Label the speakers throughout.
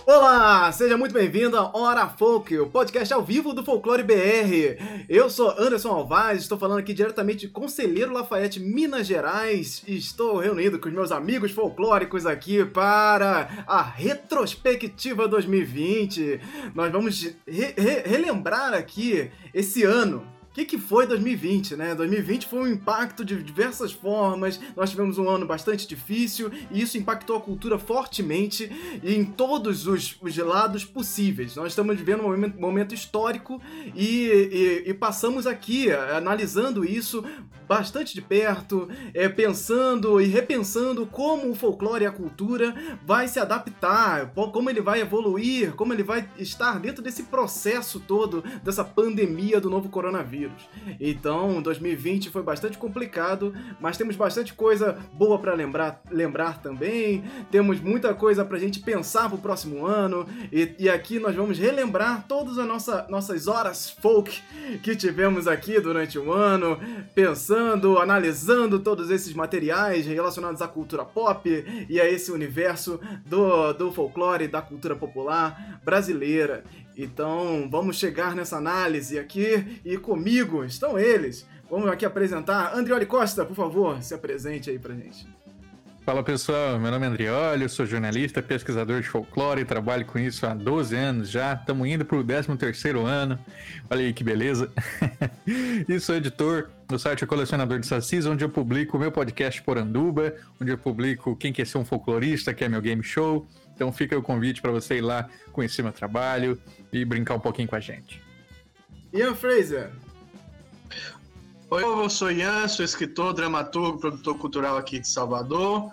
Speaker 1: Olá, seja muito bem-vindo a Hora Folk, o podcast ao vivo do Folclore BR. Eu sou Anderson Alvaz, estou falando aqui diretamente de Conselheiro Lafayette, Minas Gerais, e estou reunido com os meus amigos folclóricos aqui para a retrospectiva 2020. Nós vamos relembrar aqui esse ano. O que foi 2020, né? 2020 foi um impacto de diversas formas, nós tivemos um ano bastante difícil e isso impactou a cultura fortemente e em todos os lados possíveis. Nós estamos vivendo um momento histórico e passamos aqui analisando isso bastante de perto, pensando e repensando como o folclore e a cultura vai se adaptar, como ele vai evoluir, como ele vai estar dentro desse processo todo, dessa pandemia do novo coronavírus. Então, 2020 foi bastante complicado, mas temos bastante coisa boa para lembrar também, temos muita coisa pra gente pensar pro próximo ano, e aqui nós vamos relembrar todas as nossas horas folk que tivemos aqui durante o ano, pensando, analisando todos esses materiais relacionados à cultura pop e a esse universo do folclore, da cultura popular brasileira. Então, vamos chegar nessa análise aqui e comigo estão eles. Vamos aqui apresentar. Andrioli Costa, por favor, se apresente aí pra gente.
Speaker 2: Fala pessoal, meu nome é Andrioli, eu sou jornalista, pesquisador de folclore, trabalho com isso há 12 anos já, estamos indo pro 13º ano, olha aí que beleza. E sou editor do site Colecionador de Sacis, onde eu publico o meu podcast Poranduba, onde eu publico Quem Quer Ser um Folclorista, que é meu game show. Então fica o convite para você ir lá conhecer meu trabalho e brincar um pouquinho com a gente.
Speaker 1: Ian Fraser.
Speaker 3: Oi, eu sou Ian, sou escritor, dramaturgo, produtor cultural aqui de Salvador.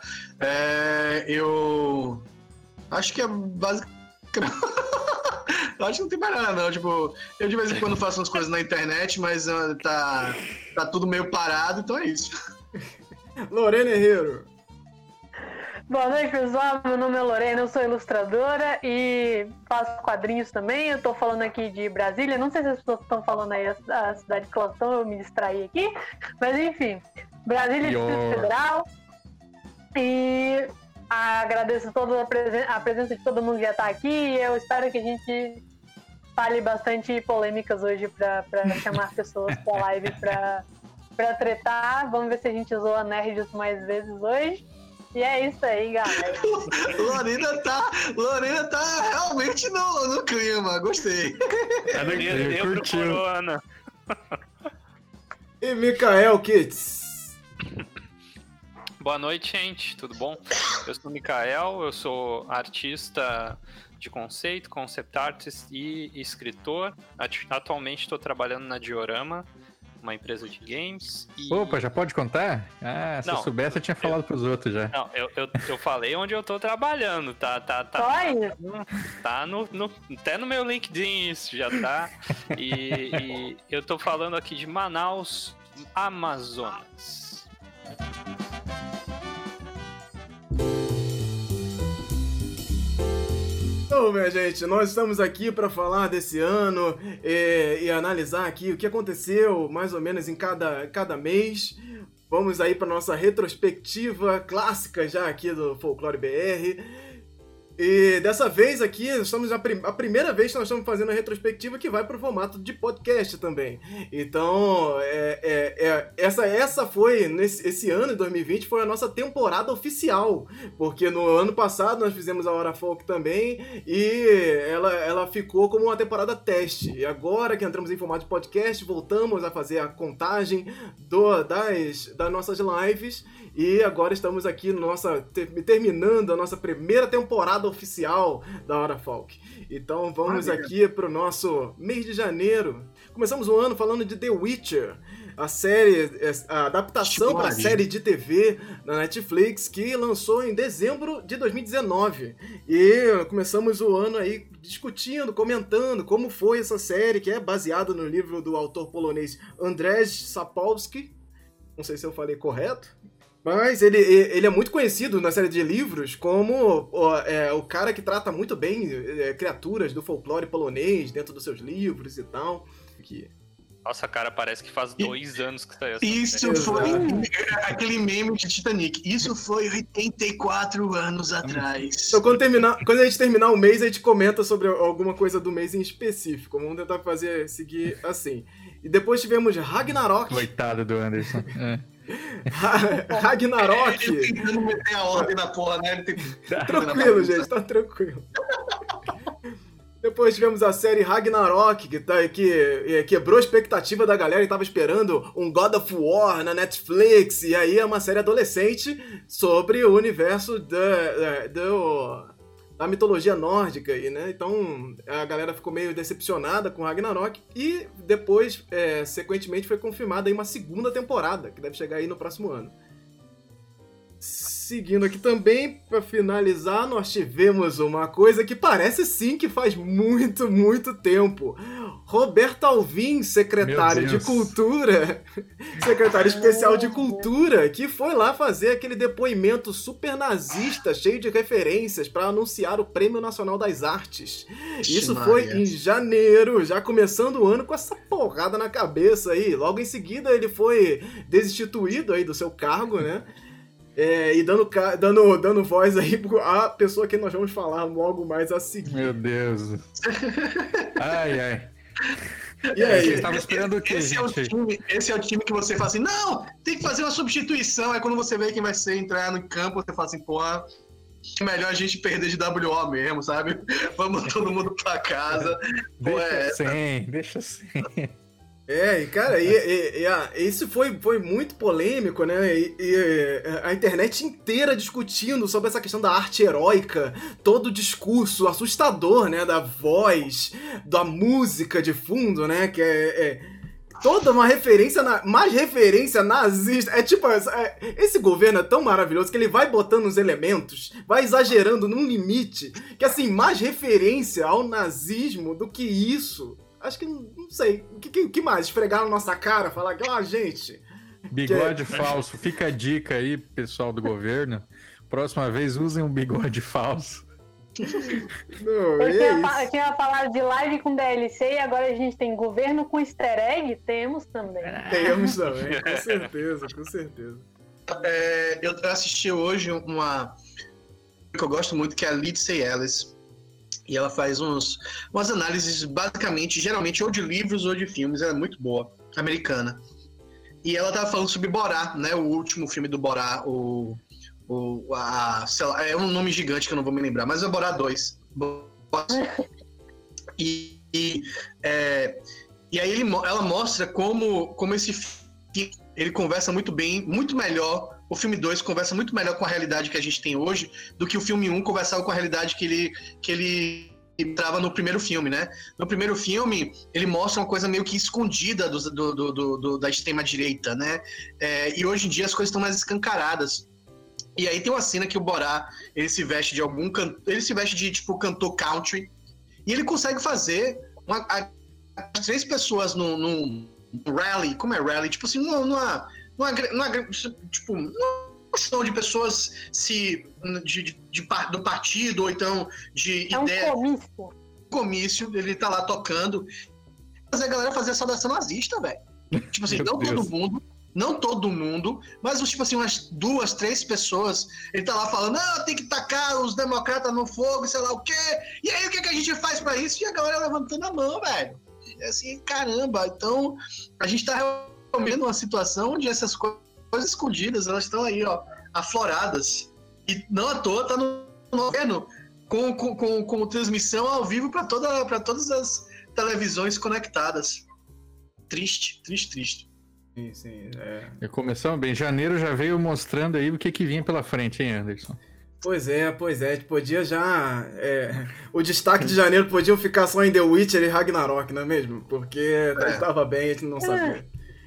Speaker 3: Eu acho que é basicamente... Eu acho que não tem mais nada, não. Tipo, eu de vez em quando faço umas coisas na internet, mas tá tudo meio parado, então é isso.
Speaker 1: Lorena Herrero.
Speaker 4: Boa noite, pessoal. Meu nome é Lorena, eu sou ilustradora e faço quadrinhos também. Eu tô falando aqui de Brasília. Não sei se as pessoas estão falando aí a cidade que elas estão, eu me distraí aqui. Mas enfim, Brasília, Distrito Federal. E agradeço toda a presença de todo mundo que já tá aqui. E eu espero que a gente fale bastante polêmicas hoje pra chamar pessoas pra live pra tretar. Vamos ver se a gente usou a Nerds mais vezes hoje. E é isso aí, galera.
Speaker 3: Lorena tá realmente no clima, gostei.
Speaker 2: Eu curtiu.
Speaker 1: E Mikael Kitts.
Speaker 5: Boa noite, gente, tudo bom? Eu sou o Mikael, eu sou artista de conceito, concept artist e escritor. Atualmente estou trabalhando na Diorama, uma empresa de games.
Speaker 2: Opa, já pode contar? Se eu soubesse, eu tinha falado pros outros já.
Speaker 5: Não, eu falei onde eu tô trabalhando, tá até no meu LinkedIn isso já tá. E eu tô falando aqui de Manaus, Amazonas.
Speaker 1: Então, minha gente, nós estamos aqui para falar desse ano e analisar aqui o que aconteceu mais ou menos em cada mês. Vamos aí para nossa retrospectiva clássica já aqui do Folclore BR. E dessa vez aqui, estamos a primeira vez que nós estamos fazendo a retrospectiva que vai para o formato de podcast também. Então, essa foi, esse ano de 2020, foi a nossa temporada oficial. Porque no ano passado nós fizemos a Hora Folk também e ela ficou como uma temporada teste. E agora que entramos em formato de podcast, voltamos a fazer a contagem das nossas lives. E agora estamos aqui terminando a nossa primeira temporada oficial da Hora Folk. Então vamos aqui para o nosso mês de janeiro. Começamos o ano falando de The Witcher, a adaptação para a série de TV da Netflix, que lançou em dezembro de 2019. E começamos o ano aí discutindo, comentando como foi essa série, que é baseada no livro do autor polonês Andrzej Sapkowski. Não sei se eu falei correto. Mas ele é muito conhecido na série de livros como o cara que trata muito bem criaturas do folclore polonês dentro dos seus livros e tal.
Speaker 5: Nossa, cara, parece que faz 2 anos que saiu essa
Speaker 3: Isso
Speaker 5: série.
Speaker 3: foi aquele meme de Titanic. Isso foi 84 anos atrás.
Speaker 1: Então, quando a gente terminar o mês, a gente comenta sobre alguma coisa do mês em específico. Vamos tentar seguir assim. E depois tivemos Ragnarok.
Speaker 2: Coitado do Anderson.
Speaker 1: Ragnarok.
Speaker 3: Ele tentando meter a ordem na porra, né? Ele
Speaker 1: Tranquilo, gente, tá tranquilo. Depois tivemos a série Ragnarok, que quebrou a expectativa da galera e tava esperando um God of War na Netflix. E aí é uma série adolescente sobre o universo da mitologia nórdica. Né? Então a galera ficou meio decepcionada com Ragnarok. E depois, sequentemente, foi confirmada aí uma segunda temporada, que deve chegar aí no próximo ano. Seguindo aqui também, para finalizar, nós tivemos uma coisa que parece sim que faz muito, muito tempo. Roberto Alvim, secretário de Cultura, secretário especial de Cultura, que foi lá fazer aquele depoimento super nazista, cheio de referências, para anunciar o Prêmio Nacional das Artes. Isso foi em janeiro, já começando o ano com essa porrada na cabeça aí. Logo em seguida ele foi destituído aí do seu cargo, né? E dando voz aí à pessoa que nós vamos falar logo mais a seguir.
Speaker 2: Meu Deus. Ai.
Speaker 1: E aí?
Speaker 2: Vocês estavam esperando o quê, gente?
Speaker 3: Esse é o time que você fala assim, não, tem que fazer uma substituição. Aí quando você vê quem vai entrar no campo, você fala assim, porra, é melhor a gente perder de WO mesmo, sabe? Vamos todo mundo pra casa.
Speaker 2: Deixa assim.
Speaker 1: E cara, isso foi muito polêmico, né? E a internet inteira discutindo sobre essa questão da arte heróica, todo o discurso assustador, né? Da voz, da música de fundo, né? Que toda uma referência, mais referência nazista. Esse governo é tão maravilhoso que ele vai botando os elementos, vai exagerando num limite, que assim, mais referência ao nazismo do que isso. Acho que, não sei, o que mais? Esfregar na nossa cara, falar que, gente...
Speaker 2: Bigode falso. Fica a dica aí, pessoal do governo. Próxima vez, usem um bigode falso.
Speaker 4: Eu tinha falado de live com DLC e agora a gente tem governo com easter egg? Temos também.
Speaker 1: Temos também, com certeza, com certeza.
Speaker 3: Eu assisti hoje uma que eu gosto muito, que é a Lindsay Ellis. E ela faz umas análises, basicamente, geralmente, ou de livros ou de filmes. Ela é muito boa, americana. E ela tava falando sobre Borá, né? O último filme do Borá, sei lá, é um nome gigante que eu não vou me lembrar, mas é Borá 2. E aí ela mostra como esse filme, ele conversa muito bem, muito melhor. O filme 2 conversa muito melhor com a realidade que a gente tem hoje do que o filme 1 conversava com a realidade que ele entrava no primeiro filme, né? No primeiro filme, ele mostra uma coisa meio que escondida da extrema-direita, né? E hoje em dia as coisas estão mais escancaradas. E aí tem uma cena que o Borá, ele se veste de tipo cantor country, e ele consegue fazer as 3 pessoas num rally. Como é rally? Tipo assim, numa ação de pessoas do partido, ou então de ideia.
Speaker 4: Um
Speaker 3: comício, ele tá lá tocando. Fazer a galera fazer a saudação nazista, velho. Tipo assim, não todo mundo, mas tipo assim, umas 2, 3 pessoas, ele tá lá falando, tem que tacar os democratas no fogo, sei lá o quê. E aí o que a gente faz pra isso? E a galera levantando a mão, velho. Assim, caramba. Então, a gente tá realmente uma situação onde essas coisas escondidas, elas estão aí, ó, afloradas. E não à toa tá no governo com transmissão ao vivo para todas as televisões conectadas. Triste.
Speaker 1: Sim.
Speaker 2: Começamos bem. Janeiro já veio mostrando aí o que vinha pela frente, hein, Anderson?
Speaker 1: Pois é. Podia já... o destaque de janeiro podia ficar só em The Witcher e Ragnarok, não é mesmo? Porque estava bem, a gente não sabia.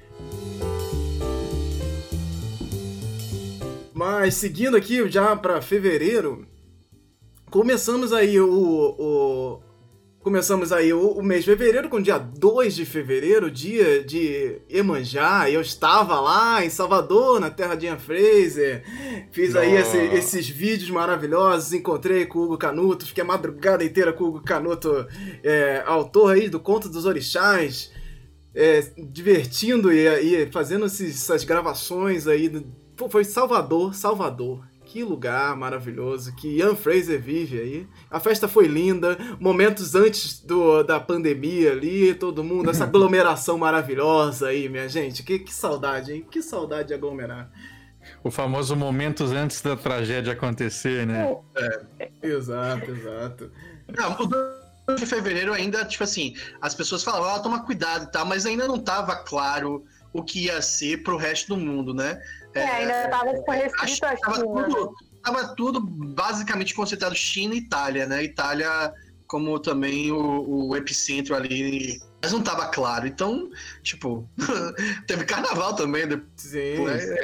Speaker 1: Mas seguindo aqui já para fevereiro, começamos aí o mês de fevereiro com o dia 2 de fevereiro, dia de Iemanjá, e eu estava lá em Salvador, na terra de Ian Fraser, fiz aí esses vídeos maravilhosos, encontrei com o Hugo Canuto, fiquei a madrugada inteira com o Hugo Canuto, autor aí do Conto dos Orixás. divertindo e fazendo essas gravações aí. Pô, foi Salvador. Que lugar maravilhoso, que Ian Fraser vive aí. A festa foi linda, momentos antes da pandemia ali, todo mundo, essa aglomeração maravilhosa aí, minha gente. Que saudade, hein? Que saudade de aglomerar.
Speaker 2: O famoso momentos antes da tragédia acontecer, né?
Speaker 1: Exato.
Speaker 3: Não, o 2 de fevereiro ainda, tipo assim, as pessoas falavam, toma cuidado e tal, mas ainda não tava claro o que ia ser pro resto do mundo, né?
Speaker 4: Ainda tava restrito a China.
Speaker 3: Tava tudo basicamente concentrado China e Itália, né? Itália como também o epicentro ali, mas não tava claro. Então, tipo, teve carnaval também.
Speaker 1: Sim.
Speaker 3: Né?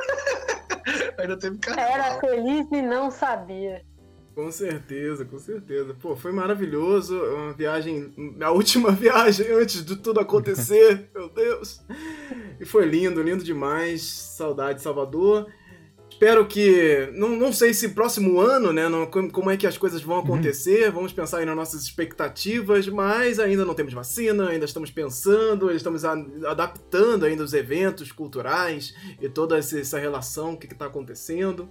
Speaker 3: Ainda teve carnaval.
Speaker 4: Era feliz e não sabia.
Speaker 1: Com certeza. Pô, foi maravilhoso, uma viagem, a última viagem antes de tudo acontecer, meu Deus. E foi lindo demais, saudade de Salvador. Espero que, não sei se próximo ano, né, como é que as coisas vão acontecer, vamos pensar aí nas nossas expectativas, mas ainda não temos vacina, ainda estamos pensando, estamos adaptando ainda os eventos culturais e toda essa relação, o que está acontecendo.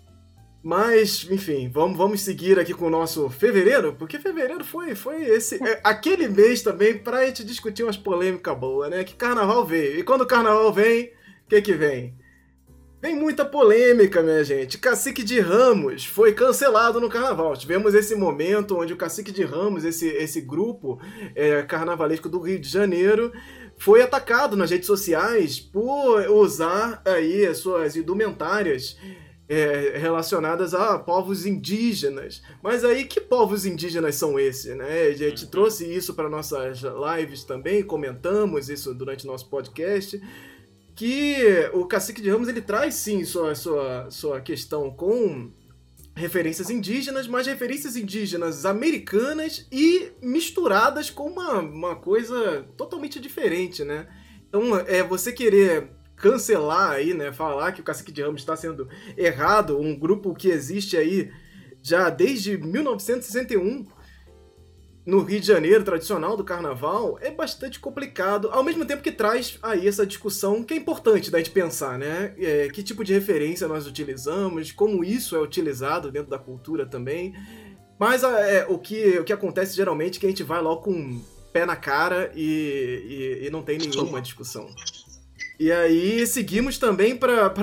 Speaker 1: Mas, enfim, vamos seguir aqui com o nosso fevereiro, porque fevereiro foi aquele mês também pra gente discutir umas polêmicas boas, né? Que carnaval veio. E quando o carnaval vem, o que vem? Vem muita polêmica, minha gente. Cacique de Ramos foi cancelado no carnaval. Tivemos esse momento onde o Cacique de Ramos, esse grupo carnavalesco do Rio de Janeiro, foi atacado nas redes sociais por usar aí as suas indumentárias relacionadas a povos indígenas. Mas aí, que povos indígenas são esses, né? A gente trouxe isso para nossas lives também, comentamos isso durante o nosso podcast, que o Cacique de Ramos, ele traz sim sua questão com referências indígenas, mas referências indígenas americanas e misturadas com uma coisa totalmente diferente, né? Então, você querer cancelar aí, né, falar que o Cacique de Ramos está sendo errado, um grupo que existe aí já desde 1961 no Rio de Janeiro, tradicional do carnaval, é bastante complicado, ao mesmo tempo que traz aí essa discussão que é importante da gente pensar, né, que tipo de referência nós utilizamos, como isso é utilizado dentro da cultura também, mas o que acontece geralmente é que a gente vai logo com um pé na cara e não tem nenhuma discussão. E aí seguimos também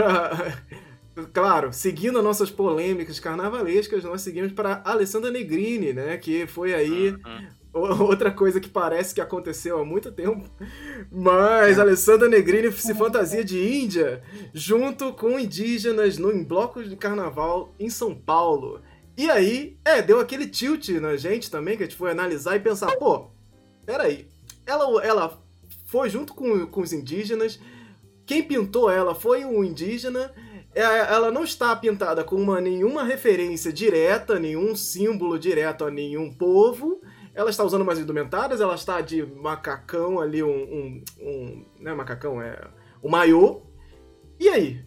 Speaker 1: claro, seguindo as nossas polêmicas carnavalescas, nós seguimos para Alessandra Negrini, né? Que foi aí outra coisa que parece que aconteceu há muito tempo. Mas Alessandra Negrini se fantasia de índia junto com indígenas em blocos de carnaval em São Paulo. E aí, deu aquele tilt na gente também, que a gente foi analisar e pensar, pô, peraí, ela foi junto com os indígenas. Quem pintou ela foi um indígena, ela não está pintada com nenhuma referência direta, nenhum símbolo direto a nenhum povo, ela está usando umas indumentárias, ela está de macacão ali, não é macacão, um maiô. E aí?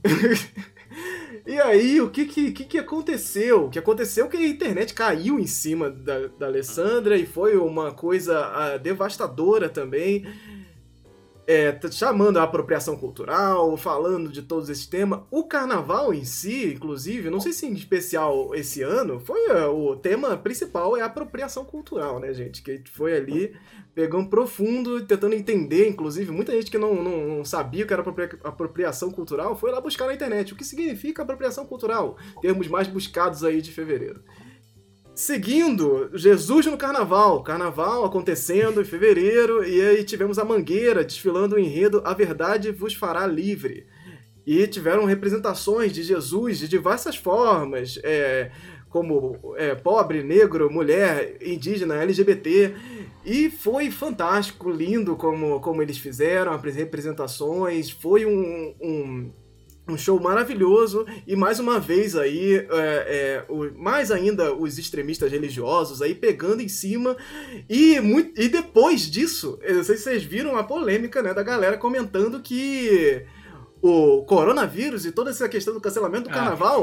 Speaker 1: E aí, o que aconteceu? O que aconteceu é que a internet caiu em cima da Alessandra e foi uma coisa devastadora também. Chamando a apropriação cultural, falando de todos esses temas. O carnaval em si, inclusive, não sei se em especial esse ano, o tema principal é a apropriação cultural, né, gente? Que a gente foi ali pegando profundo, tentando entender, inclusive, muita gente que não sabia o que era apropriação cultural foi lá buscar na internet. O que significa apropriação cultural? Termos mais buscados aí de fevereiro. Seguindo, Jesus no Carnaval acontecendo em fevereiro, e aí tivemos a Mangueira desfilando o enredo A Verdade Vos Fará Livre. E tiveram representações de Jesus de diversas formas, como pobre, negro, mulher, indígena, LGBT, e foi fantástico, lindo como eles fizeram as representações, foi um show maravilhoso, e mais uma vez aí, mais ainda os extremistas religiosos aí pegando em cima, e depois disso, eu não sei se vocês viram a polêmica, né, da galera comentando que o coronavírus e toda essa questão do cancelamento do carnaval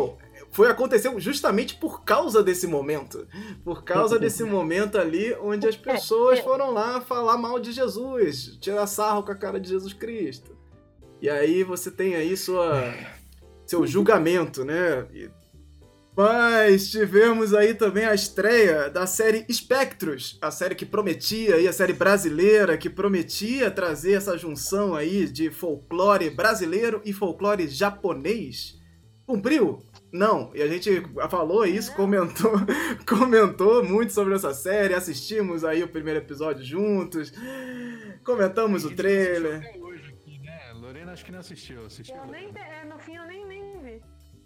Speaker 1: aconteceu justamente por causa desse momento. Por causa desse momento ali onde as pessoas foram lá falar mal de Jesus, tirar sarro com a cara de Jesus Cristo. E aí você tem aí seu julgamento, né? Mas tivemos aí também a estreia da série Espectros, a série que prometia aí, a série brasileira que prometia trazer essa junção aí de folclore brasileiro e folclore japonês. Cumpriu? Não. E a gente falou isso, comentou muito sobre essa série, assistimos aí o primeiro episódio juntos, comentamos o trailer.
Speaker 2: Até hoje aqui, né? Lorena acho que não assistiu.
Speaker 4: No fim eu nem vi.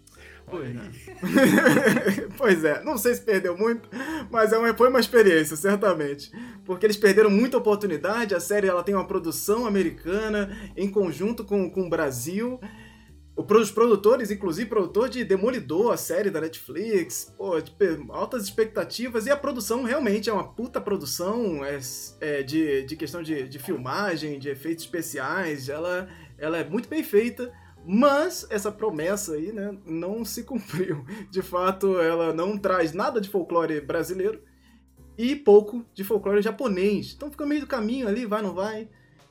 Speaker 1: Pois é, não sei se perdeu muito, mas foi uma experiência, certamente. Porque eles perderam muita oportunidade, a série ela tem uma produção americana em conjunto com o Brasil. Os produtores, inclusive produtor de Demolidor, a série da Netflix, altas expectativas, e a produção realmente é uma puta produção de questão de filmagem, de efeitos especiais, ela é muito bem feita. Mas essa promessa aí, né, não se cumpriu. De fato, ela não traz nada de folclore brasileiro e pouco de folclore japonês. Então fica meio do caminho ali, vai, não vai.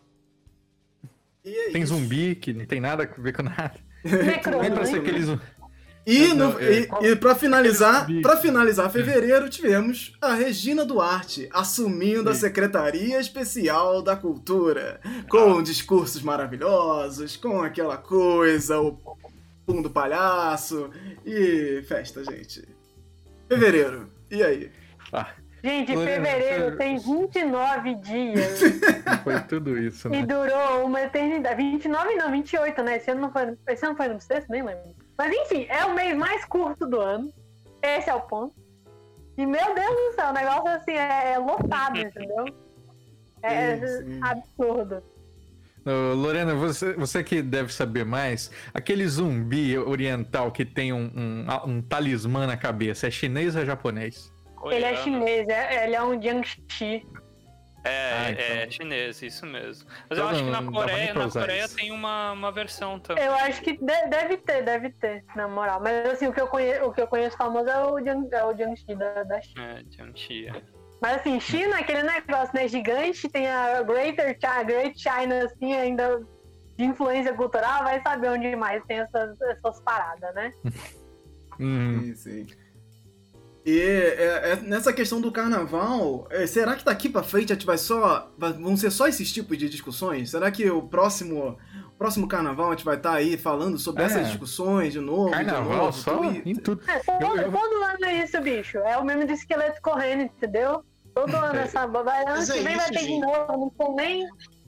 Speaker 1: E
Speaker 2: tem
Speaker 1: isso.
Speaker 2: Zumbi, que não tem nada a ver com nada.
Speaker 4: Nem
Speaker 2: pra ser aqueles...
Speaker 1: E pra finalizar fevereiro, tivemos a Regina Duarte assumindo a Secretaria Especial da Cultura, com discursos maravilhosos, com aquela coisa, o pum do palhaço e festa, gente. Fevereiro, e aí?
Speaker 4: Gente, fevereiro tem 29 dias.
Speaker 2: Foi tudo isso, né?
Speaker 4: E durou uma eternidade. 29 não, 28, né? Esse ano foi no sexto, nem lembro. Mas enfim, é o mês mais curto do ano. Esse é o ponto. E meu Deus do céu, o negócio assim é lotado, entendeu? É absurdo.
Speaker 2: Lorena, você que deve saber mais, aquele zumbi oriental que tem um talismã na cabeça, é chinês ou é japonês?
Speaker 4: Ele é chinês, ele é um Jiangxi.
Speaker 5: É chinês, isso mesmo. Mas eu acho que na Coreia tem uma versão também.
Speaker 4: Eu acho que deve ter, na moral. Mas assim, o que eu conheço famoso é o Jiangxi da China.
Speaker 5: Jiangxi.
Speaker 4: Mas assim, China, aquele negócio, né, gigante, tem a Great China, assim, ainda de influência cultural, vai saber onde mais tem essas paradas, né?
Speaker 1: Sim. E nessa questão do carnaval, será que daqui pra frente a gente vão ser só esses tipos de discussões? Será que o próximo carnaval a gente vai estar aí falando sobre essas discussões de novo?
Speaker 2: Carnaval só? Em tudo.
Speaker 4: Todo ano é isso, bicho. É o meme do esqueleto correndo, entendeu? Todo ano essa bobagem. Ano que vem vai ter de novo, não tem nem...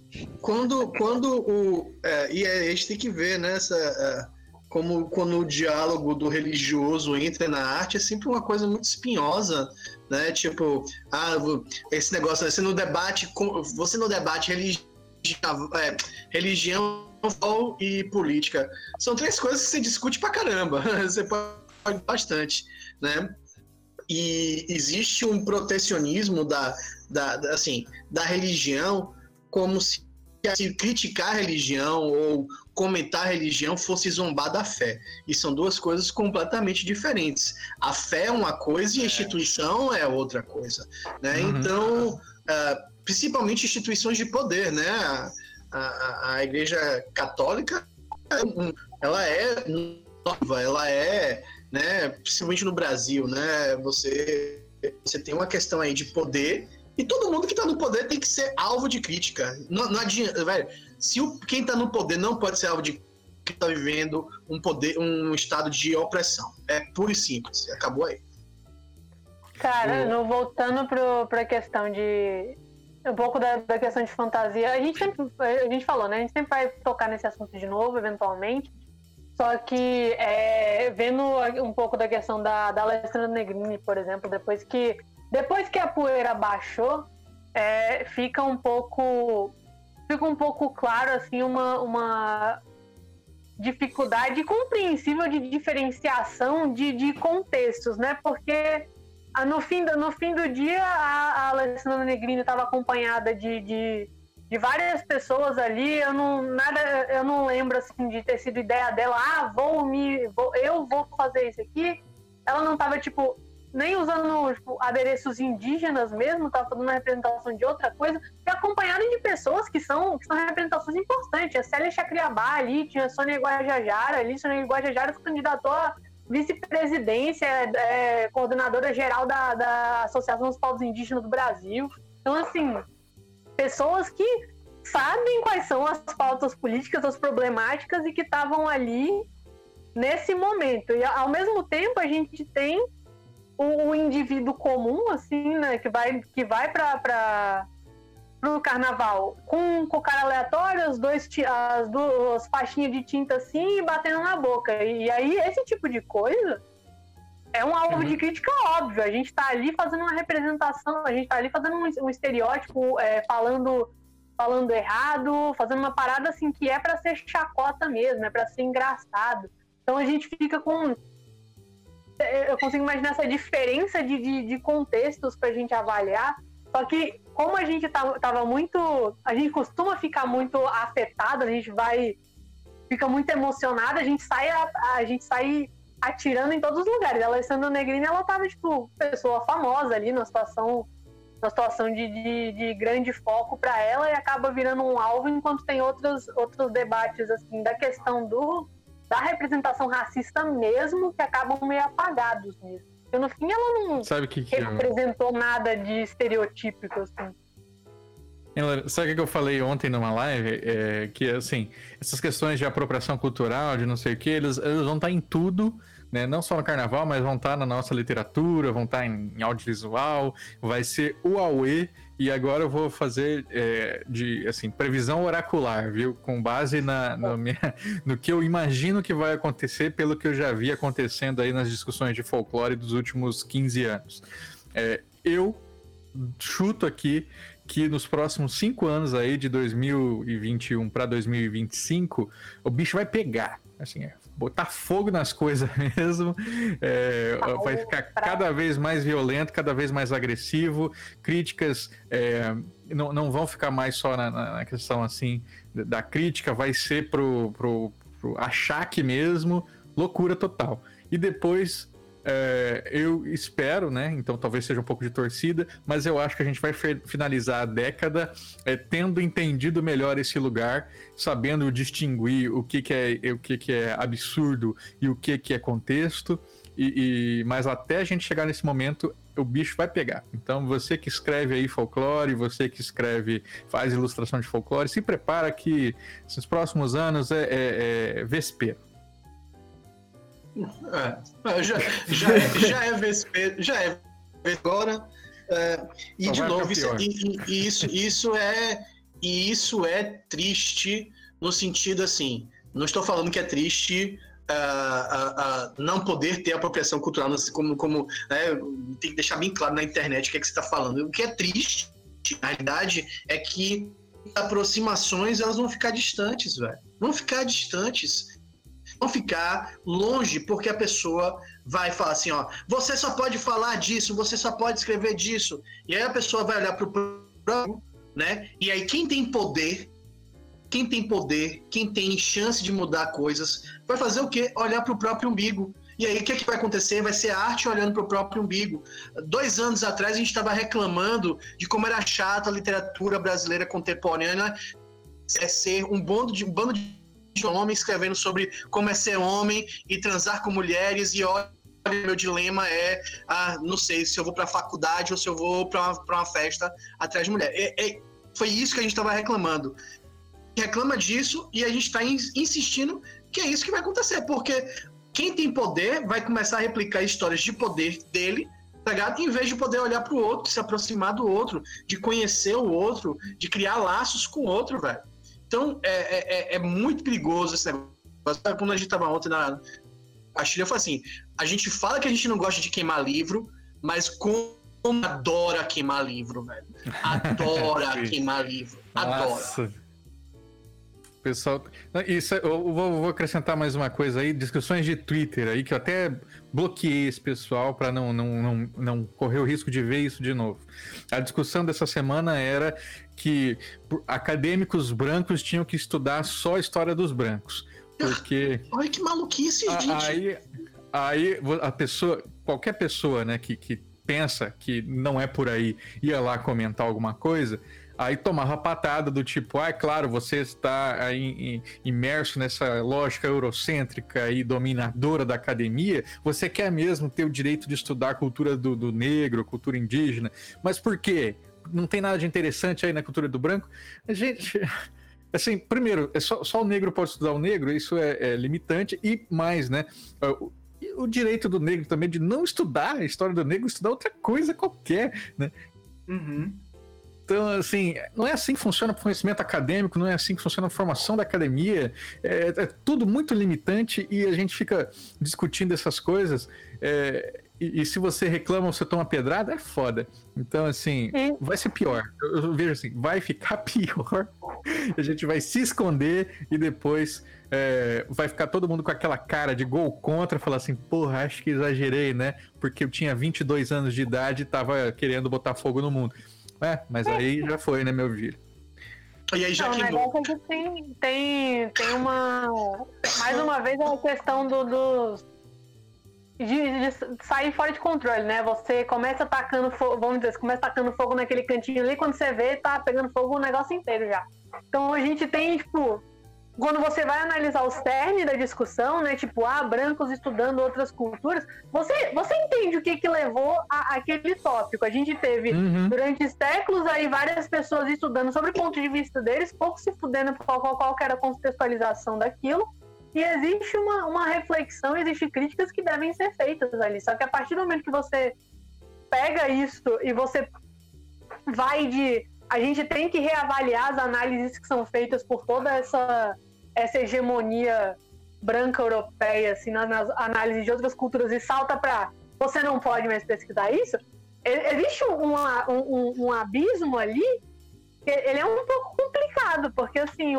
Speaker 3: E a gente tem que ver, né, como quando o diálogo do religioso entra na arte, é sempre uma coisa muito espinhosa, né? Tipo, esse negócio, você não debate religião e política. São três coisas que você discute pra caramba. Você pode bastante, né? E existe um protecionismo da religião, como se criticar a religião ou comentar a religião fosse zombar da fé. E são duas coisas completamente diferentes. A fé é uma coisa e a instituição é outra coisa, né? Então, principalmente instituições de poder, né? A Igreja Católica, ela é nova, ela é, né? Principalmente no Brasil, né? Você tem uma questão aí de poder. E todo mundo que tá no poder tem que ser alvo de crítica. Não adianta, velho. Se quem tá no poder não pode ser alvo de que tá vivendo um estado de opressão. É puro e simples. Acabou aí.
Speaker 4: Cara, voltando pra questão de... Um pouco da questão de fantasia. A gente falou, né? A gente sempre vai tocar nesse assunto de novo, eventualmente. Só que, vendo um pouco da questão da Alessandra Negrini, por exemplo, depois que a poeira baixou, fica um pouco claro, assim, uma dificuldade compreensível de diferenciação de contextos, né? Porque no fim do dia, a Alessandra Negrini estava acompanhada de de várias pessoas ali, eu não lembro assim de ter sido ideia dela, eu vou fazer isso aqui. Ela não tava, tipo, nem usando, tipo, adereços indígenas mesmo, tava fazendo uma representação de outra coisa, e acompanhada de pessoas que são representações importantes. A Célia Chacriabá ali, tinha a Sônia Guajajara ali, Sônia Guajajara se candidatou a vice-presidência, coordenadora geral da Associação dos Povos Indígenas do Brasil. Então, assim, pessoas que sabem quais são as pautas políticas, as problemáticas e que estavam ali nesse momento. E, ao mesmo tempo, a gente tem o indivíduo comum, assim, né, que vai para o carnaval com o cara aleatório, as duas faixinhas de tinta assim, batendo na boca. E aí, esse tipo de coisa é um alvo de crítica óbvio. A gente tá ali fazendo uma representação, a gente tá ali fazendo um estereótipo, falando errado, fazendo uma parada assim que é para ser chacota mesmo, é para ser engraçado. Então a gente fica com... Eu consigo imaginar essa diferença de contextos pra gente avaliar, só que como a gente tava muito... A gente costuma ficar muito afetado, a gente fica muito emocionado, a gente sai atirando em todos os lugares. A Alessandra Negrini, ela tava, tipo, pessoa famosa ali, numa situação de grande foco para ela, e acaba virando um alvo, enquanto tem outros debates, assim, da questão da representação racista mesmo, que acabam meio apagados mesmo. Porque no fim ela não representou nada de estereotípico, assim.
Speaker 2: Sabe o que eu falei ontem numa live? Que, assim, essas questões de apropriação cultural, de não sei o que, eles vão estar em tudo, né? Não só no carnaval, mas vão estar na nossa literatura, vão estar em audiovisual, vai ser o Aue, e agora eu vou fazer previsão oracular, viu? Com base no que eu imagino que vai acontecer, pelo que eu já vi acontecendo aí nas discussões de folclore dos últimos 15 anos. Eu chuto aqui que nos próximos 5 anos aí, de 2021 para 2025, o bicho vai pegar, assim, botar fogo nas coisas mesmo, vai ficar cada vez mais violento, cada vez mais agressivo, críticas não vão ficar mais só na questão, assim, da crítica, vai ser pro achaque mesmo, loucura total. E depois... eu espero, né? Então talvez seja um pouco de torcida, mas eu acho que a gente vai finalizar a década tendo entendido melhor esse lugar, sabendo distinguir o que é absurdo e o que é contexto. Mas até a gente chegar nesse momento, o bicho vai pegar. Então você que escreve aí folclore, você que faz ilustração de folclore, se prepara que nos próximos anos é vespeiro.
Speaker 3: Já é vespeiro agora, e de novo isso é triste, no sentido assim, não estou falando que é triste não poder ter apropriação cultural, como tem que deixar bem claro na internet o que é que você está falando. O que é triste, na realidade, é que aproximações elas vão ficar distantes, velho. Vão ficar longe, porque a pessoa vai falar assim, ó, você só pode falar disso, você só pode escrever disso. E aí a pessoa vai olhar pro próprio, né? E aí quem tem poder, quem tem chance de mudar coisas, vai fazer o quê? Olhar pro próprio umbigo. E aí o que é que vai acontecer? Vai ser a arte olhando pro próprio umbigo. 2 anos atrás a gente estava reclamando de como era chata a literatura brasileira contemporânea, ser um bando de homem escrevendo sobre como é ser homem e transar com mulheres, e olha, meu dilema não sei se eu vou pra faculdade ou se eu vou pra uma festa atrás de mulher. Foi isso que a gente estava reclamando. Reclama disso e a gente está insistindo que é isso que vai acontecer, porque quem tem poder vai começar a replicar histórias de poder dele, tá ligado? Em vez de poder olhar pro outro, se aproximar do outro, de conhecer o outro, de criar laços com o outro, velho. Então, é muito perigoso esse negócio. Quando a gente tava ontem na Bastilha, eu falei assim, a gente fala que a gente não gosta de queimar livro, mas como adora queimar livro, velho. Adora queimar livro. Adora.
Speaker 2: Nossa. Pessoal, isso, eu vou acrescentar mais uma coisa aí, discussões de Twitter aí, que eu até bloqueei esse pessoal para não correr o risco de ver isso de novo. A discussão dessa semana era que acadêmicos brancos tinham que estudar só a história dos brancos. Porque...
Speaker 3: Olha que maluquice, gente.
Speaker 2: Aí a pessoa, qualquer pessoa, né, que pensa que não é por aí, ia lá comentar alguma coisa... Aí tomava patada do tipo, claro, você está aí imerso nessa lógica eurocêntrica e dominadora da academia, você quer mesmo ter o direito de estudar a cultura do negro, cultura indígena, mas por quê? Não tem nada de interessante aí na cultura do branco? Gente, assim, primeiro, só o negro pode estudar o negro, isso é limitante, e mais, né, o direito do negro também de não estudar a história do negro, estudar outra coisa qualquer, né?
Speaker 1: Uhum.
Speaker 2: Então, assim, não é assim que funciona o conhecimento acadêmico, não é assim que funciona a formação da academia, é tudo muito limitante e a gente fica discutindo essas coisas, e se você reclama ou você toma pedrada, é foda. Então, assim, vai ser pior. Eu vejo assim, vai ficar pior, a gente vai se esconder e depois vai ficar todo mundo com aquela cara de gol contra, falar assim, porra, acho que exagerei, né? Porque eu tinha 22 anos de idade e tava querendo botar fogo no mundo. Mas aí já foi, né, meu filho?
Speaker 3: E aí já
Speaker 4: o negócio é que tem uma... Mais uma vez, a questão de sair fora de controle, né? Você começa tacando fogo, vamos dizer, você começa tacando fogo naquele cantinho ali, quando você vê, tá pegando fogo o negócio inteiro já. Então a gente tem, tipo... Quando você vai analisar o cerne da discussão, né, tipo, brancos estudando outras culturas, você entende o que levou àquele tópico. A gente teve, durante séculos, aí várias pessoas estudando sobre o ponto de vista deles, pouco se fudendo qual que era a contextualização daquilo, e existe uma reflexão, existem críticas que devem ser feitas ali. Só que a partir do momento que você pega isso e você vai de... A gente tem que reavaliar as análises que são feitas por toda essa hegemonia branca europeia, assim, nas análises de outras culturas e salta para você não pode mais pesquisar isso. Existe um abismo ali, ele é um pouco complicado, porque assim,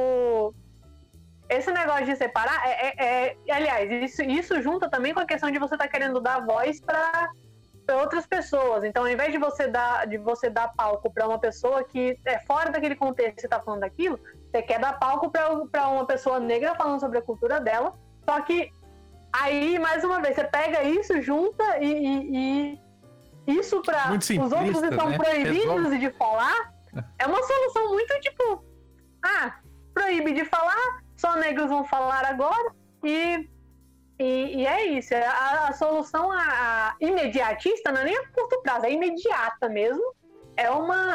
Speaker 4: esse negócio de separar, aliás, isso junta também com a questão de você estar querendo dar voz para outras pessoas. Então, ao invés de você dar palco para uma pessoa que é fora daquele contexto e está falando daquilo, você quer dar palco para uma pessoa negra falando sobre a cultura dela. Só que aí, mais uma vez, você pega isso, junta e isso para os outros estão, né, proibidos de falar. É uma solução muito tipo, proíbe de falar, só negros vão falar agora e é isso. A solução imediatista não é nem a curto prazo, é imediata mesmo. É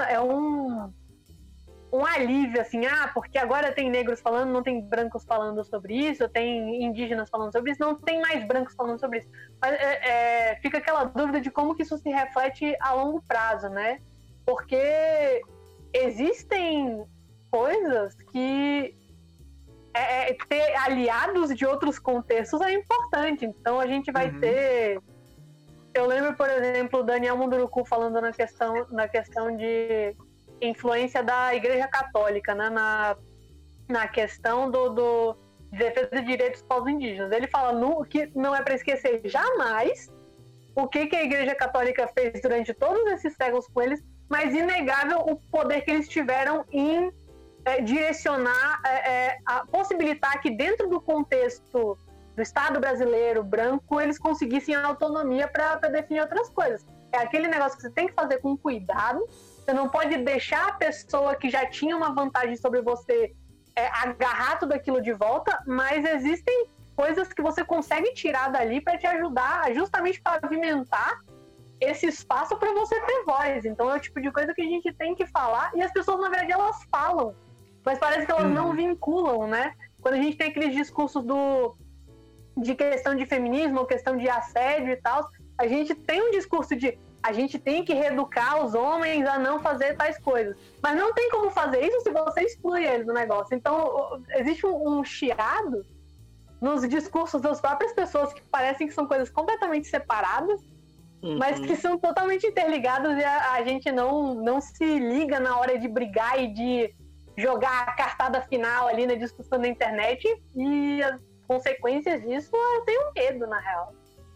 Speaker 4: um alívio, assim, porque agora tem negros falando, não tem brancos falando sobre isso, tem indígenas falando sobre isso, não tem mais brancos falando sobre isso. Mas fica aquela dúvida de como que isso se reflete a longo prazo, né? Porque existem coisas que ter aliados de outros contextos é importante. Então a gente vai ter... Eu lembro, por exemplo, o Daniel Munduruku falando na questão de influência da Igreja Católica, né? Na questão de defesa de direitos povos-indígenas. Ele fala que não é para esquecer jamais o que a Igreja Católica fez durante todos esses séculos com eles, mas inegável o poder que eles tiveram em direcionar, possibilitar que dentro do contexto do Estado brasileiro branco eles conseguissem a autonomia para definir outras coisas. É aquele negócio que você tem que fazer com cuidado, você não pode deixar a pessoa que já tinha uma vantagem sobre você agarrar tudo aquilo de volta, mas existem coisas que você consegue tirar dali para te ajudar a justamente pavimentar esse espaço para você ter voz. Então é o tipo de coisa que a gente tem que falar, e as pessoas, na verdade, elas falam, mas parece que elas não vinculam, né? Quando a gente tem aqueles discursos de questão de feminismo ou questão de assédio e tal, a gente tem um discurso de a gente tem que reeducar os homens a não fazer tais coisas. Mas não tem como fazer isso se você exclui eles do negócio. Então, existe um chiado nos discursos das próprias pessoas que parecem que são coisas completamente separadas, mas que são totalmente interligadas, e a gente não se liga na hora de brigar e de jogar a cartada final ali na discussão na internet e as consequências disso eu tenho medo, na real.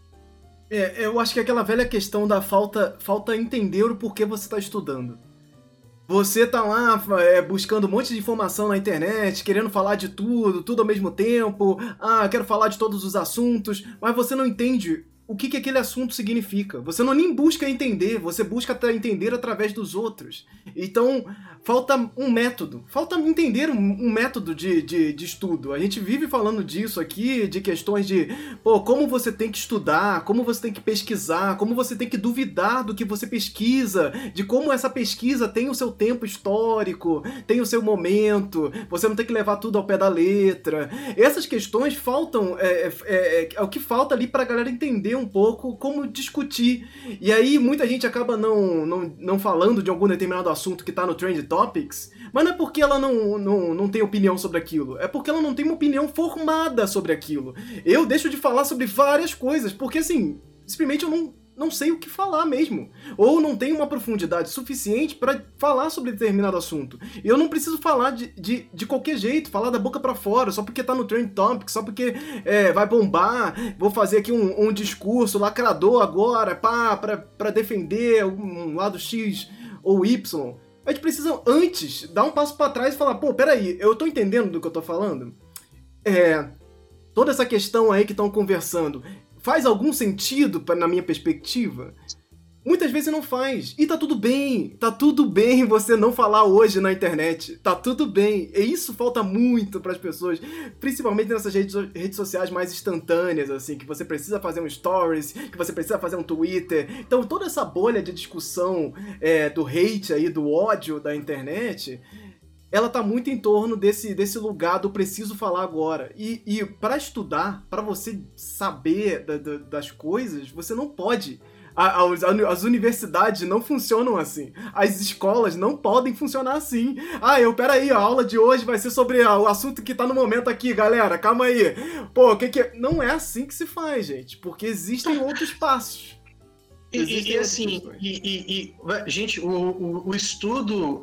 Speaker 1: Eu acho que é aquela velha questão da falta entender o porquê você está estudando. Você tá lá buscando um monte de informação na internet, querendo falar de tudo ao mesmo tempo. Quero falar de todos os assuntos, mas você não entende o que aquele assunto significa. Você não nem busca entender, você busca entender através dos outros. Então, falta um método. Falta entender um método de estudo. A gente vive falando disso aqui, de questões de como você tem que estudar, como você tem que pesquisar, como você tem que duvidar do que você pesquisa, de como essa pesquisa tem o seu tempo histórico, tem o seu momento, você não tem que levar tudo ao pé da letra. Essas questões faltam, é o que falta ali pra galera entender um pouco como discutir. E aí muita gente acaba não falando de algum determinado assunto que tá no Trend Topics, mas não é porque ela não tem opinião sobre aquilo, é porque ela não tem uma opinião formada sobre aquilo. Eu deixo de falar sobre várias coisas, porque assim, simplesmente eu não sei o que falar mesmo. Ou não tenho uma profundidade suficiente para falar sobre determinado assunto. E eu não preciso falar de qualquer jeito, falar da boca para fora, só porque tá no Trend Topics, só porque vai bombar, vou fazer aqui um discurso lacrador agora, para defender um lado X ou Y. A gente precisa antes dar um passo para trás e falar, peraí, eu tô entendendo do que eu tô falando? Toda essa questão aí que estão conversando faz algum sentido na minha perspectiva? Muitas vezes não faz. E tá tudo bem você não falar hoje na internet. Tá tudo bem. E isso falta muito pras pessoas, principalmente nessas redes sociais mais instantâneas, assim, que você precisa fazer um stories, que você precisa fazer um Twitter. Então toda essa bolha de discussão do hate aí, do ódio da internet, ela tá muito em torno desse lugar do preciso falar agora. E para estudar, para você saber das coisas, você não pode. As universidades não funcionam assim. As escolas não podem funcionar assim. Peraí, a aula de hoje vai ser sobre o assunto que tá no momento aqui, galera. Calma aí. Não é assim que se faz, gente. Porque existem outros passos.
Speaker 3: Gente, o estudo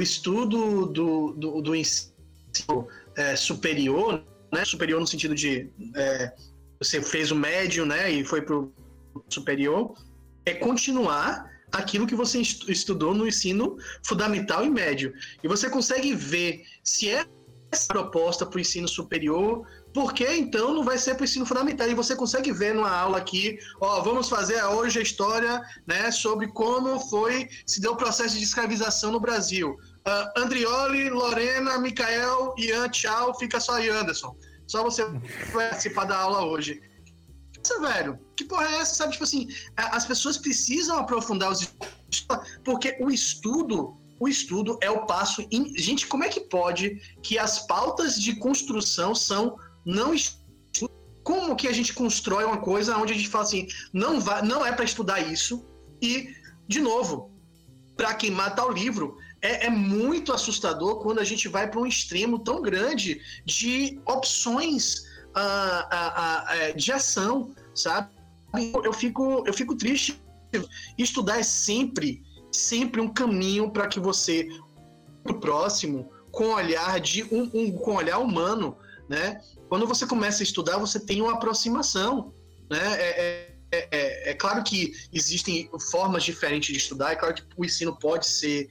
Speaker 3: do ensino superior, né? Superior no sentido de você fez o médio, né? E foi pro superior, é continuar aquilo que você estudou no ensino fundamental e médio. E você consegue ver se é essa proposta para o ensino superior, por que então não vai ser para o ensino fundamental? E você consegue ver numa aula aqui, vamos fazer hoje a história, né, sobre como se deu o processo de escravização no Brasil. Andrioli, Lorena, Micael, Ian, tchau, fica só aí, Anderson. Só você vai participar da aula hoje. Velho, que porra é essa, sabe? Tipo assim, as pessoas precisam aprofundar os estudos, porque o estudo é o passo... Gente, como é que pode que as pautas de construção são não estudo? Como que a gente constrói uma coisa onde a gente fala assim, não é para estudar isso? E, de novo, para quem mata o livro, é muito assustador quando a gente vai para um extremo tão grande de opções de ação, sabe? Eu fico triste. Estudar é sempre um caminho para que você o próximo com olhar com olhar humano, né? Quando você começa a estudar, você tem uma aproximação, né? É claro que existem formas diferentes de estudar, é claro que o ensino pode ser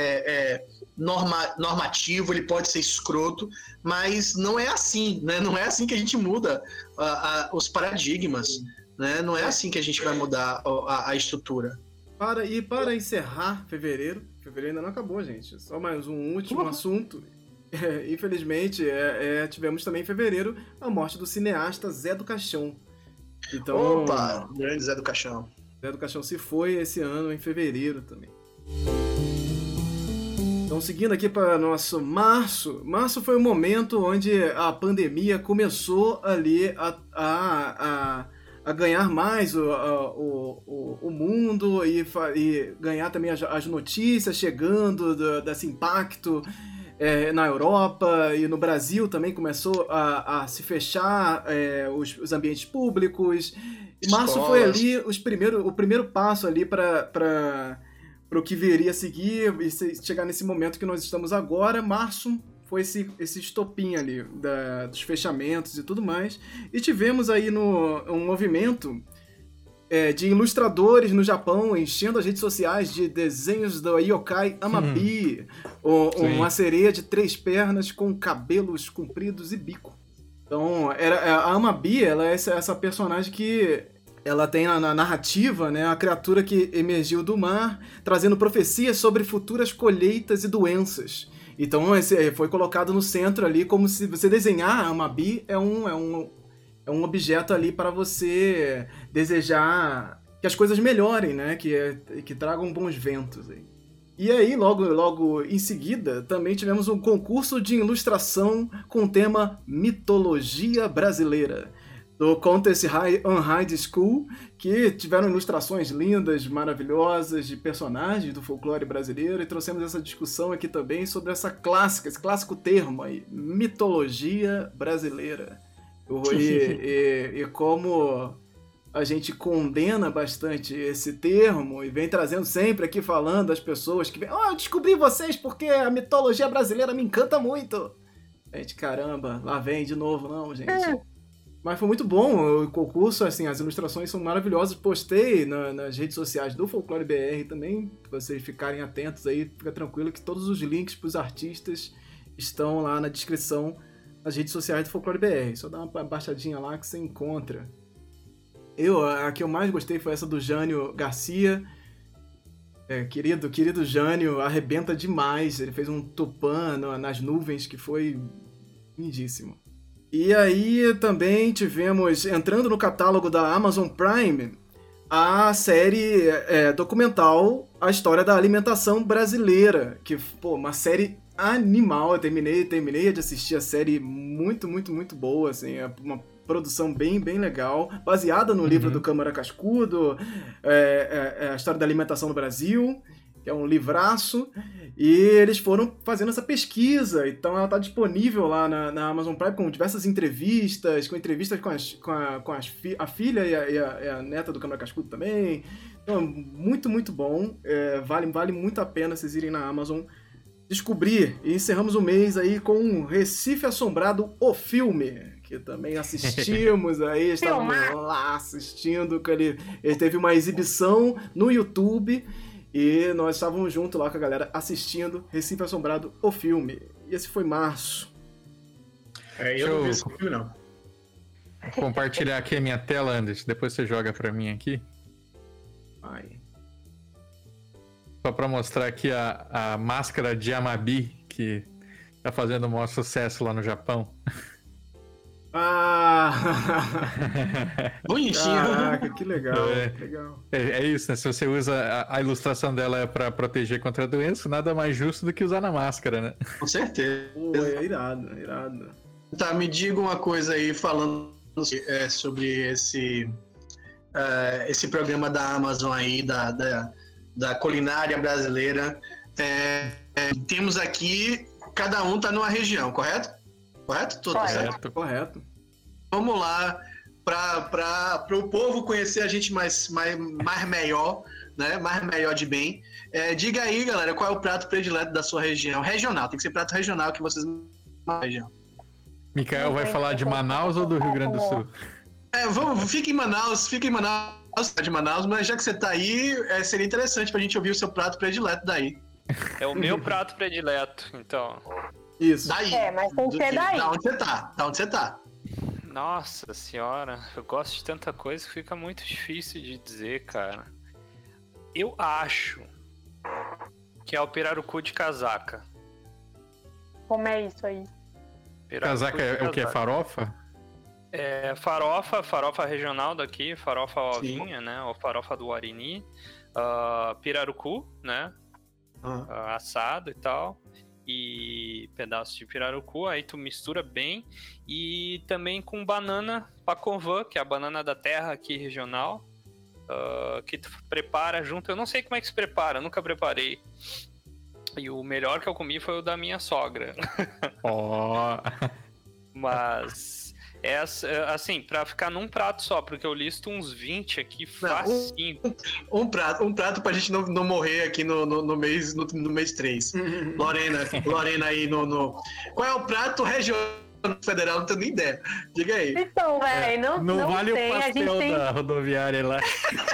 Speaker 3: normativo, ele pode ser escroto, mas não é assim, né? Não é assim que a gente muda os paradigmas, né? Não é assim que a gente vai mudar a estrutura.
Speaker 1: Para encerrar fevereiro ainda não acabou, gente. Só mais um último assunto. Infelizmente, tivemos também em fevereiro a morte do cineasta Zé do Caixão. Então,
Speaker 3: opa, grande Zé do Caixão.
Speaker 1: Zé do Caixão se foi esse ano, em fevereiro também. Então, seguindo aqui para nosso março. Março foi o momento onde a pandemia começou ali a ganhar mais o mundo e ganhar também as notícias chegando desse impacto na Europa e no Brasil também começou a se fechar os ambientes públicos. E março foi ali o primeiro passo ali para pro que viria a seguir e chegar nesse momento que nós estamos agora. Março foi esse estopim ali dos fechamentos e tudo mais. E tivemos aí um movimento de ilustradores no Japão enchendo as redes sociais de desenhos do Yokai Amabi, uma sereia de 3 pernas com cabelos compridos e bico. Então, a Amabi, ela é essa personagem que ela tem na narrativa, né, a criatura que emergiu do mar, trazendo profecias sobre futuras colheitas e doenças. Então, foi colocado no centro ali, como se você desenhar a Amabi é um objeto ali para você desejar que as coisas melhorem, né? Que tragam bons ventos aí. E aí, logo em seguida, também tivemos um concurso de ilustração com o tema Mitologia Brasileira, do Contest on High School, que tiveram ilustrações lindas, maravilhosas, de personagens do folclore brasileiro, e trouxemos essa discussão aqui também sobre esse clássico termo aí, Mitologia Brasileira. E como a gente condena bastante esse termo e vem trazendo sempre aqui falando as pessoas que eu descobri vocês porque a mitologia brasileira me encanta muito. Gente, caramba, lá vem de novo, não, gente. Mas foi muito bom o concurso, assim, as ilustrações são maravilhosas. Postei nas redes sociais do Folclore BR também, pra vocês ficarem atentos aí, fica tranquilo que todos os links pros artistas estão lá na descrição nas redes sociais do Folclore BR. Só dá uma baixadinha lá que você encontra. A que eu mais gostei foi essa do Jânio Garcia. Querido Jânio, arrebenta demais. Ele fez um tupã nas nuvens que foi lindíssimo. E aí também tivemos, entrando no catálogo da Amazon Prime, a série documental A História da Alimentação Brasileira, que, uma série animal. Eu terminei de assistir a série muito, muito, muito boa, assim, uma produção bem, bem legal, baseada no livro do Câmara Cascudo, A História da Alimentação no Brasil, que é um livraço, e eles foram fazendo essa pesquisa, então ela está disponível lá na Amazon Prime com diversas entrevistas, com a filha e a neta do Câmara Cascudo também. Então, muito, muito bom, vale muito a pena vocês irem na Amazon descobrir. E encerramos o mês aí com Recife Assombrado, o filme, que também assistimos aí, estávamos lá assistindo, ele teve uma exibição no YouTube, e nós estávamos juntos lá com a galera assistindo Recife Assombrado, o filme. E esse foi março.
Speaker 3: Eu não vi esse filme, não.
Speaker 2: Vou compartilhar aqui a minha tela, Anderson. Depois você joga pra mim aqui.
Speaker 1: Vai.
Speaker 2: Só pra mostrar aqui a máscara de Amabi, que tá fazendo o maior sucesso lá no Japão.
Speaker 3: Bonitinho.
Speaker 1: Caraca, que legal. Legal.
Speaker 2: É isso, né? Se você usa a ilustração dela para proteger contra a doença, nada mais justo do que usar na máscara, né?
Speaker 3: Com certeza.
Speaker 1: É irado.
Speaker 3: Tá, me diga uma coisa aí, falando sobre esse programa da Amazon aí, da culinária brasileira. Temos aqui, cada um tá numa região, correto? Correto? Tudo certo?
Speaker 1: Correto.
Speaker 3: Vamos lá, para o povo conhecer a gente mais melhor, né? Mais melhor de bem. Diga aí, galera, qual é o prato predileto da sua região? Regional, tem que ser prato regional que vocês na região.
Speaker 2: Mikael vai falar de Manaus ou do Rio Grande do Sul?
Speaker 3: Fica em Manaus, de Manaus, mas já que você tá aí, seria interessante pra gente ouvir o seu prato predileto daí.
Speaker 5: É o meu prato predileto, então.
Speaker 1: Isso.
Speaker 3: Daí.
Speaker 4: Mas tem que ser daí.
Speaker 3: Da onde você tá.
Speaker 5: Nossa senhora, eu gosto de tanta coisa que fica muito difícil de dizer, cara. Eu acho que é o pirarucu de casaca.
Speaker 4: Como é isso aí?
Speaker 2: Casaca é o que? É farofa?
Speaker 5: É farofa regional daqui, farofa ovinha, né? Ou farofa do Arini. Pirarucu, né? Assado e tal. E pedaços de pirarucu, aí tu mistura bem. E também com banana pacovan, que é a banana da terra aqui regional, que tu prepara junto. Eu não sei como é que se prepara, nunca preparei. E o melhor que eu comi foi o da minha sogra.
Speaker 2: Ó.
Speaker 5: Mas assim, pra ficar num prato só, porque eu listo uns 20 aqui facinho.
Speaker 3: Um prato pra gente não morrer aqui no mês 3. Lorena aí Qual é o prato regional federal? Não tenho nem idea. Diga aí.
Speaker 4: Então, velho, não
Speaker 2: vale
Speaker 4: tem.
Speaker 2: O pastel da rodoviária lá.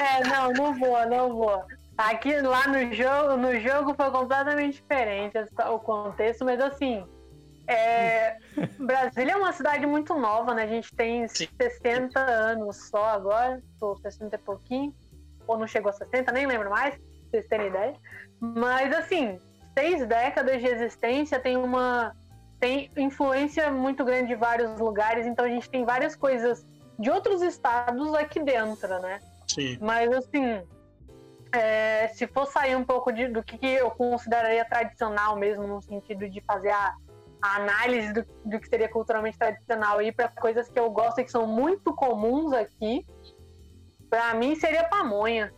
Speaker 4: Não vou. Aqui, lá no jogo foi completamente diferente o contexto, mas assim, Brasília é uma cidade muito nova, né? A gente tem 60 anos só agora, ou 60 e pouquinho, ou não chegou a 60, nem lembro mais, pra vocês terem ideia. Mas assim, 6 décadas de existência, tem influência muito grande de vários lugares, então a gente tem várias coisas de outros estados aqui dentro, né?
Speaker 3: Sim.
Speaker 4: Mas assim, se for sair um pouco do que eu consideraria tradicional mesmo, no sentido de fazer a análise do que seria culturalmente tradicional e ir para coisas que eu gosto e que são muito comuns aqui, para mim seria pamonha.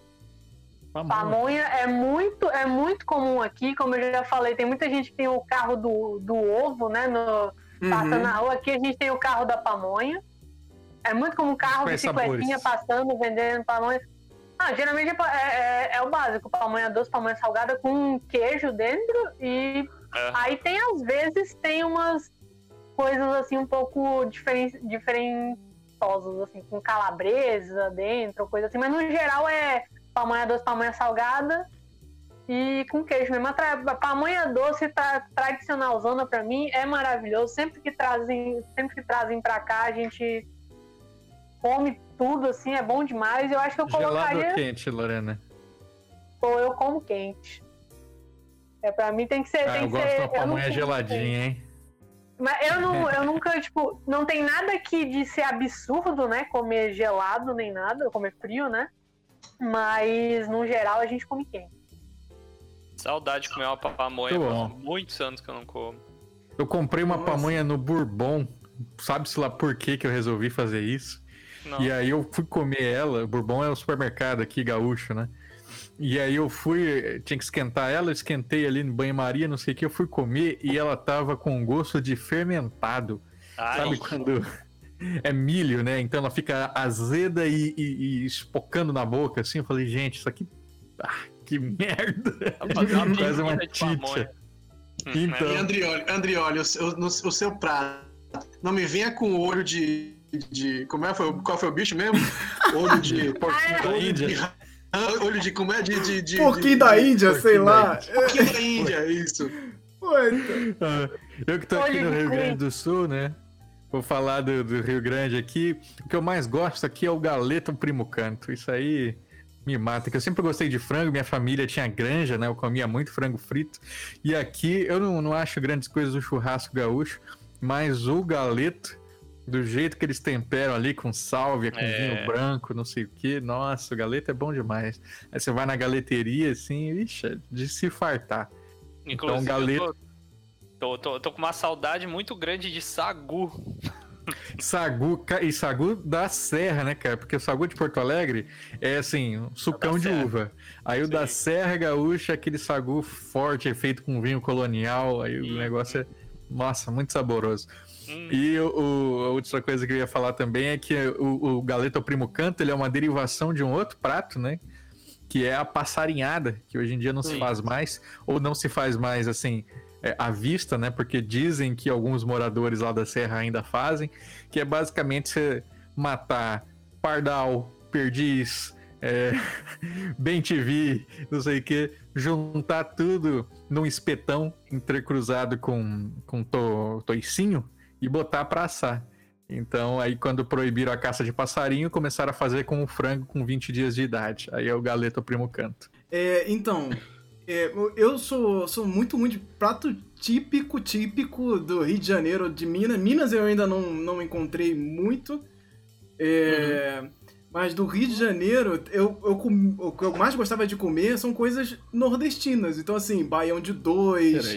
Speaker 4: Pamonha é muito comum aqui, como eu já falei, tem muita gente que tem o carro do ovo, né, passando na rua. Aqui a gente tem o carro da pamonha. É muito comum carro, bicicletinha passando, vendendo pamonha. Geralmente é o básico, pamonha doce, pamonha salgada com queijo dentro e aí às vezes tem umas coisas assim um pouco diferentosas, assim, com calabresa dentro, coisa assim, mas no geral é pamonha doce, pamonha salgada e com queijo mesmo. A pamonha doce tradicionalzona pra mim é maravilhoso, sempre que trazem pra cá a gente come tudo, assim, é bom demais. Eu acho que eu colocaria...
Speaker 2: Gelado ou quente, Lorena?
Speaker 4: Ou eu como quente. Pra mim tem que ser...
Speaker 2: eu gosto de uma pamonha geladinha, hein?
Speaker 4: Mas eu nunca, tipo... Não tem nada aqui de ser absurdo, né? Comer gelado, nem nada. Comer frio, né? Mas, no geral, a gente come quente.
Speaker 5: Saudade de comer uma pamonha. Faz muitos anos que eu não como.
Speaker 2: Eu comprei uma pamonha no Bourbon. Sabe-se lá por que eu resolvi fazer isso? Não. E aí eu fui comer ela. O Bourbon é o supermercado aqui, gaúcho, né? E aí eu tinha que esquentar ela, eu esquentei ali no banho-maria, não sei o que, eu fui comer e ela tava com gosto de fermentado. Sabe quando é milho, né? Então ela fica azeda e espocando na boca, assim. Eu falei, gente, isso aqui... que merda! Quase uma titia.
Speaker 3: Então... Andrioli, o seu prato, não me venha com olho de qual foi o bicho mesmo? Olho de...
Speaker 2: Porquinho da Índia.
Speaker 3: Olho de... Como é?
Speaker 1: Porquinho da Índia, sei lá.
Speaker 3: Porquinho da Índia, isso.
Speaker 2: Eu que tô aqui no Rio Grande do Sul, né? Vou falar do Rio Grande aqui. O que eu mais gosto aqui é o galeto primo canto. Isso aí me mata, que eu sempre gostei de frango. Minha família tinha granja, né? Eu comia muito frango frito. E aqui eu não acho grandes coisas do churrasco gaúcho, mas o galeto, do jeito que eles temperam ali, com sálvia, com vinho branco, não sei o que. Nossa, o galeto é bom demais. Aí você vai na galeteria, assim, ixi, é de se fartar.
Speaker 5: Inclusive, então, galeto... tô com uma saudade muito grande de sagu.
Speaker 2: Sagu da Serra, né, cara? Porque o sagu de Porto Alegre é, assim, sucão de uva. Aí o da Serra Gaúcha é aquele sagu forte, é feito com vinho colonial. Aí o negócio é, nossa, muito saboroso. E a outra coisa que eu ia falar também é que o galeto ao primo canto, ele é uma derivação de um outro prato, né? Que é a passarinhada, que hoje em dia não se faz mais, ou não se faz mais, assim, à vista, né? Porque dizem que alguns moradores lá da Serra ainda fazem, que é basicamente você matar pardal, perdiz, bem-te-vi, não sei o que, juntar tudo num espetão entrecruzado com toicinho e botar pra assar. Então, aí quando proibiram a caça de passarinho, começaram a fazer com o frango com 20 dias de idade. Aí é o galeto ao primo canto.
Speaker 1: Eu sou muito de prato típico do Rio de Janeiro, de Minas. Minas eu ainda não encontrei muito. Mas do Rio de Janeiro, o que eu mais gostava de comer são coisas nordestinas. Então, assim, baião de dois,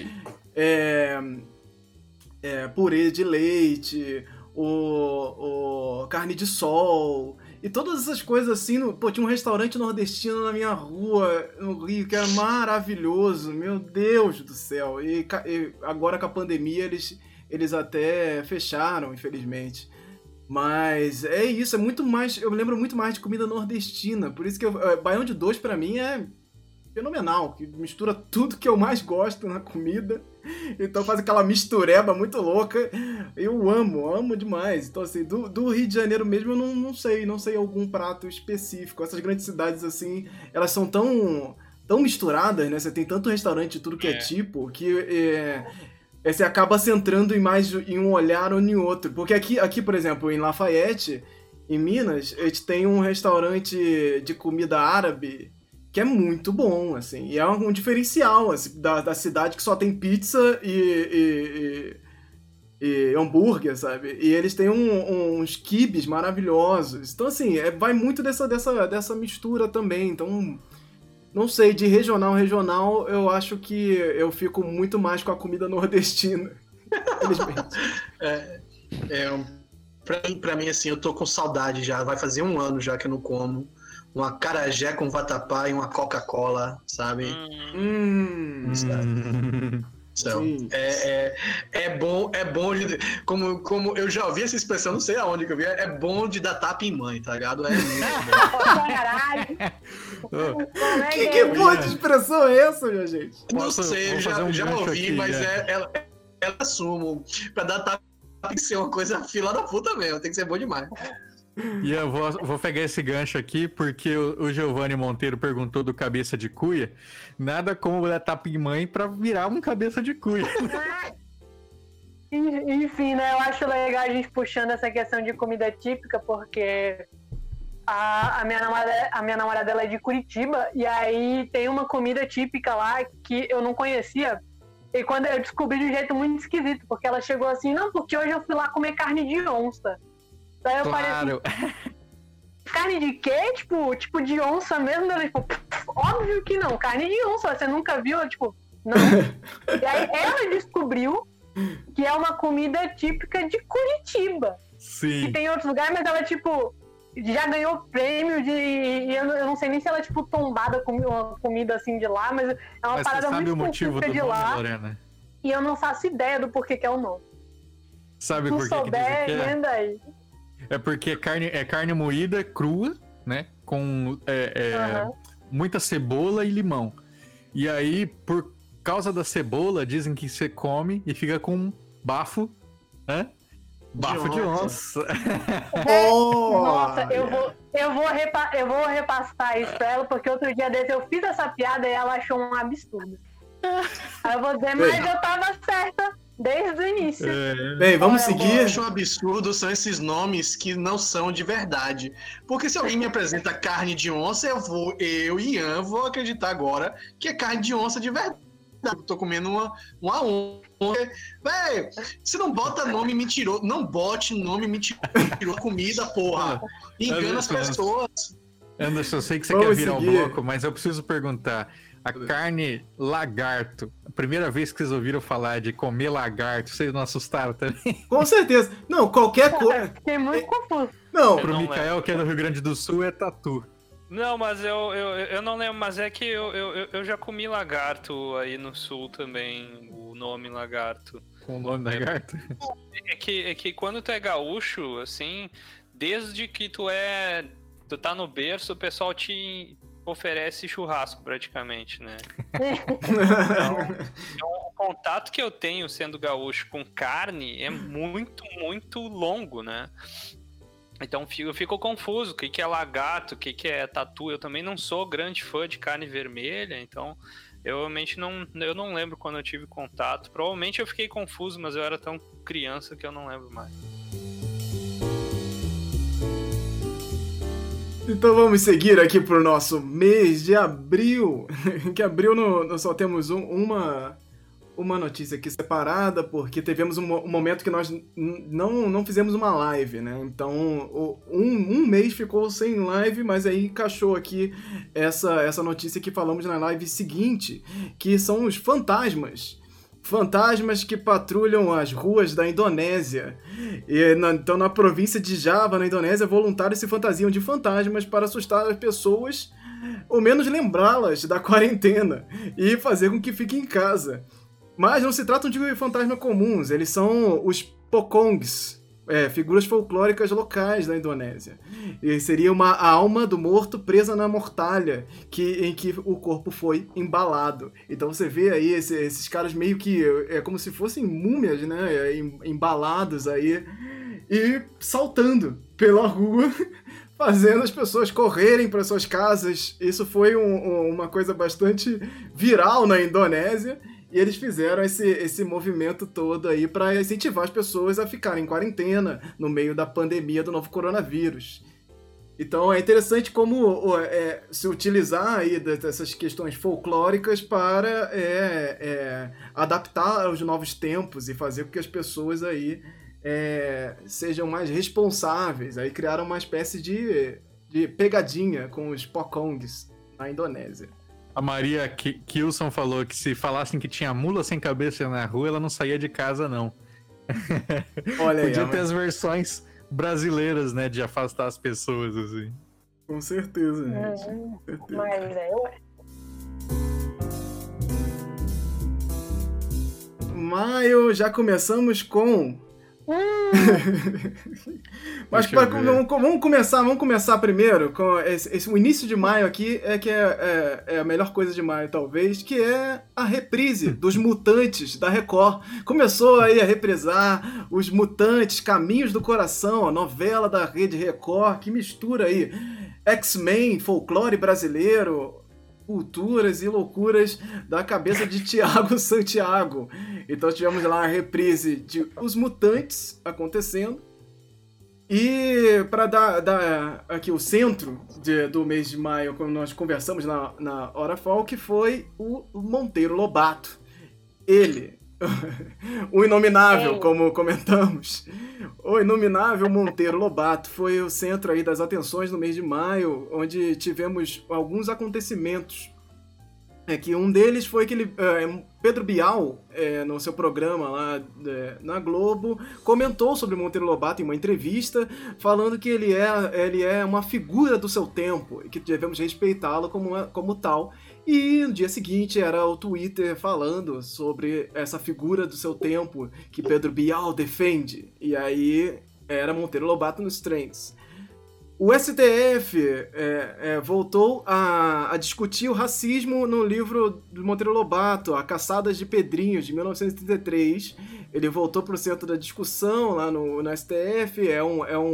Speaker 1: purê de leite, o carne de sol e todas essas coisas assim. Tinha um restaurante nordestino na minha rua, no Rio, que era maravilhoso, meu Deus do céu. E agora com a pandemia eles até fecharam, infelizmente. Mas é isso, é muito mais... Eu me lembro muito mais de comida nordestina. Por isso que baião de dois, pra mim, é fenomenal. Que mistura tudo que eu mais gosto na comida. Então faz aquela mistureba muito louca. Eu amo demais. Então, assim, do Rio de Janeiro mesmo, eu não sei algum prato específico. Essas grandes cidades, assim, elas são tão misturadas, né? Você tem tanto restaurante de tudo que é tipo, que você acaba centrando em um olhar ou em outro. Porque aqui, por exemplo, em Lafayette, em Minas, a gente tem um restaurante de comida árabe que é muito bom, assim. E é um diferencial assim, da cidade que só tem pizza e hambúrguer, sabe? E eles têm uns quibes maravilhosos. Então, assim, vai muito dessa mistura também. Então, não sei, de regional, eu acho que eu fico muito mais com a comida nordestina. Infelizmente.
Speaker 3: Pra mim, assim, eu tô com saudade já. Vai fazer 1 ano já que eu não como. Um acarajé com vatapá e uma Coca-Cola, sabe? Então, é bom, como eu já ouvi essa expressão, não sei aonde que eu vi, é bom de dar tapa em mãe, tá ligado? É muito
Speaker 4: Caralho!
Speaker 1: Que porra de expressão é essa, minha gente?
Speaker 3: Não sei, já ouvi,
Speaker 2: aqui,
Speaker 3: mas ela assumo. Pra dar tapa tem que ser uma coisa fila da puta mesmo, tem que ser bom demais.
Speaker 2: E eu vou pegar esse gancho aqui, porque o Giovanni Monteiro perguntou do cabeça de cuia. Nada como dar tapa em mãe pra virar um cabeça de cuia.
Speaker 4: Enfim, né? Eu acho legal a gente puxando essa questão de comida típica, porque a minha namorada ela é de Curitiba, e aí tem uma comida típica lá que eu não conhecia. E quando eu descobri de um jeito muito esquisito, porque ela chegou assim, não, porque hoje eu fui lá comer carne de onça. Daí eu falei assim, carne de quê? Tipo de onça mesmo? Ela, tipo, óbvio que não, carne de onça, você nunca viu? Eu, tipo, não. E aí ela descobriu que é uma comida típica de Curitiba.
Speaker 2: Sim.
Speaker 4: Que tem em outros lugares, mas ela, tipo, já ganhou prêmio e eu não sei nem se ela é, tipo, tombada com uma comida assim de lá, mas é uma parada muito específica de lá.
Speaker 2: Lorena?
Speaker 4: E eu não faço ideia do porquê que é o nome.
Speaker 2: Sabe
Speaker 4: Se
Speaker 2: por que
Speaker 4: souber,
Speaker 2: dizem que é?
Speaker 4: emenda aí.
Speaker 2: É porque é carne moída, crua, né? Com muita cebola e limão. E aí, por causa da cebola, dizem que você come e fica com bafo, né? Bafo de onça.
Speaker 4: Nossa, eu vou repassar isso pra ela, porque outro dia desse eu fiz essa piada e ela achou um absurdo. Aí eu vou dizer, mas eu tava certa desde o início.
Speaker 1: Bem, vamos seguir.
Speaker 3: O que eu acho um absurdo são esses nomes que não são de verdade. Porque se alguém me apresenta carne de onça, eu e Ian, vou acreditar agora que é carne de onça de verdade. Eu tô comendo uma onça. Véi, você não bota nome mentiroso. Não bote nome mentiroso na comida, porra. Engana as pessoas.
Speaker 2: Anderson, eu sei que você quer virar o bloco, mas eu preciso perguntar. A carne lagarto, a primeira vez que vocês ouviram falar de comer lagarto, vocês não assustaram também?
Speaker 1: Com certeza. Não, qualquer coisa.
Speaker 4: Fiquei muito confuso.
Speaker 1: Não,
Speaker 2: pro Mikael, que é do Rio Grande do Sul, é tatu.
Speaker 5: Não, mas eu não lembro, mas é que eu já comi lagarto aí no sul também, o nome lagarto.
Speaker 2: Com o nome lagarto?
Speaker 5: É que quando tu é gaúcho, assim, desde que tu tá no berço, o pessoal te oferece churrasco praticamente, né? Então, o contato que eu tenho sendo gaúcho com carne é muito, muito longo, né? Então eu fico confuso, o que é lagarto, o que é tatu. Eu também não sou grande fã de carne vermelha, então eu realmente eu não lembro quando eu tive contato. Provavelmente eu fiquei confuso, mas eu era tão criança que eu não lembro mais.
Speaker 1: Então vamos seguir aqui pro nosso mês de abril. Que abril nós só temos uma notícia aqui separada, porque tivemos um momento que nós não fizemos uma live, né? Então um mês ficou sem live, mas aí encaixou aqui essa notícia que falamos na live seguinte, que são os fantasmas. Fantasmas que patrulham as ruas da Indonésia. Então, na província de Java, na Indonésia, voluntários se fantasiam de fantasmas para assustar as pessoas, ou menos lembrá-las da quarentena, e fazer com que fiquem em casa. Mas não se tratam de fantasmas comuns, eles são os pokongs. figuras folclóricas locais da Indonésia. E seria a alma do morto presa na mortalha, em que o corpo foi embalado. Então você vê aí esses caras meio que como se fossem múmias, né? Embalados aí e saltando pela rua, fazendo as pessoas correrem para suas casas. Isso foi uma coisa bastante viral na Indonésia. E eles fizeram esse movimento todo aí para incentivar as pessoas a ficarem em quarentena no meio da pandemia do novo coronavírus. Então é interessante como se utilizar aí dessas questões folclóricas para adaptar aos novos tempos e fazer com que as pessoas aí sejam mais responsáveis. Aí criaram uma espécie de pegadinha com os pokongs na Indonésia.
Speaker 2: A Maria Kilson falou que se falassem que tinha mula sem cabeça na rua, ela não saía de casa, não.
Speaker 1: Olha aí.
Speaker 2: Podia ter as versões brasileiras, né, de afastar as pessoas, assim.
Speaker 1: Com certeza, gente. Com certeza.
Speaker 4: Mas
Speaker 1: Maio, já começamos com... Mas vamos começar primeiro com o início de maio aqui, que é a melhor coisa de maio, talvez, que é a reprise dos Mutantes da Record. Começou aí a reprisar os Mutantes, Caminhos do Coração, a novela da Rede Record, que mistura aí X-Men, folclore brasileiro, culturas e loucuras da cabeça de Thiago Santiago. Então tivemos lá a reprise de Os Mutantes acontecendo. E para dar aqui o centro do mês de maio, como nós conversamos na Hora Folk, foi o Monteiro Lobato. Ele, o inominável, como comentamos. O inominável Monteiro Lobato foi o centro aí das atenções no mês de maio, onde tivemos alguns acontecimentos. Que um deles foi que Pedro Bial, no seu programa lá na Globo, comentou sobre Monteiro Lobato em uma entrevista, falando que ele é uma figura do seu tempo e que devemos respeitá-lo como tal. E no dia seguinte era o Twitter falando sobre essa figura do seu tempo que Pedro Bial defende. E aí era Monteiro Lobato nos trends. O STF voltou a discutir o racismo no livro do Monteiro Lobato, A Caçadas de Pedrinhos, de 1933. Ele voltou para o centro da discussão lá no STF. É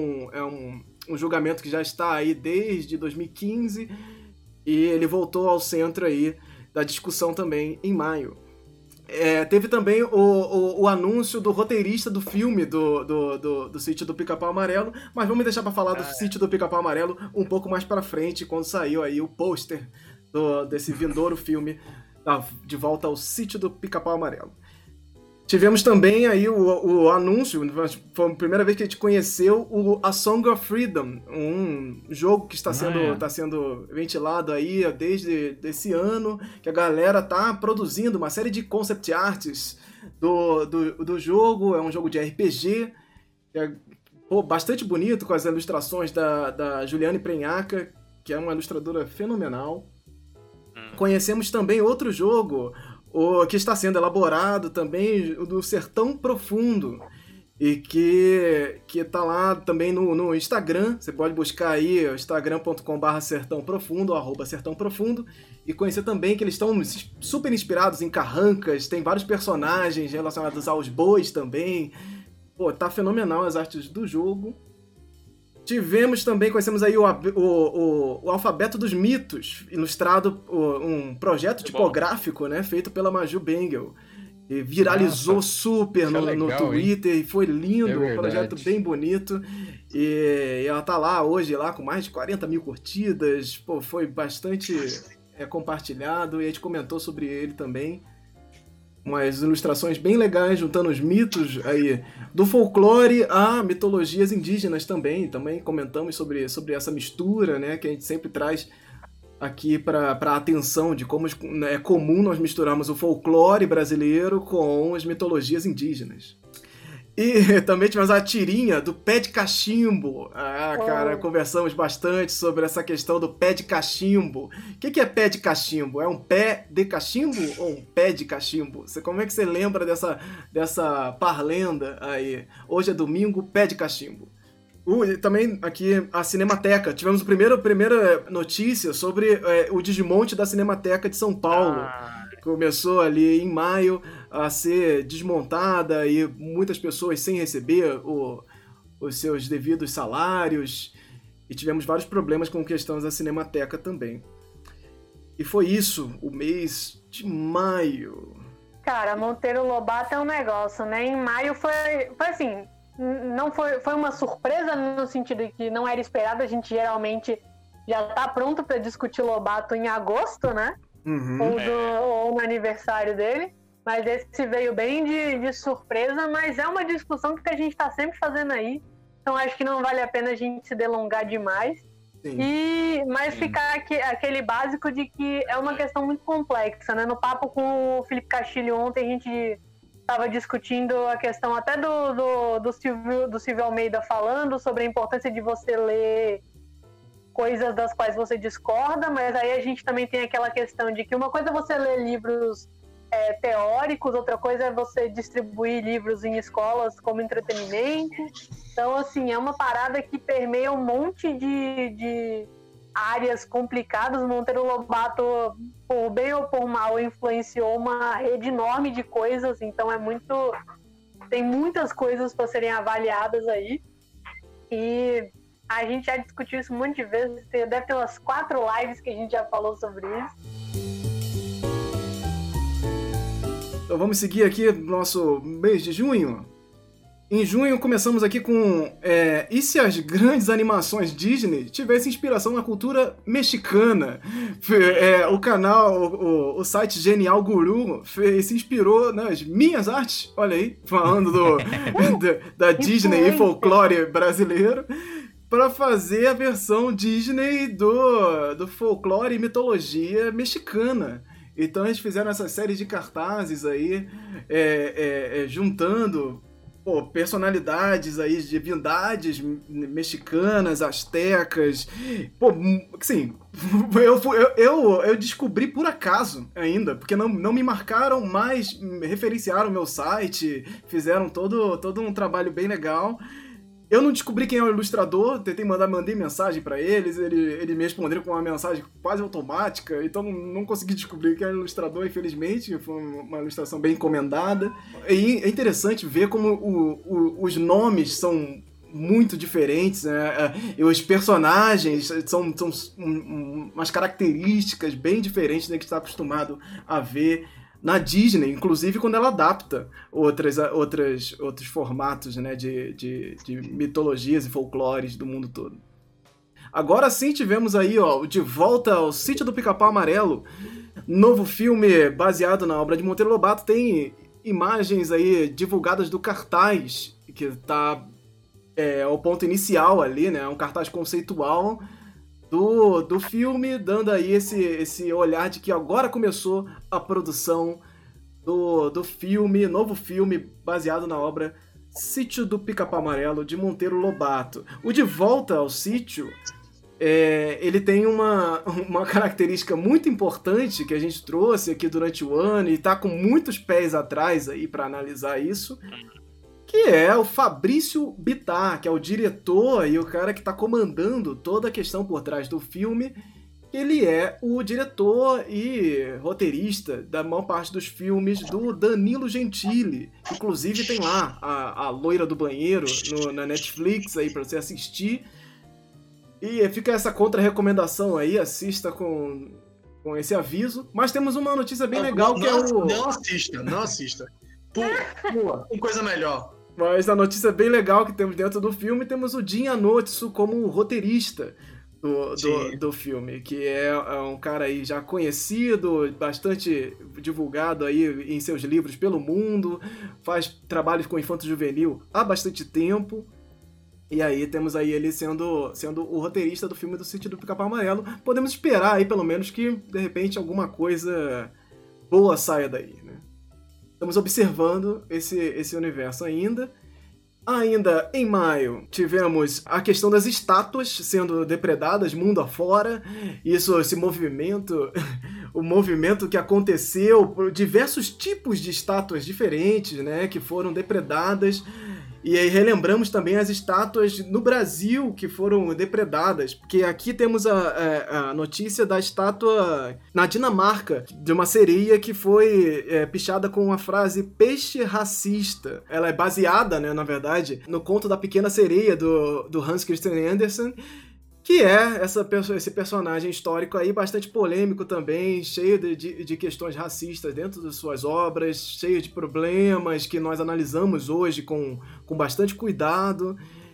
Speaker 1: um julgamento que já está aí desde 2015. E ele voltou ao centro aí da discussão também em maio. Teve também o anúncio do roteirista do filme do Sítio do Pica-Pau Amarelo, mas vamos deixar para falar do Sítio do Pica-Pau Amarelo um pouco mais para frente, quando saiu aí o pôster desse vindouro filme De Volta ao Sítio do Pica-Pau Amarelo. Tivemos também aí o anúncio, foi a primeira vez que a gente conheceu A Song of Freedom, um jogo que está sendo ventilado aí desde esse ano, que a galera tá produzindo uma série de concept arts do jogo. É um jogo de RPG, bastante bonito, com as ilustrações da Juliane Prenhaca, que é uma ilustradora fenomenal. Conhecemos também outro jogo, que está sendo elaborado também, do Sertão Profundo, e que tá lá também no Instagram. Você pode buscar aí instagram.com/Sertão Profundo, @Sertão Profundo, e conhecer também que eles estão super inspirados em carrancas, tem vários personagens relacionados aos bois também. Tá fenomenal as artes do jogo. Conhecemos aí o Alfabeto dos Mitos, ilustrado, um projeto tipográfico, né, feito pela Maju Bengel. E viralizou super no Twitter, hein? E foi lindo, um projeto bem bonito. E ela tá lá hoje, lá com mais de 40 mil curtidas. Foi bastante compartilhado, e a gente comentou sobre ele também. Umas ilustrações bem legais, juntando os mitos aí do folclore a mitologias indígenas também. Também comentamos sobre essa mistura, né, que a gente sempre traz aqui para a atenção de como é comum nós misturarmos o folclore brasileiro com as mitologias indígenas. E também tivemos a tirinha do pé de cachimbo. Ah, cara, conversamos bastante sobre essa questão do pé de cachimbo. O que é pé de cachimbo? É um pé de cachimbo ou um pé de cachimbo? Como é que você lembra dessa parlenda aí? Hoje é domingo, pé de cachimbo. E também aqui a Cinemateca. Tivemos a primeira notícia sobre o desmonte da Cinemateca de São Paulo. Começou ali em maio a ser desmontada e muitas pessoas sem receber os seus devidos salários. E tivemos vários problemas com questões da Cinemateca também. E foi isso, o mês de maio.
Speaker 4: Cara, Monteiro Lobato é um negócio, né? Em maio foi assim, não foi uma surpresa no sentido de que não era esperado. A gente geralmente já tá pronto para discutir Lobato em agosto, né?
Speaker 1: Uhum.
Speaker 4: Ou no aniversário dele, mas esse veio bem de surpresa, mas é uma discussão que a gente está sempre fazendo aí, então acho que não vale a pena a gente se delongar demais. Mas ficar aquele básico de que é uma questão muito complexa, né? No papo com o Felipe Castilho ontem a gente estava discutindo a questão até do Silvio Almeida falando sobre a importância de você ler coisas das quais você discorda, mas aí a gente também tem aquela questão de que uma coisa é você ler livros teóricos, outra coisa é você distribuir livros em escolas como entretenimento. Então, assim, é uma parada que permeia um monte de áreas complicadas. Monteiro Lobato, por bem ou por mal, influenciou uma rede enorme de coisas, então tem muitas coisas para serem avaliadas aí. E a gente já discutiu isso um monte de vezes, deve ter umas 4 lives que a gente já falou sobre isso.
Speaker 1: Então vamos seguir aqui no nosso mês de junho. Em junho começamos aqui com e se as grandes animações Disney tivessem inspiração na cultura mexicana? O canal, o site Genial Guru se inspirou nas minhas artes, olha aí, falando da Disney e folclore brasileiro, para fazer a versão Disney do folclore e mitologia mexicana. Então eles fizeram essa série de cartazes aí, juntando personalidades aí, divindades mexicanas, astecas. Pô, assim, eu descobri por acaso ainda, porque não me marcaram, mas referenciaram meu site, fizeram todo um trabalho bem legal. Eu não descobri quem é o ilustrador, mandei mensagem pra eles, eles me responderam com uma mensagem quase automática, então não consegui descobrir quem é o ilustrador, infelizmente, foi uma ilustração bem encomendada. E é interessante ver como os nomes são muito diferentes, né? E os personagens são umas características bem diferentes do que está acostumado a ver na Disney, inclusive quando ela adapta outros formatos, né, de mitologias e folclores do mundo todo. Agora sim tivemos aí, De Volta ao Sítio do Pica-Pau Amarelo, novo filme baseado na obra de Monteiro Lobato. Tem imagens aí divulgadas do cartaz, que tá o ponto inicial ali, né, um cartaz conceitual do filme, dando aí esse olhar de que agora começou a produção do filme, novo filme baseado na obra Sítio do Pica-Pau Amarelo, de Monteiro Lobato. O De Volta ao Sítio, ele tem uma característica muito importante que a gente trouxe aqui durante o ano e tá com muitos pés atrás aí para analisar isso, que é o Fabrício Bittar, que é o diretor e o cara que está comandando toda a questão por trás do filme. Ele é o diretor e roteirista da maior parte dos filmes do Danilo Gentili. Inclusive tem lá a Loira do Banheiro na Netflix aí para você assistir. E fica essa contra-recomendação aí, assista com esse aviso. Mas temos uma notícia bem legal que é o...
Speaker 3: Não assista. Pula, tem coisa melhor.
Speaker 1: Mas a notícia bem legal que temos dentro do filme, temos o Jin Anotsu como roteirista do filme, que é um cara aí já conhecido, bastante divulgado aí em seus livros pelo mundo, faz trabalhos com infanto juvenil há bastante tempo. E aí temos aí ele sendo o roteirista do filme do Sítio do Pica-Pau Amarelo. Podemos esperar aí pelo menos que, de repente, alguma coisa boa saia daí, né? Estamos observando esse universo ainda. Ainda em maio, tivemos a questão das estátuas sendo depredadas mundo afora. Esse movimento, o movimento que aconteceu por diversos tipos de estátuas diferentes, né, que foram depredadas. E aí relembramos também as estátuas no Brasil que foram depredadas, porque aqui temos a notícia da estátua na Dinamarca, de uma sereia que foi pichada com a frase peixe racista. Ela é baseada, né, na verdade, no conto da Pequena Sereia do Hans Christian Andersen, que é esse personagem histórico aí bastante polêmico também, cheio de questões racistas dentro de suas obras, cheio de problemas que nós analisamos hoje com bastante cuidado.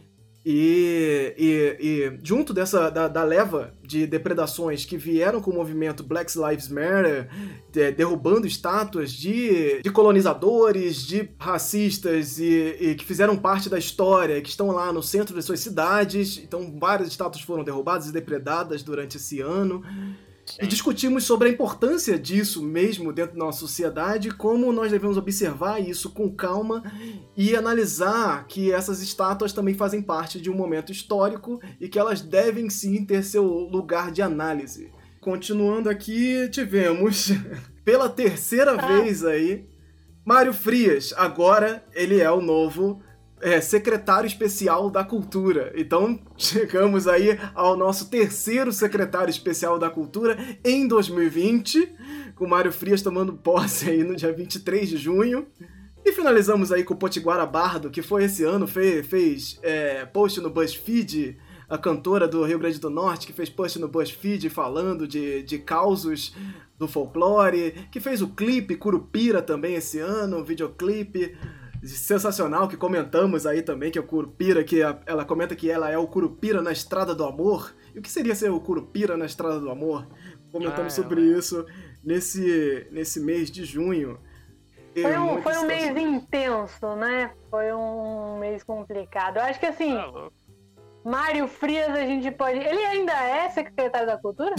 Speaker 1: E junto da leva de depredações que vieram com o movimento Black Lives Matter, derrubando estátuas de colonizadores, de racistas e que fizeram parte da história, que estão lá no centro das suas cidades. Então várias estátuas foram derrubadas e depredadas durante esse ano. Sim. E discutimos sobre a importância disso mesmo dentro da nossa sociedade, como nós devemos observar isso com calma e analisar que essas estátuas também fazem parte de um momento histórico e que elas devem sim ter seu lugar de análise. Continuando aqui, tivemos pela terceira vez aí Mário Frias. Agora ele é o novo secretário especial da Cultura. Então, chegamos aí ao nosso terceiro secretário especial da Cultura em 2020, com o Mário Frias tomando posse aí no dia 23 de junho. E finalizamos aí com o Potiguara Bardo, que foi esse ano, fez post no BuzzFeed, a cantora do Rio Grande do Norte, que fez post no BuzzFeed falando de causos do folclore, que fez o clipe Curupira também esse ano, o videoclipe sensacional, que comentamos aí também, que é o Curupira, que ela comenta que ela é o Curupira na Estrada do Amor. E o que seria ser o Curupira na Estrada do Amor? Comentamos sobre isso nesse mês de junho.
Speaker 4: Foi um mês intenso, né? Foi um mês complicado. Eu acho que assim, Mário Frias, a gente pode... Ele ainda é secretário da Cultura?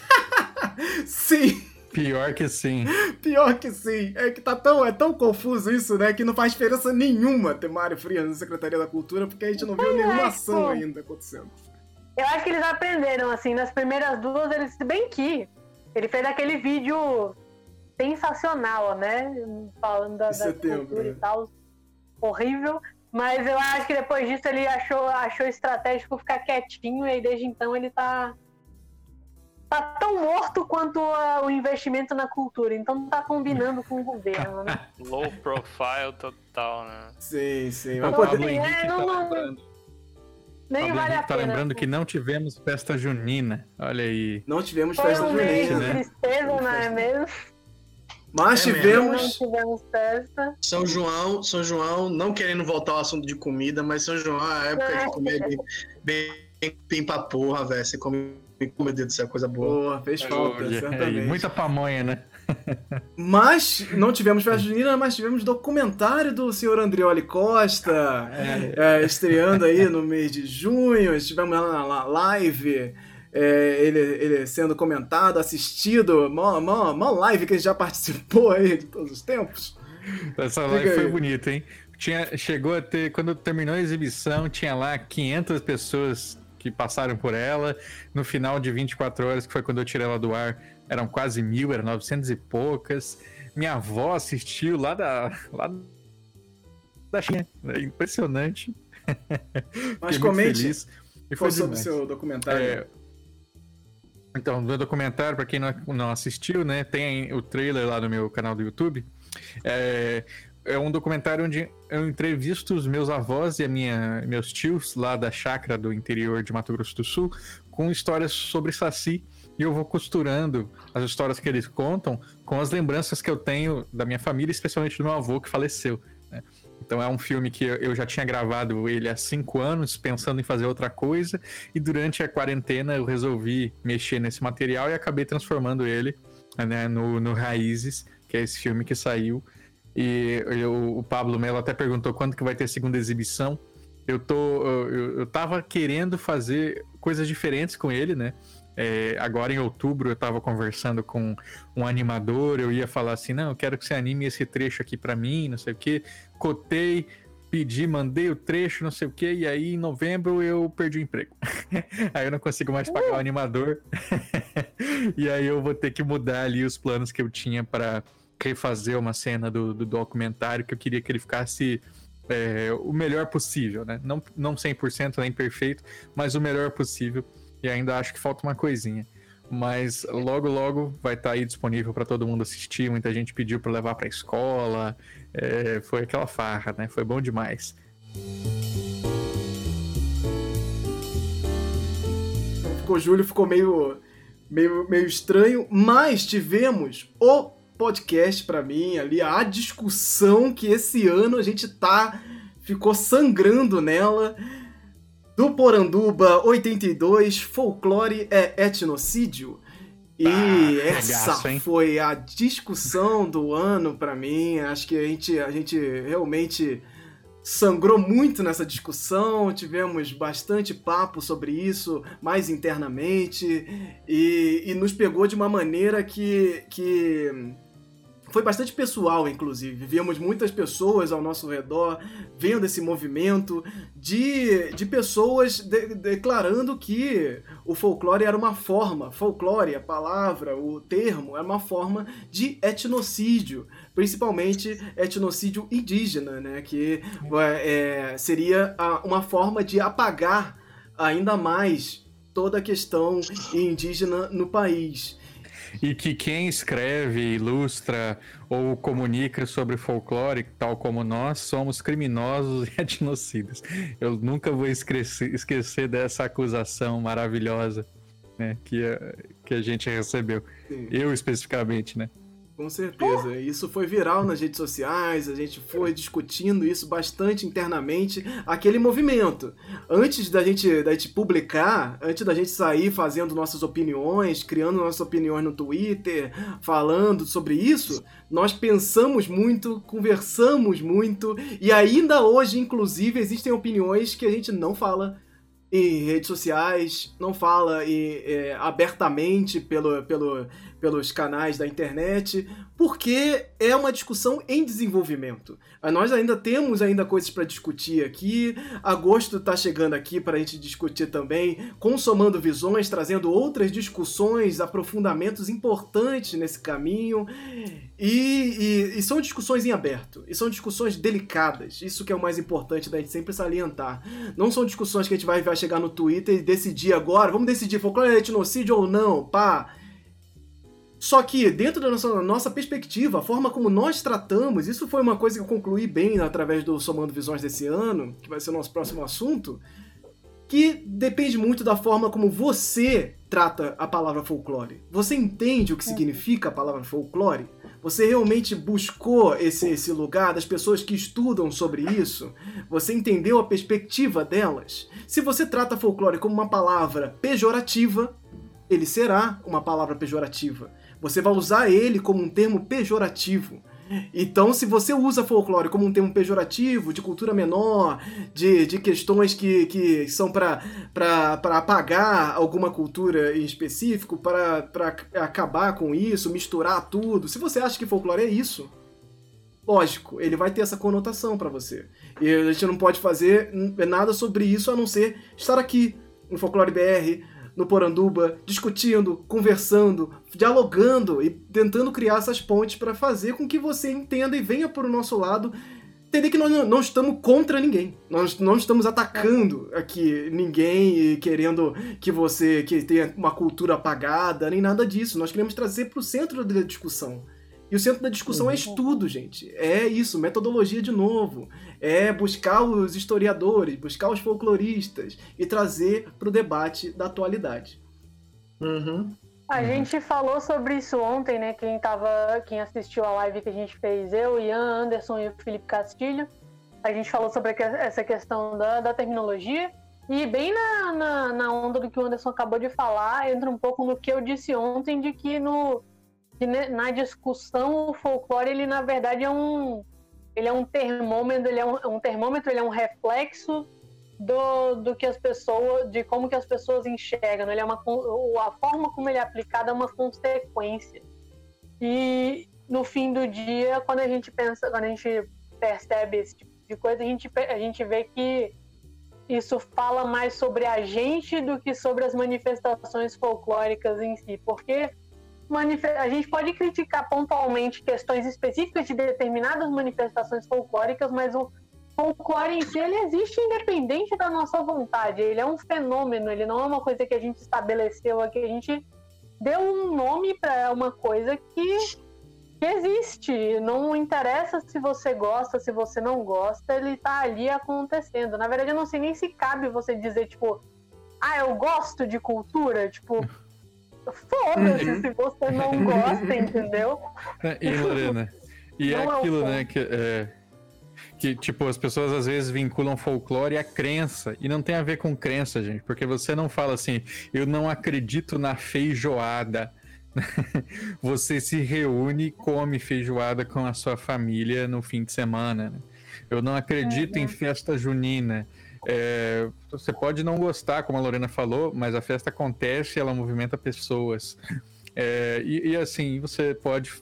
Speaker 1: Sim!
Speaker 2: Pior que sim.
Speaker 1: Pior que sim. É que é tão confuso isso, né? Que não faz diferença nenhuma ter Mário Frias na Secretaria da Cultura, porque a gente não viu nenhuma ação ainda acontecendo.
Speaker 4: Eu acho que eles aprenderam, assim, nas primeiras duas, se bem que ele fez aquele vídeo sensacional, né? Falando da cultura e tal. Horrível. Mas eu acho que depois disso ele achou estratégico ficar quietinho, e aí desde então ele tá tão morto quanto o investimento na cultura, então não tá combinando com o governo, né?
Speaker 5: Low profile total, né?
Speaker 1: Sim, sim.
Speaker 2: O Pablo Henrique
Speaker 4: nem vale a pena.
Speaker 2: Tá lembrando que não tivemos festa junina, olha aí.
Speaker 1: Não tivemos festa junina,
Speaker 4: né? Tristeza, não é mesmo?
Speaker 1: Mas tivemos...
Speaker 4: Não tivemos festa.
Speaker 3: São João, não querendo voltar ao assunto de comida, mas São João é a época de comer bem pra porra, velho. Você come, meu Deus do céu, coisa boa.
Speaker 1: Boa, fez falta, certamente.
Speaker 2: Muita pamonha, né?
Speaker 1: Mas não tivemos festa junina, mas tivemos documentário do senhor Andrioli Costa, estreando aí no mês de junho. Estivemos lá na live, ele sendo comentado, assistido, mó live que a gente já participou aí de todos os tempos.
Speaker 2: Essa live foi bonita, hein? Chegou a ter, quando terminou a exibição, tinha lá 500 pessoas que passaram por ela. No final de 24 horas, que foi quando eu tirei ela do ar, eram quase 1.000, eram 900 e poucas. Minha avó assistiu lá da China. É impressionante.
Speaker 1: Mas comente sobre o seu documentário.
Speaker 2: Então, meu documentário, para quem não assistiu, né, tem o trailer lá no meu canal do YouTube. É um documentário onde eu entrevisto os meus avós e meus tios lá da chácara do interior de Mato Grosso do Sul com histórias sobre Saci, e eu vou costurando as histórias que eles contam com as lembranças que eu tenho da minha família, especialmente do meu avô que faleceu, né? Então é um filme que eu já tinha gravado ele há 5 anos, pensando em fazer outra coisa, e durante a quarentena eu resolvi mexer nesse material e acabei transformando ele, né, no Raízes, que é esse filme que saiu. E o Pablo Melo até perguntou quando que vai ter a segunda exibição. Eu tava querendo fazer coisas diferentes com ele, né? Agora em outubro eu tava conversando com um animador, eu ia falar assim, não, eu quero que você anime esse trecho aqui pra mim, não sei o que. Cotei, pedi, mandei o trecho, não sei o que, e aí em novembro eu perdi o emprego. Aí eu não consigo mais pagar o animador. E aí eu vou ter que mudar ali os planos que eu tinha para refazer uma cena do documentário, que eu queria que ele ficasse o melhor possível, né? Não 100% nem perfeito, mas o melhor possível. E ainda acho que falta uma coisinha. Mas logo vai estar aí disponível para todo mundo assistir. Muita gente pediu para levar para a escola. Foi aquela farra, né? Foi bom demais.
Speaker 1: O Júlio ficou meio estranho, mas tivemos o podcast para mim ali, a discussão que esse ano a gente ficou sangrando nela. Do Poranduba 82, folclore é etnocídio. E essa foi a discussão do ano pra mim. Acho que a gente realmente sangrou muito nessa discussão. Tivemos bastante papo sobre isso, mais internamente. E nos pegou de uma maneira que foi bastante pessoal, inclusive. Vimos muitas pessoas ao nosso redor vendo esse movimento de pessoas declarando que o folclore era uma forma, folclore, a palavra, o termo, era uma forma de etnocídio, principalmente etnocídio indígena, né? Que seria uma forma de apagar ainda mais toda a questão indígena no país.
Speaker 2: E que quem escreve, ilustra ou comunica sobre folclore, tal como nós, somos criminosos e etnocidas. Eu nunca vou esquecer dessa acusação maravilhosa, né, que a gente recebeu. Sim. Eu especificamente, né?
Speaker 1: Com certeza, isso foi viral nas redes sociais, a gente foi discutindo isso bastante internamente, aquele movimento. Antes da gente publicar, antes da gente sair fazendo nossas opiniões, criando nossas opiniões no Twitter, falando sobre isso, nós pensamos muito, conversamos muito, e ainda hoje, inclusive, existem opiniões que a gente não fala em redes sociais, não fala abertamente pelos canais da internet, porque é uma discussão em desenvolvimento. Nós ainda temos coisas para discutir aqui. Agosto está chegando aqui para a gente discutir também, consomando visões, trazendo outras discussões, aprofundamentos importantes nesse caminho. E são discussões em aberto, e são discussões delicadas. Isso que é o mais importante da gente sempre salientar. Não são discussões que a gente vai chegar no Twitter e decidir agora, vamos decidir folclore é etnocídio ou não, pá. Só que, dentro da nossa perspectiva, a forma como nós tratamos, isso foi uma coisa que eu concluí bem através do Somando Visões desse ano, que vai ser o nosso próximo assunto, que depende muito da forma como você trata a palavra folclore. Você entende o que significa a palavra folclore? Você realmente buscou esse lugar das pessoas que estudam sobre isso? Você entendeu a perspectiva delas? Se você trata folclore como uma palavra pejorativa, ele será uma palavra pejorativa. Você vai usar ele como um termo pejorativo. Então, se você usa folclore como um termo pejorativo, de cultura menor, de questões que são para apagar alguma cultura em específico, para acabar com isso, misturar tudo, se você acha que folclore é isso, lógico, ele vai ter essa conotação para você. E a gente não pode fazer nada sobre isso a não ser estar aqui no Folclore BR, no Poranduba, discutindo, conversando, dialogando e tentando criar essas pontes para fazer com que você entenda e venha para o nosso lado, entender que nós não estamos contra ninguém. Nós não estamos atacando aqui ninguém e querendo que tenha uma cultura apagada, nem nada disso. Nós queremos trazer para o centro da discussão. E o centro da discussão é estudo, gente. É isso, metodologia de novo. É buscar os historiadores, buscar os folcloristas e trazer para o debate da atualidade.
Speaker 4: A gente falou sobre isso ontem, né? Quem assistiu a live que a gente fez, eu, Ian, Anderson e o Felipe Castilho, a gente falou sobre essa questão da terminologia. E bem na onda do que o Anderson acabou de falar, entra um pouco no que eu disse ontem, de que na discussão o folclore, ele na verdade é um termômetro, ele é um reflexo do que as pessoas, de como que as pessoas enxergam. Ele a forma como ele é aplicado é uma consequência. E no fim do dia, quando a gente percebe esse tipo de coisa, a gente vê que isso fala mais sobre a gente do que sobre as manifestações folclóricas em si, porque a gente pode criticar pontualmente questões específicas de determinadas manifestações folclóricas, mas o folclore em si, ele existe independente da nossa vontade, ele é um fenômeno, ele não é uma coisa que a gente estabeleceu aqui, a gente deu um nome para uma coisa que existe, não interessa se você gosta, se você não gosta, ele tá ali acontecendo. Na verdade, eu não sei nem se cabe você dizer, tipo, eu gosto de cultura, tipo, foda-se se você não gosta, entendeu?
Speaker 2: E Lorena, e é aquilo, né, que, tipo, as pessoas às vezes vinculam folclore à crença, e não tem a ver com crença, gente, porque você não fala assim, eu não acredito na feijoada. Você se reúne e come feijoada com a sua família no fim de semana, né? Eu não acredito em festa junina. Você pode não gostar, como a Lorena falou, mas a festa acontece e ela movimenta pessoas. E assim, você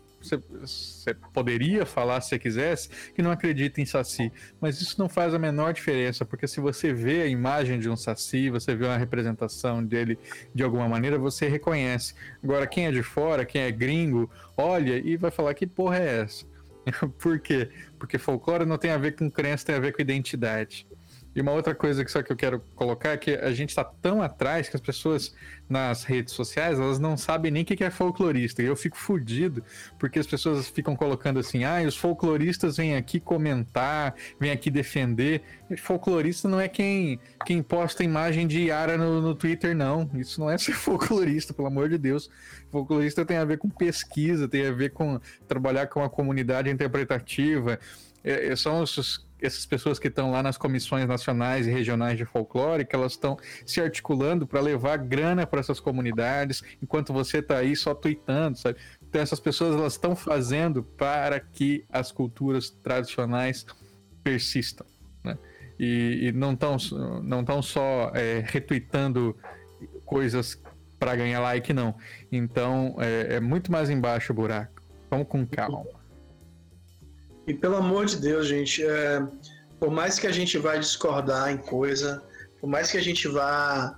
Speaker 2: poderia falar, se você quisesse, que não acredita em Saci, mas isso não faz a menor diferença, porque se você vê a imagem de um Saci, você vê uma representação dele de alguma maneira, você reconhece. Agora, quem é de fora, quem é gringo, olha e vai falar, que porra é essa? Por quê? Porque folclore não tem a ver com crença, tem a ver com identidade. E uma outra coisa que eu quero colocar é que a gente está tão atrás que as pessoas nas redes sociais, elas não sabem nem o que é folclorista. E eu fico fudido porque as pessoas ficam colocando assim, os folcloristas vêm aqui comentar, vêm aqui defender. E folclorista não é quem posta imagem de Yara no Twitter, não. Isso não é ser folclorista, pelo amor de Deus. Folclorista tem a ver com pesquisa, tem a ver com trabalhar com a comunidade interpretativa. São essas pessoas que estão lá nas comissões nacionais e regionais de folclore, que elas estão se articulando para levar grana para essas comunidades, enquanto você está aí só tweetando, sabe? Então essas pessoas, elas estão fazendo para que as culturas tradicionais persistam, né? E não estão só retweetando coisas para ganhar like, não. Então é muito mais embaixo o buraco. Vamos com calma.
Speaker 3: E pelo amor de Deus, gente, por mais que a gente vá discordar em coisa, por mais que a gente vá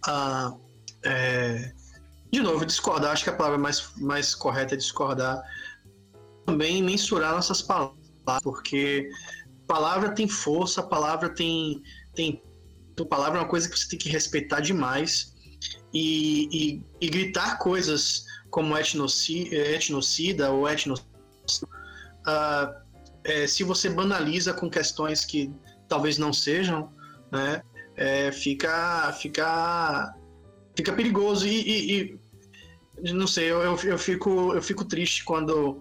Speaker 3: de novo, discordar, acho que a palavra mais correta é discordar, também mensurar nossas palavras, porque palavra tem força, palavra palavra é uma coisa que você tem que respeitar demais, e gritar coisas como etnocida ou etnocida, se você banaliza com questões que talvez não sejam, né, fica perigoso e não sei, eu fico triste quando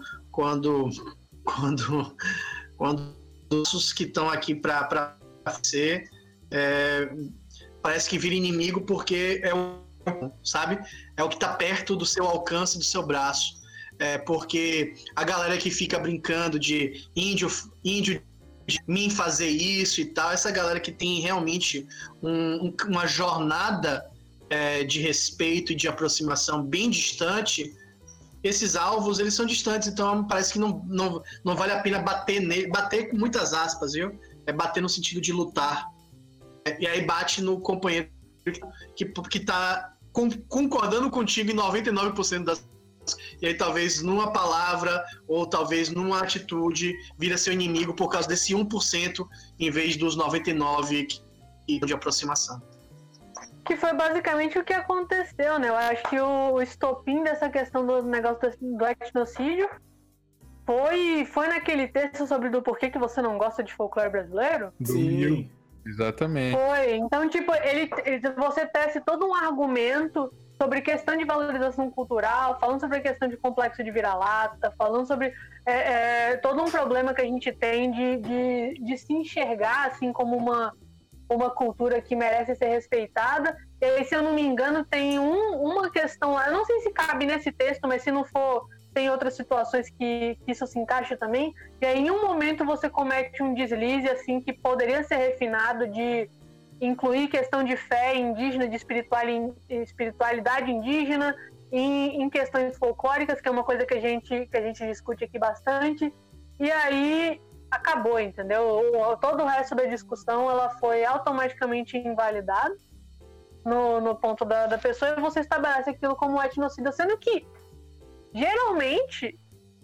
Speaker 3: os que estão aqui para ser parece que vira inimigo porque sabe? É o que está perto do seu alcance, do seu braço. Porque a galera que fica brincando de índio de mim fazer isso e tal, essa galera que tem realmente uma jornada de respeito e de aproximação bem distante, esses alvos, eles são distantes, então parece que não vale a pena bater com muitas aspas, viu? Bater no sentido de lutar. E aí bate no companheiro que tá concordando contigo em 99% das. E aí talvez numa palavra ou talvez numa atitude vira seu inimigo por causa desse 1% em vez dos 99% de aproximação.
Speaker 4: Que foi basicamente o que aconteceu, né? Eu acho que o estopim dessa questão do negócio do etnocídio foi naquele texto sobre do porquê que você não gosta de folclore brasileiro?
Speaker 2: Sim, exatamente.
Speaker 4: Foi. Então, tipo, você tece todo um argumento sobre questão de valorização cultural, falando sobre a questão de complexo de vira-lata, falando sobre todo um problema que a gente tem de se enxergar assim como uma cultura que merece ser respeitada. E aí, se eu não me engano, tem uma questão lá, eu não sei se cabe nesse texto, mas se não for, tem outras situações que isso se encaixa também. E aí, em um momento, você comete um deslize assim que poderia ser refinado de incluir questão de fé indígena, de espiritualidade indígena em questões folclóricas, que é uma coisa que a gente discute aqui bastante. E aí acabou, entendeu? Todo o resto da discussão ela foi automaticamente invalidada no ponto da pessoa, e você estabelece aquilo como etnocida, sendo que geralmente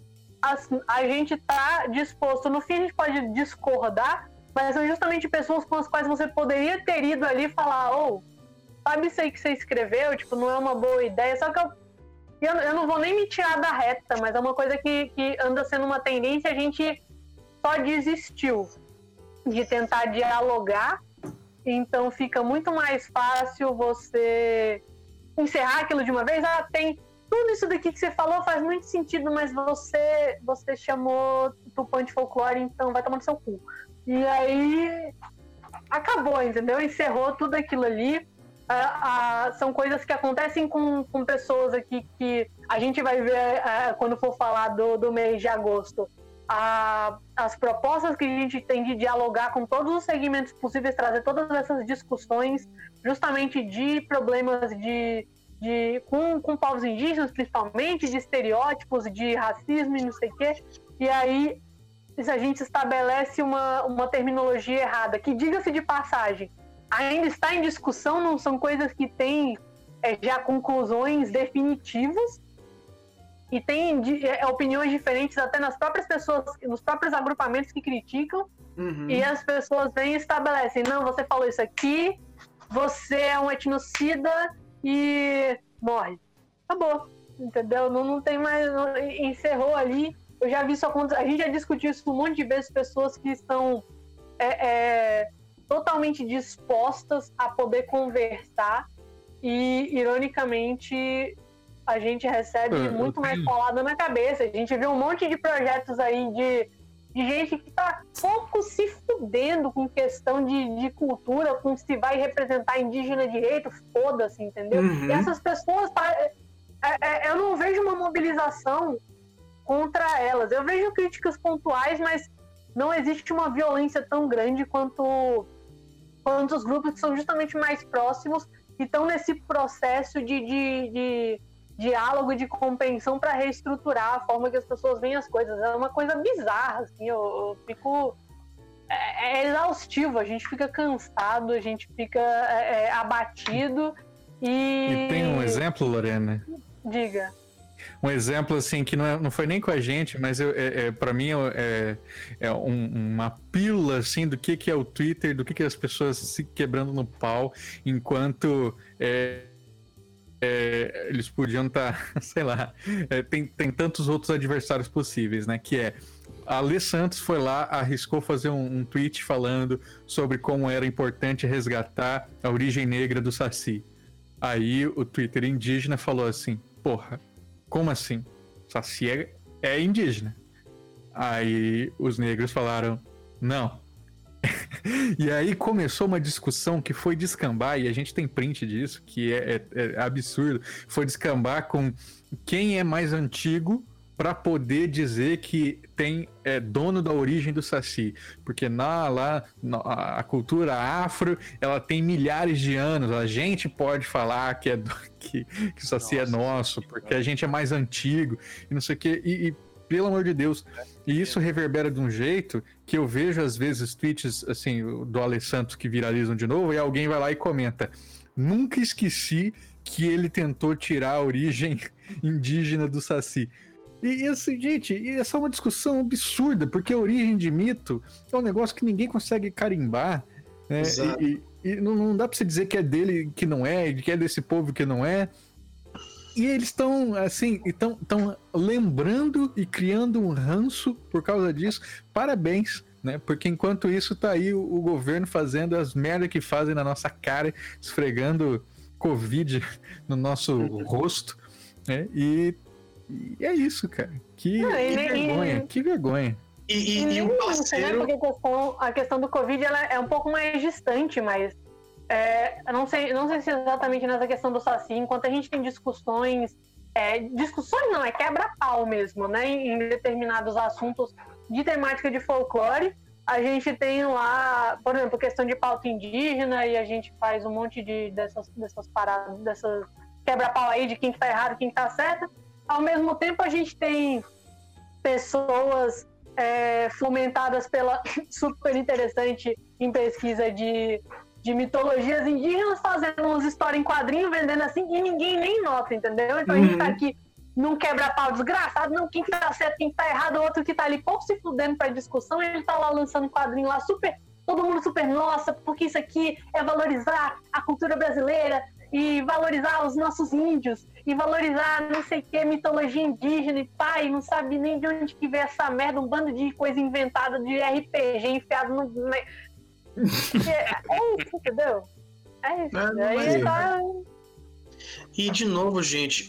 Speaker 4: a gente tá disposto, no fim a gente pode discordar, mas são justamente pessoas com as quais você poderia ter ido ali e falar, sabe isso aí que você escreveu, tipo, não é uma boa ideia, só que eu não vou nem me tirar da reta, mas é uma coisa que anda sendo uma tendência, a gente só desistiu de tentar dialogar, então fica muito mais fácil você encerrar aquilo de uma vez. Tem tudo isso daqui que você falou, faz muito sentido, mas você chamou Tupã de folclore, então vai tomar no seu cu. E aí acabou, entendeu? Encerrou tudo aquilo ali. São coisas que acontecem com pessoas aqui que a gente vai ver quando for falar do mês de agosto. As propostas que a gente tem de dialogar com todos os segmentos possíveis, trazer todas essas discussões justamente de problemas com povos indígenas, principalmente, de estereótipos, de racismo e não sei o quê. E aí a gente estabelece uma terminologia errada, que, diga-se de passagem, ainda está em discussão, não são coisas que têm já conclusões definitivas, e tem opiniões diferentes até nas próprias pessoas, nos próprios agrupamentos que criticam, e as pessoas vêm e estabelecem, não, você falou isso aqui, você é um etnocida e morre. Acabou, entendeu? Não tem mais, encerrou ali. Eu já vi isso acontecer, a gente já discutiu isso um monte de vezes, pessoas que estão totalmente dispostas a poder conversar, e ironicamente a gente recebe muito mais paulada na cabeça. A gente vê um monte de projetos aí de gente que tá pouco se fudendo com questão de cultura, com se vai representar indígena direito, foda-se, entendeu? E essas pessoas, eu não vejo uma mobilização contra elas. Eu vejo críticas pontuais, mas não existe uma violência tão grande quanto os grupos que são justamente mais próximos e estão nesse processo de diálogo, de compreensão para reestruturar a forma que as pessoas veem as coisas. É uma coisa bizarra, assim, eu fico... É exaustivo, a gente fica cansado, a gente fica abatido e
Speaker 2: tem um exemplo, Lorena?
Speaker 4: Diga.
Speaker 2: Um exemplo, assim, que não foi nem com a gente, mas para mim uma pílula, assim, do que é o Twitter, do que as pessoas se quebrando no pau, enquanto eles podiam estar, sei lá, tem tantos outros adversários possíveis, né, que a Alê Santos foi lá, arriscou fazer um tweet falando sobre como era importante resgatar a origem negra do Saci. Aí o Twitter indígena falou assim, porra, como assim? Saci é indígena. Aí os negros falaram, não. E aí começou uma discussão que foi descambar, e a gente tem print disso, que é absurdo, foi descambar com quem é mais antigo para poder dizer que é dono da origem do Saci, porque a cultura afro, ela tem milhares de anos, a gente pode falar que o Saci é nosso, porque a gente é mais antigo, e não sei o que, e pelo amor de Deus, e isso reverbera de um jeito que eu vejo às vezes tweets assim, do Ale Santos que viralizam de novo, e alguém vai lá e comenta, nunca esqueci que ele tentou tirar a origem indígena do Saci. E assim, gente, essa é uma discussão absurda, porque a origem de mito é um negócio que ninguém consegue carimbar, né? E não dá pra você dizer que é dele que não é, que é desse povo que não é. E eles estão, assim, estão lembrando e criando um ranço por causa disso. Parabéns, né? Porque enquanto isso tá aí o governo fazendo as merdas que fazem na nossa cara, esfregando Covid no nosso rosto, né? E é isso, cara. Que vergonha, que vergonha.
Speaker 3: E o parceiro...
Speaker 4: Né? Porque a questão do Covid ela é um pouco mais distante, mas eu não sei se exatamente nessa questão do Saci, enquanto a gente tem discussões não, é quebra-pau mesmo, né? Em determinados assuntos de temática de folclore, a gente tem lá, por exemplo, questão de pauta indígena, e a gente faz um monte dessas paradas, dessas quebra-pau aí de quem que tá errado, quem que tá certo. Ao mesmo tempo, a gente tem pessoas fomentadas pela super interessante em pesquisa de mitologias indígenas, fazendo umas histórias em quadrinho, vendendo assim, e ninguém nem nota, entendeu? Então a gente tá aqui num quebra-pau desgraçado, não, quem que tá certo, quem que tá errado, o outro que tá ali pouco se fudendo pra discussão, e ele tá lá lançando quadrinho lá super, todo mundo super, nossa, porque isso aqui é valorizar a cultura brasileira, e valorizar os nossos índios, e valorizar não sei o que, mitologia indígena, e pai, não sabe nem de onde que veio essa merda, um bando de coisa inventada de RPG enfiado no... É isso, entendeu? É isso. Aí tá...
Speaker 3: E de novo, gente,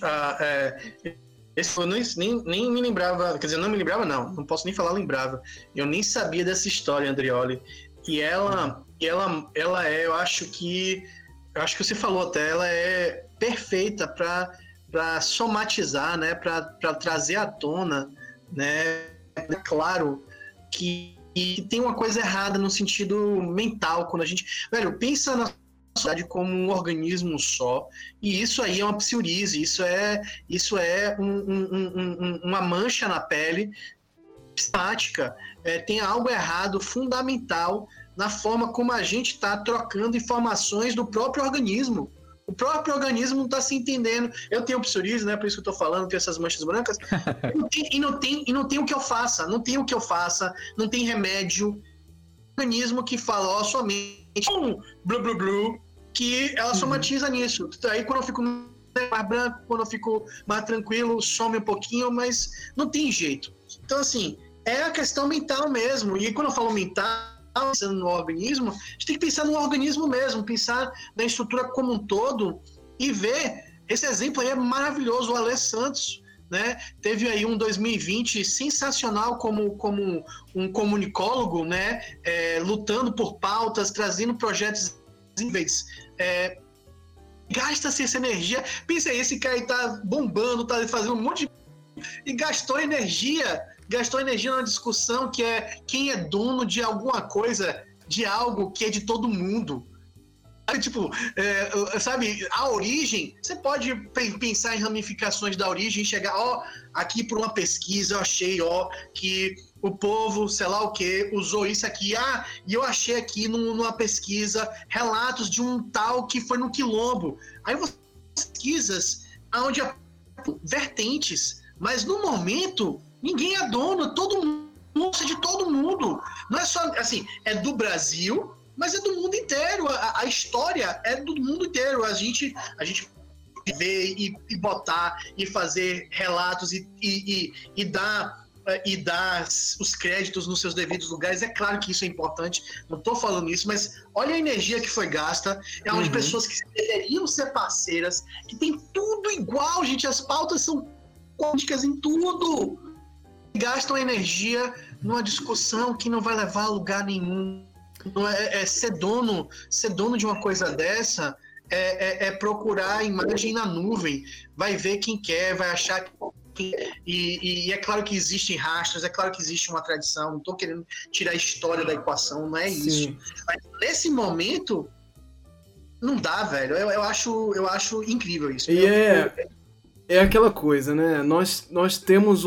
Speaker 3: esse eu nem me lembrava, quer dizer, não me lembrava não posso nem falar lembrava. Eu nem sabia dessa história, Andrioli. E ela é, eu acho que você falou até, ela é perfeita para somatizar, né, para trazer à tona, né, é claro que tem uma coisa errada no sentido mental quando a gente, velho, pensa na sociedade como um organismo só, e isso aí é uma psoríase, isso é uma mancha na pele psiquiátrica, tem algo errado fundamental na forma como a gente está trocando informações do próprio organismo. O próprio organismo não está se entendendo. Eu tenho psoríase, né? Por isso que eu estou falando, tenho essas manchas brancas. E não tem o que eu faça. Não tem remédio. O organismo que fala, ó, sua mente, blu, blu, blu, que ela somatiza nisso. Aí quando eu fico mais branco, quando eu fico mais tranquilo, some um pouquinho, mas não tem jeito. Então, assim, é a questão mental mesmo. E quando eu falo mental, pensando no organismo, a gente tem que pensar no organismo mesmo, pensar na estrutura como um todo e ver. Esse exemplo aí é maravilhoso, o Alê Santos, né? Teve aí um 2020 sensacional como um comunicólogo, né? Lutando por pautas, trazendo projetos incríveis. Gasta-se essa energia. Pensa aí, esse cara aí tá bombando, tá fazendo um monte de... E gastou energia numa discussão que é quem é dono de alguma coisa, de algo que é de todo mundo. Tipo, sabe, a origem, você pode pensar em ramificações da origem, chegar, aqui por uma pesquisa eu achei, que o povo, sei lá o que, usou isso aqui, e eu achei aqui numa pesquisa relatos de um tal que foi no Quilombo. Aí você pesquisas onde há vertentes, mas no momento ninguém é dono, todo mundo é de todo mundo. Não é só, assim, é do Brasil, mas é do mundo inteiro. A história é do mundo inteiro. A gente ver e botar e fazer relatos e dar os créditos nos seus devidos lugares. É claro que isso é importante, não estou falando isso, mas olha a energia que foi gasta, é onde pessoas que deveriam ser parceiras, que tem tudo igual, gente, as pautas são quânticas em tudo, gastam energia numa discussão que não vai levar a lugar nenhum. Não ser dono de uma coisa dessa é procurar a imagem na nuvem, vai ver quem quer, vai achar que... E é claro que existem rastros, é claro que existe uma tradição, não estou querendo tirar a história da equação, não é isso. Mas nesse momento não dá, velho. Eu acho incrível isso.
Speaker 1: E é aquela coisa, né? Nós temos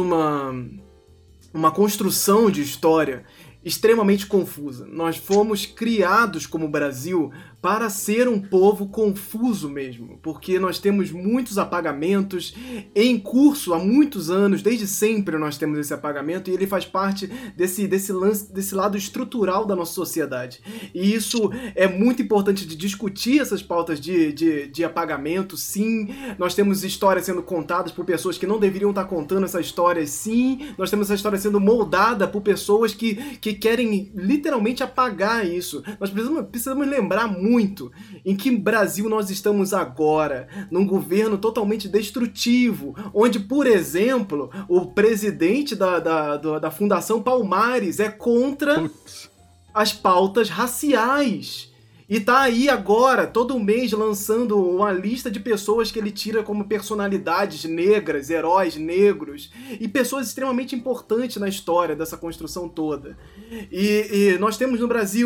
Speaker 1: uma construção de história extremamente confusa. Nós fomos criados como Brasil para ser um povo confuso mesmo, porque nós temos muitos apagamentos em curso há muitos anos, desde sempre nós temos esse apagamento, e ele faz parte desse lado estrutural da nossa sociedade. E isso é muito importante de discutir, essas pautas de apagamento, sim. Nós temos histórias sendo contadas por pessoas que não deveriam estar contando essas histórias, sim. Nós temos essa história sendo moldada por pessoas que querem literalmente apagar isso. Nós precisamos lembrar muito em que Brasil nós estamos agora, num governo totalmente destrutivo, onde, por exemplo, o presidente da Fundação Palmares é contra as pautas raciais. E tá aí agora, todo mês, lançando uma lista de pessoas que ele tira como personalidades negras, heróis negros, e pessoas extremamente importantes na história dessa construção toda. E nós temos no Brasil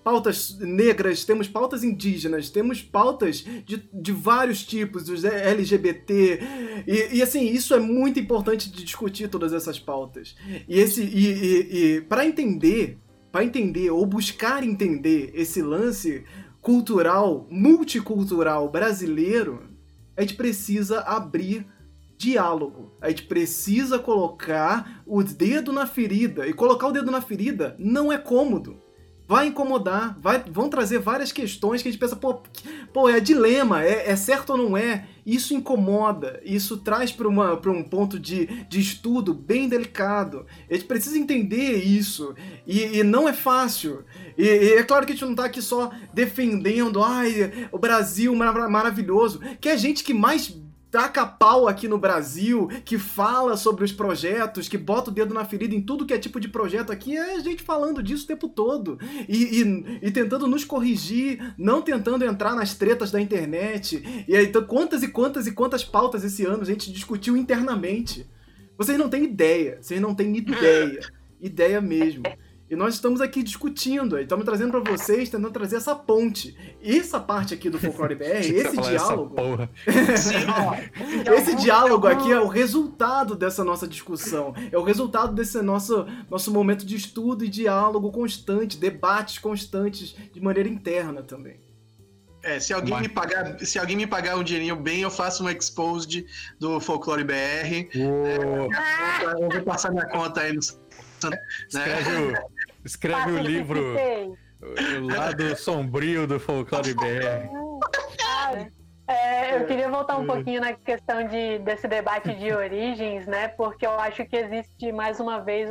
Speaker 1: pautas negras, temos pautas indígenas, temos pautas de vários tipos, os LGBT, e assim, isso é muito importante de discutir todas essas pautas. E para entender ou buscar entender esse lance cultural, multicultural brasileiro, a gente precisa abrir diálogo. A gente precisa colocar o dedo na ferida. E colocar o dedo na ferida não é cômodo. Vai incomodar, vão trazer várias questões que a gente pensa, pô, é dilema, é certo ou não é? Isso incomoda, isso traz para um ponto de estudo bem delicado. A gente precisa entender isso, e não é fácil. E é claro que a gente não tá aqui só defendendo, o Brasil maravilhoso, que é gente que mais taca pau aqui no Brasil, que fala sobre os projetos, que bota o dedo na ferida em tudo que é tipo de projeto aqui, é a gente falando disso o tempo todo. E tentando nos corrigir, não tentando entrar nas tretas da internet. E aí, então, quantas pautas esse ano a gente discutiu internamente. Vocês não têm ideia. Ideia mesmo. E nós estamos aqui discutindo, estamos trazendo para vocês, tentando trazer essa ponte. Essa parte aqui do Folclore BR, esse diálogo... Esse diálogo aqui é o resultado dessa nossa discussão. É o resultado desse nosso momento de estudo e diálogo constante, debates constantes de maneira interna também.
Speaker 3: Se alguém me pagar um dinheirinho bem, eu faço um exposed do Folclore BR. Eu vou passar minha conta aí no...
Speaker 2: Escreve o livro O Lado Sombrio do Folclore BR.
Speaker 4: Eu queria voltar um pouquinho na questão desse debate de origens, né? Porque eu acho que existe mais uma vez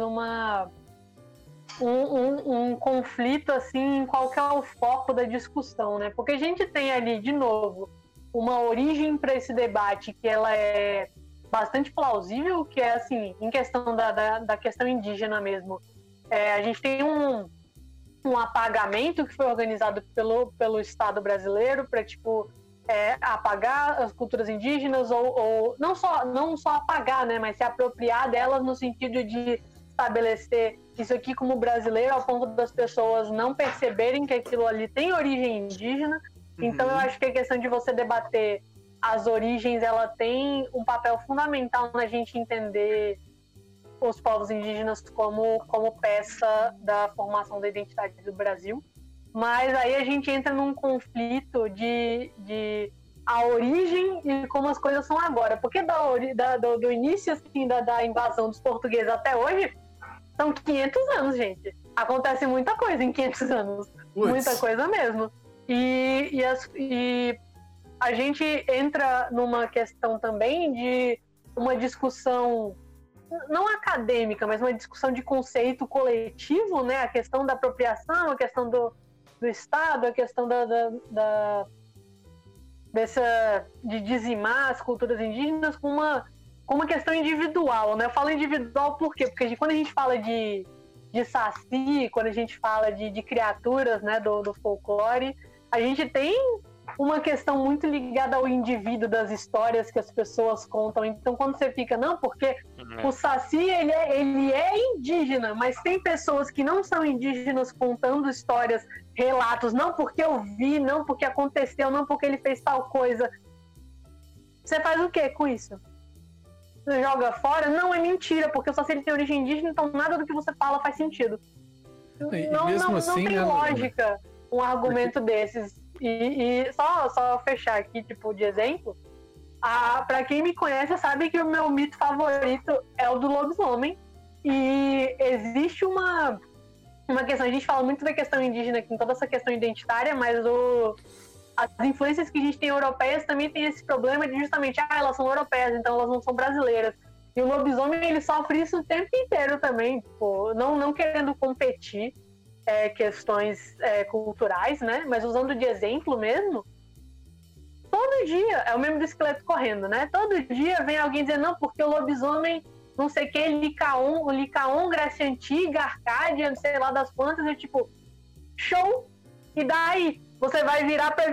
Speaker 4: um conflito assim em qual que é o foco da discussão, né? Porque a gente tem ali, de novo, uma origem para esse debate que ela é bastante plausível, que é assim, em questão da questão indígena mesmo. A gente tem um apagamento que foi organizado pelo Estado brasileiro para, tipo, apagar as culturas indígenas ou não só apagar, né, mas se apropriar delas no sentido de estabelecer isso aqui como brasileiro ao ponto das pessoas não perceberem que aquilo ali tem origem indígena. Então eu acho que a questão de você debater as origens, ela tem um papel fundamental na gente entender os povos indígenas como peça da formação da identidade do Brasil. Mas aí a gente entra num conflito de a origem e como as coisas são agora. Porque do início assim, da invasão dos portugueses até hoje, são 500 anos, gente. Acontece muita coisa em 500 anos. Muita coisa mesmo. E a gente entra numa questão também de uma discussão, não acadêmica, mas uma discussão de conceito coletivo, né? A questão da apropriação, a questão do Estado, a questão de dizimar as culturas indígenas com uma questão individual, né? Eu falo individual por quê? Porque quando a gente fala de saci, quando a gente fala de criaturas, né, do folclore, a gente tem uma questão muito ligada ao indivíduo, das histórias que as pessoas contam. Então, quando você fica, não, porque o saci, ele é indígena, mas tem pessoas que não são indígenas contando histórias, relatos, não porque eu vi, não porque aconteceu, não porque ele fez tal coisa. Você faz o quê com isso? Você joga fora? Não, é mentira, porque o saci ele tem origem indígena, então nada do que você fala faz sentido. Não tem lógica um argumento desses. E só fechar aqui, tipo, de exemplo, pra quem me conhece sabe que o meu mito favorito é o do lobisomem. E existe uma questão, a gente fala muito da questão indígena aqui, em toda essa questão identitária, mas as influências que a gente tem europeias também tem esse problema de justamente, elas são europeias, então elas não são brasileiras. E o lobisomem, ele sofre isso o tempo inteiro também, tipo, não querendo competir questões culturais, né? Mas usando de exemplo mesmo, todo dia é o mesmo do esqueleto correndo, né? Todo dia vem alguém dizendo, não, porque o lobisomem, não sei o que, Licaon, Grécia Antiga, Arcádia, não sei lá das quantas, eu tipo, show! E daí? Você vai virar pra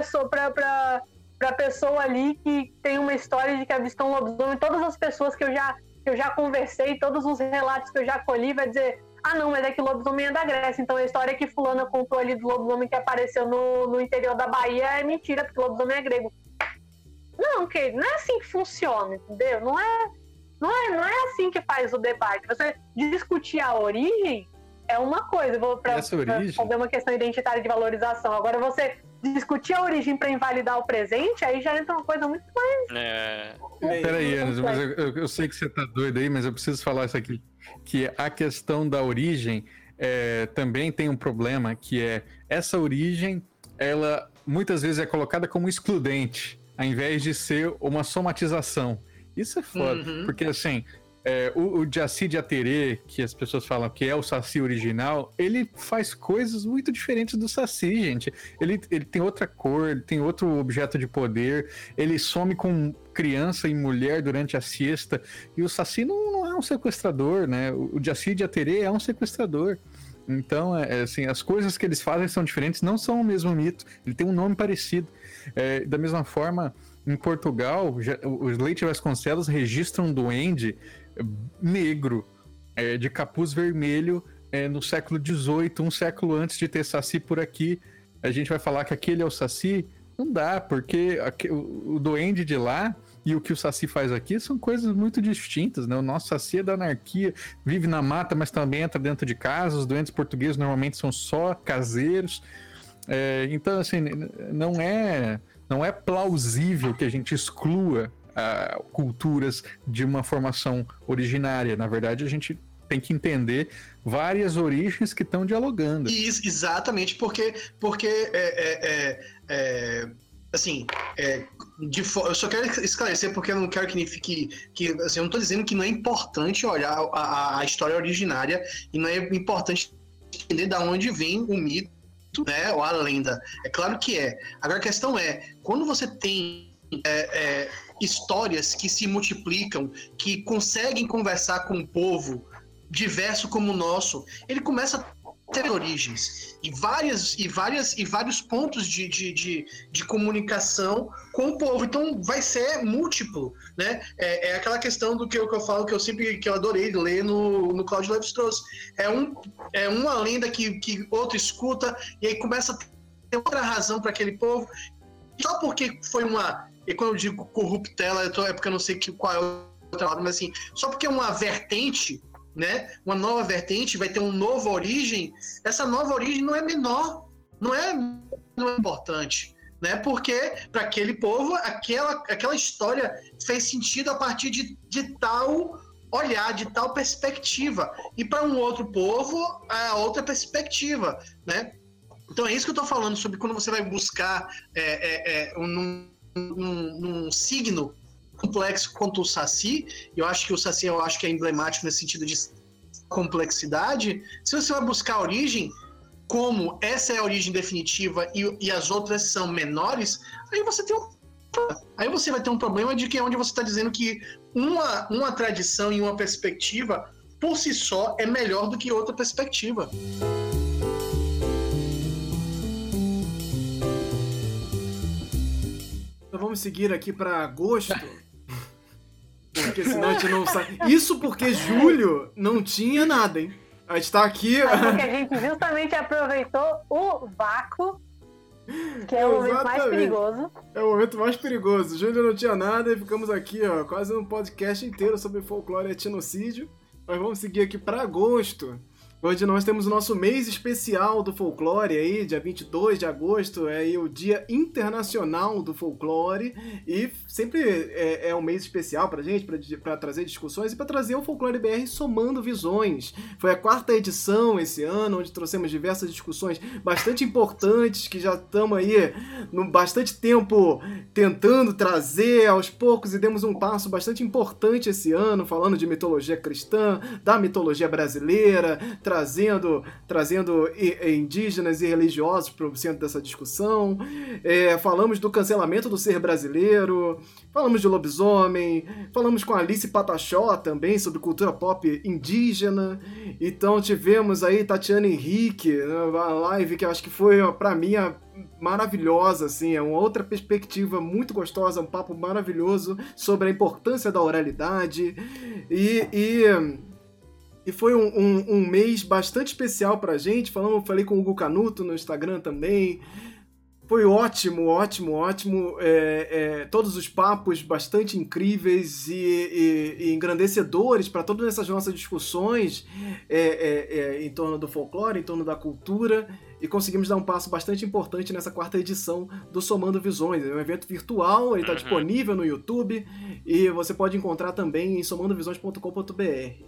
Speaker 4: pessoa ali que tem uma história de que avistou um lobisomem, todas as pessoas que eu já conversei, todos os relatos que eu já colhi, vai dizer, ah não, mas é que lobisomem é da Grécia, então a história que fulana contou ali do lobisomem que apareceu no interior da Bahia é mentira, porque o lobisomem é grego. Não, querido, não é assim que funciona, entendeu? Não é assim que faz o debate. Você discutir a origem é uma coisa, para fazer uma questão identitária de valorização. Agora, você discutir a origem para invalidar o presente, aí já entra uma coisa muito mais...
Speaker 2: Peraí, Anderson, mas eu sei que você tá doido aí, mas eu preciso falar isso aqui. Que a questão da origem também tem um problema, que é essa origem, ela muitas vezes é colocada como excludente, ao invés de ser uma somatização. Isso é foda, porque assim... o Jaci de Aterê, que as pessoas falam que é o Saci original, ele faz coisas muito diferentes do Saci, gente. Ele tem outra cor, ele tem outro objeto de poder, ele some com criança e mulher durante a siesta, e o Saci não é um sequestrador, né? O Jaci de Aterê é um sequestrador. Então, assim, as coisas que eles fazem são diferentes, não são o mesmo mito, ele tem um nome parecido. Da mesma forma, em Portugal, os Leite Vasconcelos registram um duende negro, de capuz vermelho, no século XVIII, um século antes de ter Saci por aqui. A gente vai falar que aquele é o Saci? Não dá, porque o duende de lá e o que o Saci faz aqui são coisas muito distintas, né? O nosso Saci é da anarquia, vive na mata, mas também entra dentro de casa. Os duendes portugueses normalmente são só caseiros. Então, assim, não é plausível que a gente exclua culturas de uma formação originária. Na verdade, a gente tem que entender várias origens que estão dialogando.
Speaker 3: Exatamente, porque assim, eu só quero esclarecer, porque eu não quero que fique... assim, eu não estou dizendo que não é importante olhar a história originária e não é importante entender de onde vem o mito, né, ou a lenda. É claro que é. Agora a questão é, quando você tem histórias que se multiplicam, que conseguem conversar com um povo diverso como o nosso, ele começa a ter origens e vários pontos de comunicação com o povo. Então vai ser múltiplo, né? É aquela questão do que eu falo, que eu adorei ler no Cláudio Leves trouxe. É uma lenda que outro escuta e aí começa a ter outra razão para aquele povo. Só porque foi e quando eu digo corruptela, é porque eu não sei qual é o outro lado, mas assim, só porque é uma vertente, né? Uma nova vertente, vai ter uma nova origem, essa nova origem não é menor, não é importante, né? Porque para aquele povo, aquela história fez sentido a partir de tal olhar, de tal perspectiva, e para um outro povo, é outra perspectiva, né? Então é isso que eu estou falando sobre quando você vai buscar num signo complexo quanto o Saci. Eu acho que o Saci é emblemático nesse sentido de complexidade. Se você vai buscar a origem, como essa é a origem definitiva e as outras são menores, aí você vai ter um problema de que é onde você está dizendo que uma tradição e uma perspectiva por si só é melhor do que outra perspectiva.
Speaker 1: Então vamos seguir aqui para agosto, porque senão a gente não sabe. Isso porque julho não tinha nada, hein? A gente tá aqui...
Speaker 4: Porque a gente justamente aproveitou o vácuo, que é o momento mais perigoso.
Speaker 1: É o momento mais perigoso. Julho não tinha nada e ficamos aqui, ó, quase um podcast inteiro sobre folclore e etnocídio. Mas vamos seguir aqui para agosto, onde nós temos o nosso mês especial do folclore aí, dia 22 de agosto, é aí o Dia Internacional do Folclore, e sempre é um mês especial pra gente, pra trazer discussões e pra trazer o Folclore BR somando visões. Foi a 4ª edição esse ano, onde trouxemos diversas discussões bastante importantes, que já estamos aí bastante tempo tentando trazer aos poucos, e demos um passo bastante importante esse ano, falando de mitologia cristã, da mitologia brasileira, trazendo indígenas e religiosos para o centro dessa discussão. Falamos do cancelamento do ser brasileiro, falamos de lobisomem, falamos com Alice Pataxó também sobre cultura pop indígena. Então tivemos aí Tatiana Henrique, a live que eu acho que foi, para mim, maravilhosa, assim, é uma outra perspectiva muito gostosa, um papo maravilhoso sobre a importância da oralidade E foi um mês bastante especial pra gente. Falei com o Hugo Canuto no Instagram também. Foi ótimo. Todos os papos bastante incríveis e engrandecedores para todas essas nossas discussões em torno do folclore, em torno da cultura. E conseguimos dar um passo bastante importante nessa 4ª edição do Somando Visões. É um evento virtual, ele está disponível no YouTube e você pode encontrar também em somandovisões.com.br.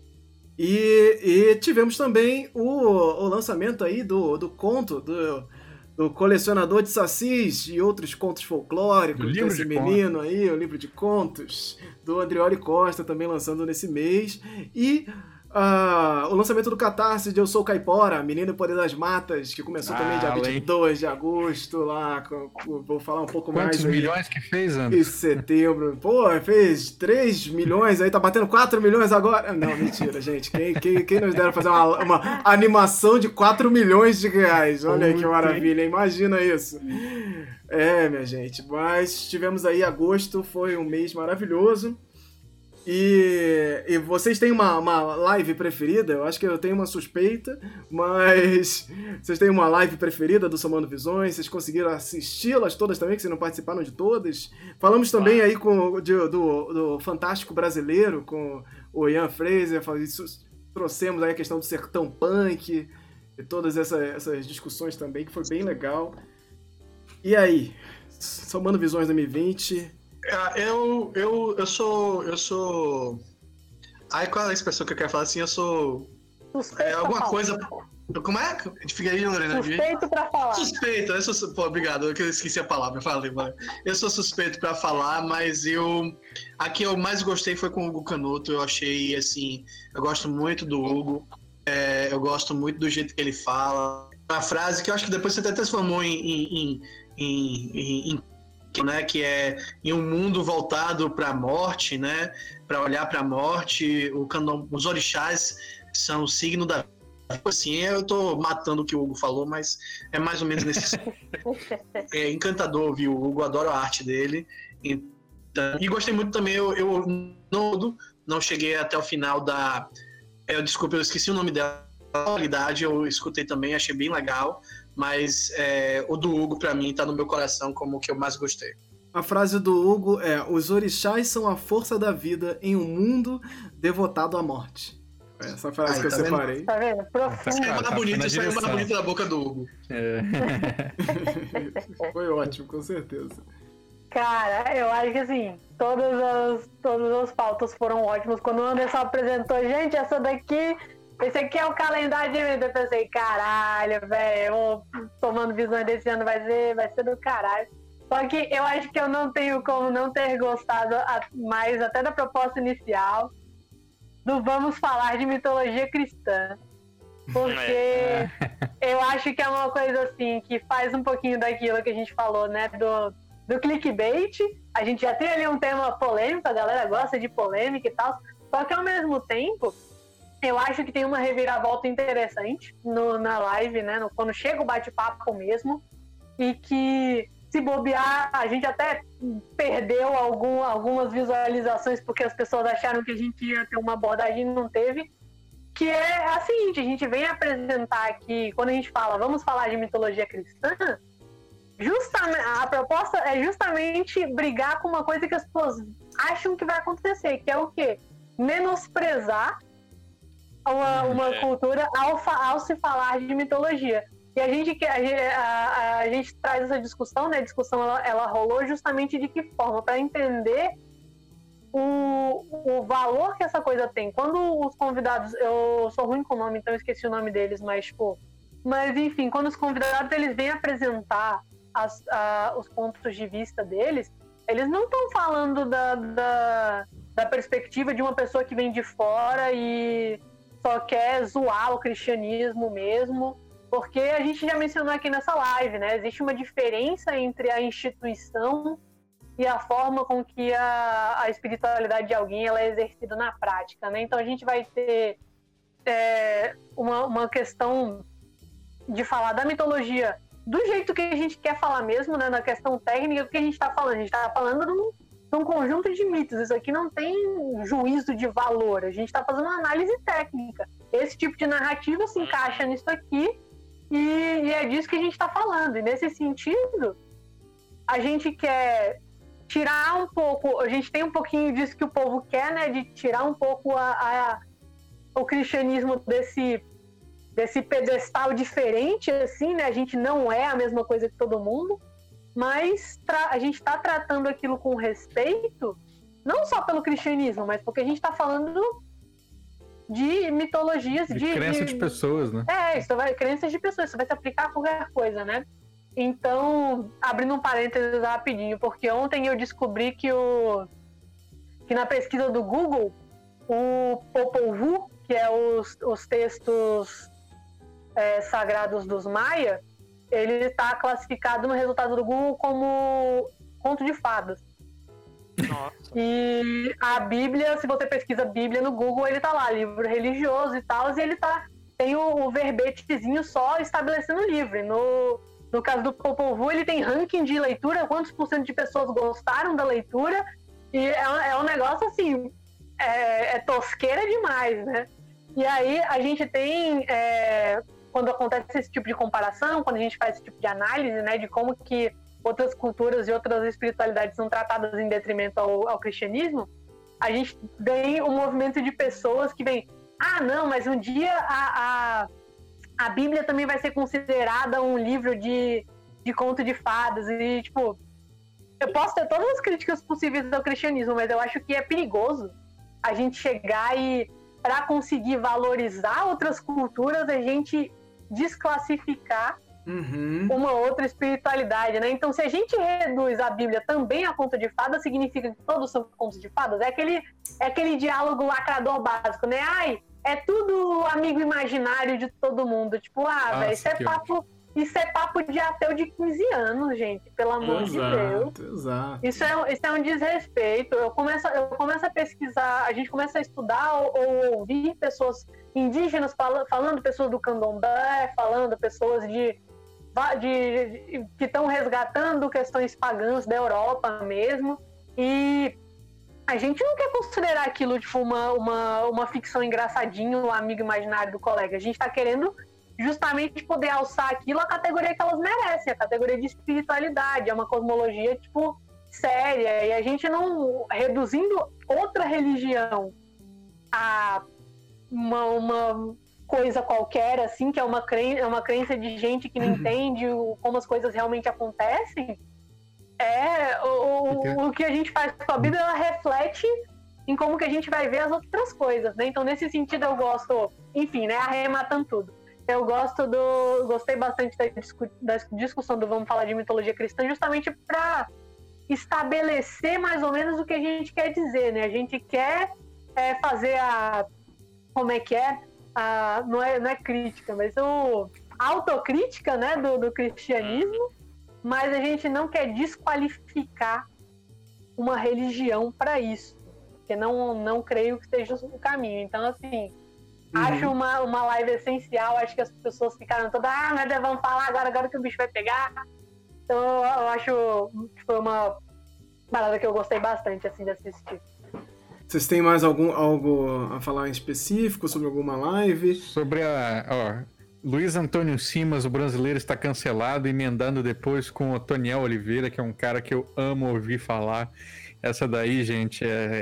Speaker 1: E tivemos também o lançamento aí do conto do Colecionador de Sacis e outros contos folclóricos desse menino aí, o livro de contos do Andrioli Costa, também lançando nesse mês. E o lançamento do Catarse de Eu Sou Caipora, Menino e Poder das Matas, que começou também dia 22 de agosto, lá, vou falar um pouco mais.
Speaker 2: Quantos milhões que fez, Anderson?
Speaker 1: Em setembro. Pô, fez 3 milhões, aí tá batendo 4 milhões agora. Não, mentira, gente. Quem nos dera fazer uma animação de 4 milhões de reais? Olha aí que maravilha, imagina isso. Minha gente, mas tivemos aí agosto, foi um mês maravilhoso. E vocês têm uma live preferida? Eu acho que eu tenho uma suspeita, mas vocês têm uma live preferida do Somando Visões? Vocês conseguiram assisti-las todas também, que vocês não participaram de todas? Falamos também aí do Fantástico Brasileiro, com o Ian Fraser, trouxemos aí a questão do sertão punk e todas essas discussões também, que foi bem legal. E aí, Somando Visões 2020...
Speaker 3: Eu sou... Ai, qual é a expressão que eu quero falar assim? Eu sou... alguma coisa... Como é? Fica aí, Lorena.
Speaker 4: Suspeito pra falar.
Speaker 3: Suspeito. Pô, obrigado. Eu esqueci a palavra. Eu sou suspeito pra falar, mas a que eu mais gostei foi com o Hugo Canuto. Eu achei, assim... Eu gosto muito do Hugo. Eu gosto muito do jeito que ele fala. Uma frase que eu acho que depois você até transformou em né, que é em um mundo voltado para a morte, né, para olhar para a morte, os orixás são o signo da vida. Assim, eu estou matando o que o Hugo falou, mas é mais ou menos nesse é encantador ouvir o Hugo, adoro a arte dele. Então, e gostei muito também, eu não cheguei até o final desculpa, eu esqueci o nome dela, eu escutei também, achei bem legal. Mas o do Hugo, pra mim, tá no meu coração como o que eu mais gostei.
Speaker 1: A frase do Hugo é: os orixás são a força da vida em um mundo devotado à morte. Essa frase que eu separei.
Speaker 4: Tá vendo? Profundo.
Speaker 3: Isso é mais bonito da boca do Hugo.
Speaker 1: Foi ótimo, com certeza.
Speaker 4: Cara, eu acho que assim, todas as pautas foram ótimas. Quando o Anderson apresentou, gente, esse aqui é o calendário de evento. Eu pensei, caralho, velho, Somando Visões desse ano vai ser do caralho. Só que eu acho que eu não tenho como não ter gostado mais até da proposta inicial do Vamos Falar de Mitologia Cristã. Porque eu acho que é uma coisa assim, que faz um pouquinho daquilo que a gente falou, né, do clickbait. A gente já tem ali um tema polêmico, a galera gosta de polêmica e tal. Só que ao mesmo tempo... Eu acho que tem uma reviravolta interessante na live, né? Quando chega o bate-papo mesmo. E que, se bobear, a gente até perdeu algumas visualizações porque as pessoas acharam que a gente ia ter uma abordagem e não teve. Que é a seguinte, a gente vem apresentar aqui, quando a gente fala, vamos falar de mitologia cristã, a proposta é justamente brigar com uma coisa que as pessoas acham que vai acontecer, que é o quê? Menosprezar uma cultura ao se falar de mitologia. E a gente traz essa discussão, né? A discussão ela rolou justamente de que forma? Para entender o valor que essa coisa tem. Quando os convidados... Eu sou ruim com o nome, então eu esqueci o nome deles, mas enfim, quando os convidados eles vêm apresentar os pontos de vista deles, eles não estão falando da perspectiva de uma pessoa que vem de fora e só quer zoar o cristianismo mesmo, porque a gente já mencionou aqui nessa live, né? Existe uma diferença entre a instituição e a forma com que a espiritualidade de alguém ela é exercida na prática, né? Então a gente vai ter uma questão de falar da mitologia do jeito que a gente quer falar mesmo, né? Na questão técnica, o que a gente está falando? A gente está falando de são conjuntos de mitos. Isso aqui não tem juízo de valor. A gente está fazendo uma análise técnica. Esse tipo de narrativa se encaixa nisso aqui e é disso que a gente está falando. E nesse sentido, a gente quer tirar um pouco... A gente tem um pouquinho disso que o povo quer, né? De tirar um pouco o cristianismo desse pedestal diferente, assim, né? A gente não é a mesma coisa que todo mundo, mas a gente está tratando aquilo com respeito, não só pelo cristianismo, mas porque a gente está falando de mitologias,
Speaker 2: de crença de pessoas, né?
Speaker 4: Crenças de pessoas, isso vai se aplicar a qualquer coisa, né? Então, abrindo um parênteses rapidinho, porque ontem eu descobri que na pesquisa do Google, o Popol Vuh, que é os textos sagrados dos Maia, ele está classificado no resultado do Google como conto de fadas.
Speaker 5: Nossa.
Speaker 4: E a Bíblia, se você pesquisa Bíblia no Google, ele tá lá, livro religioso e tal, e ele tem o verbetezinho só estabelecendo o livro. No caso do Popol Vuh, ele tem ranking de leitura, quantos % de pessoas gostaram da leitura, e é um negócio assim, é tosqueira demais, né? E aí a gente tem, quando acontece esse tipo de comparação, quando a gente faz esse tipo de análise, né, de como que outras culturas e outras espiritualidades são tratadas em detrimento ao cristianismo, a gente tem um movimento de pessoas que vem, não, mas um dia a Bíblia também vai ser considerada um livro de conto de fadas, e tipo, eu posso ter todas as críticas possíveis ao cristianismo, mas eu acho que é perigoso a gente chegar e, para conseguir valorizar outras culturas, a gente desclassificar uma outra espiritualidade, né? Então, se a gente reduz a Bíblia também a conto de fadas, significa que todos são contos de fadas? É aquele diálogo lacrador básico, né? É tudo amigo imaginário de todo mundo. Tipo, velho, isso é papo de ateu de 15 anos, gente. Pelo amor de Deus.
Speaker 1: Exato.
Speaker 4: Isso é um desrespeito. Eu começo a pesquisar, a gente começa a estudar ou ouvir pessoas indígenas falando, pessoas do candomblé, falando, pessoas que estão resgatando questões pagãs da Europa mesmo. E a gente não quer considerar aquilo tipo uma ficção engraçadinha, um amigo imaginário do colega. A gente está querendo justamente poder alçar aquilo a categoria que elas merecem, a categoria de espiritualidade, é uma cosmologia, tipo, séria, e a gente não, reduzindo outra religião a uma coisa qualquer, assim, que é uma crença de gente que não entende como as coisas realmente acontecem, o que a gente faz com a Bíblia, ela reflete em como que a gente vai ver as outras coisas, né? Então, nesse sentido, eu gosto, enfim, né, arrematando tudo. Eu gostei bastante da discussão do Vamos Falar de Mitologia Cristã, justamente para estabelecer mais ou menos o que a gente quer dizer, né? A gente quer fazer como é que é? Não é crítica, mas autocrítica, né, do cristianismo, mas a gente não quer desqualificar uma religião para isso, porque não creio que seja o caminho. Então, assim, acho uma live essencial, acho que as pessoas ficaram todas, meu Deus, vamos falar agora que o bicho vai pegar. Então eu acho que foi uma parada que eu gostei bastante, assim, de assistir.
Speaker 1: Vocês têm mais algo a falar em específico sobre alguma live?
Speaker 2: Sobre Luiz Antônio Simas, o brasileiro, está cancelado, emendando depois com o Toniel Oliveira, que é um cara que eu amo ouvir falar. Essa daí, gente,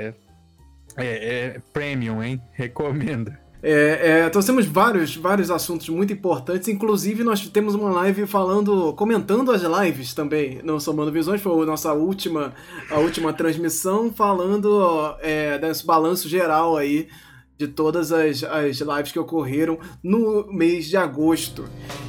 Speaker 2: é premium, hein? Recomendo.
Speaker 1: Então temos vários assuntos muito importantes, inclusive nós temos uma live comentando as lives também, no Somando Visões, foi a nossa última transmissão, falando desse balanço geral aí de todas as lives que ocorreram no mês de agosto.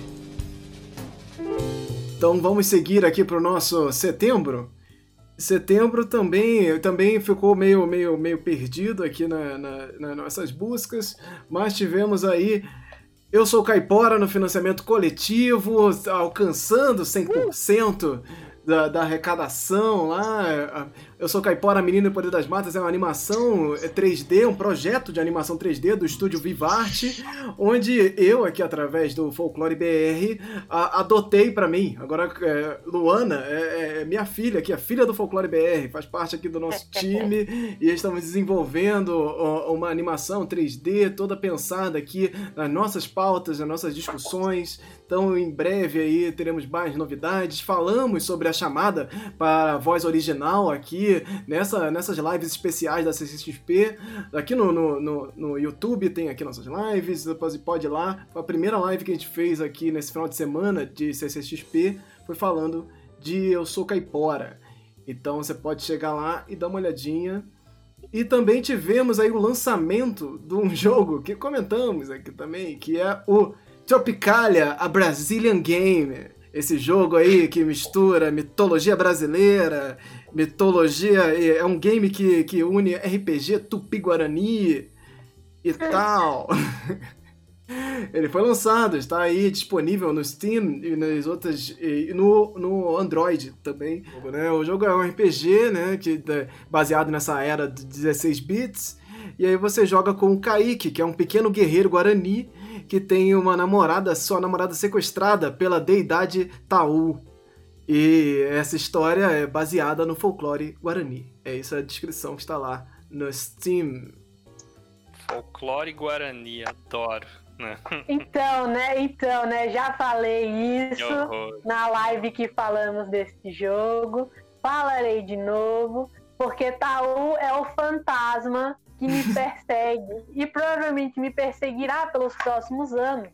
Speaker 1: Então vamos seguir aqui para o nosso setembro. Setembro também ficou meio perdido aqui nas nossas buscas, mas tivemos aí Eu Sou Caipora no financiamento coletivo, alcançando 100% da arrecadação lá. Eu Sou Caipora, Menino e o Poder das Matas é uma animação 3D, um projeto de animação 3D do estúdio Vivarte, onde eu, aqui através do Folclore BR, adotei pra mim. Agora, Luana é minha filha aqui, a filha do Folclore BR, faz parte aqui do nosso time e estamos desenvolvendo uma animação 3D toda pensada aqui nas nossas pautas, nas nossas discussões. Então, em breve aí teremos mais novidades. Falamos sobre a chamada para a voz original aqui nessas lives especiais da CCXP. Aqui no YouTube tem aqui nossas lives, depois pode ir lá. A primeira live que a gente fez aqui nesse final de semana de CCXP foi falando de Eu Sou Caipora. Então você pode chegar lá e dar uma olhadinha. E também tivemos aí o lançamento de um jogo que comentamos aqui também, que é o Tropicalia, a Brazilian Game. Esse jogo aí que mistura mitologia brasileira, é um game que une RPG Tupi-Guarani e tal. Ele foi lançado, está aí disponível no Steam e nas outras, e no Android também. Né? O jogo é um RPG, né, baseado nessa era de 16 bits, e aí você joga com o Kaique, que é um pequeno guerreiro guarani, que tem sua namorada sequestrada pela deidade Taú. E essa história é baseada no folclore guarani. É essa a descrição que está lá no Steam.
Speaker 5: Folclore guarani, adoro.
Speaker 4: Então, né, já falei isso na live que falamos desse jogo. Falarei de novo, porque Taú é o fantasma que me persegue e provavelmente me perseguirá pelos próximos anos.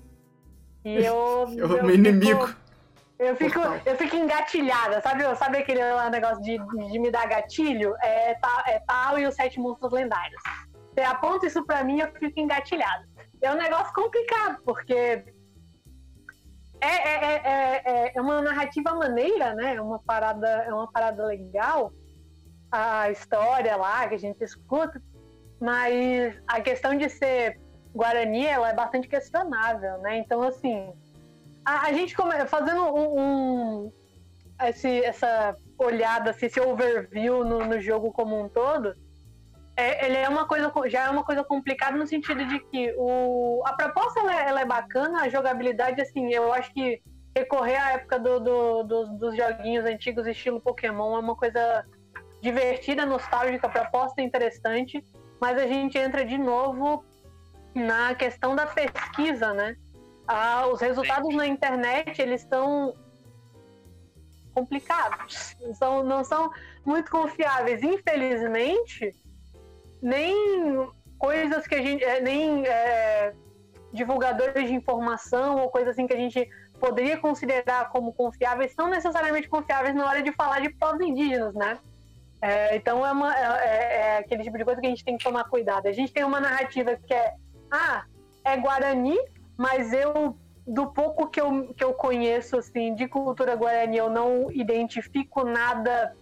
Speaker 4: E eu
Speaker 1: um inimigo.
Speaker 4: Eu fico engatilhada, sabe aquele negócio de me dar gatilho? É Taú e os 7 monstros lendários. Você aponta isso pra mim, eu fico engatilhada. É um negócio complicado, porque é uma narrativa maneira, né? É uma parada legal, a história lá que a gente escuta, mas a questão de ser Guarani, ela é bastante questionável, né? Então, assim, a gente fazendo essa olhada, assim, esse overview no jogo como um todo, ele já é uma coisa complicada no sentido de que a proposta ela é bacana, a jogabilidade, assim, eu acho que recorrer à época dos joguinhos antigos estilo Pokémon é uma coisa divertida, nostálgica, a proposta é interessante, mas a gente entra de novo na questão da pesquisa, né? Os resultados na internet, eles estão complicados, não são muito confiáveis. Infelizmente, nem coisas que a gente... nem divulgadores de informação ou coisas assim que a gente poderia considerar como confiáveis são necessariamente confiáveis na hora de falar de povos indígenas, né? Então é aquele tipo de coisa que a gente tem que tomar cuidado. A gente tem uma narrativa que é Guarani, mas do pouco que eu conheço assim, de cultura Guarani, eu não identifico nada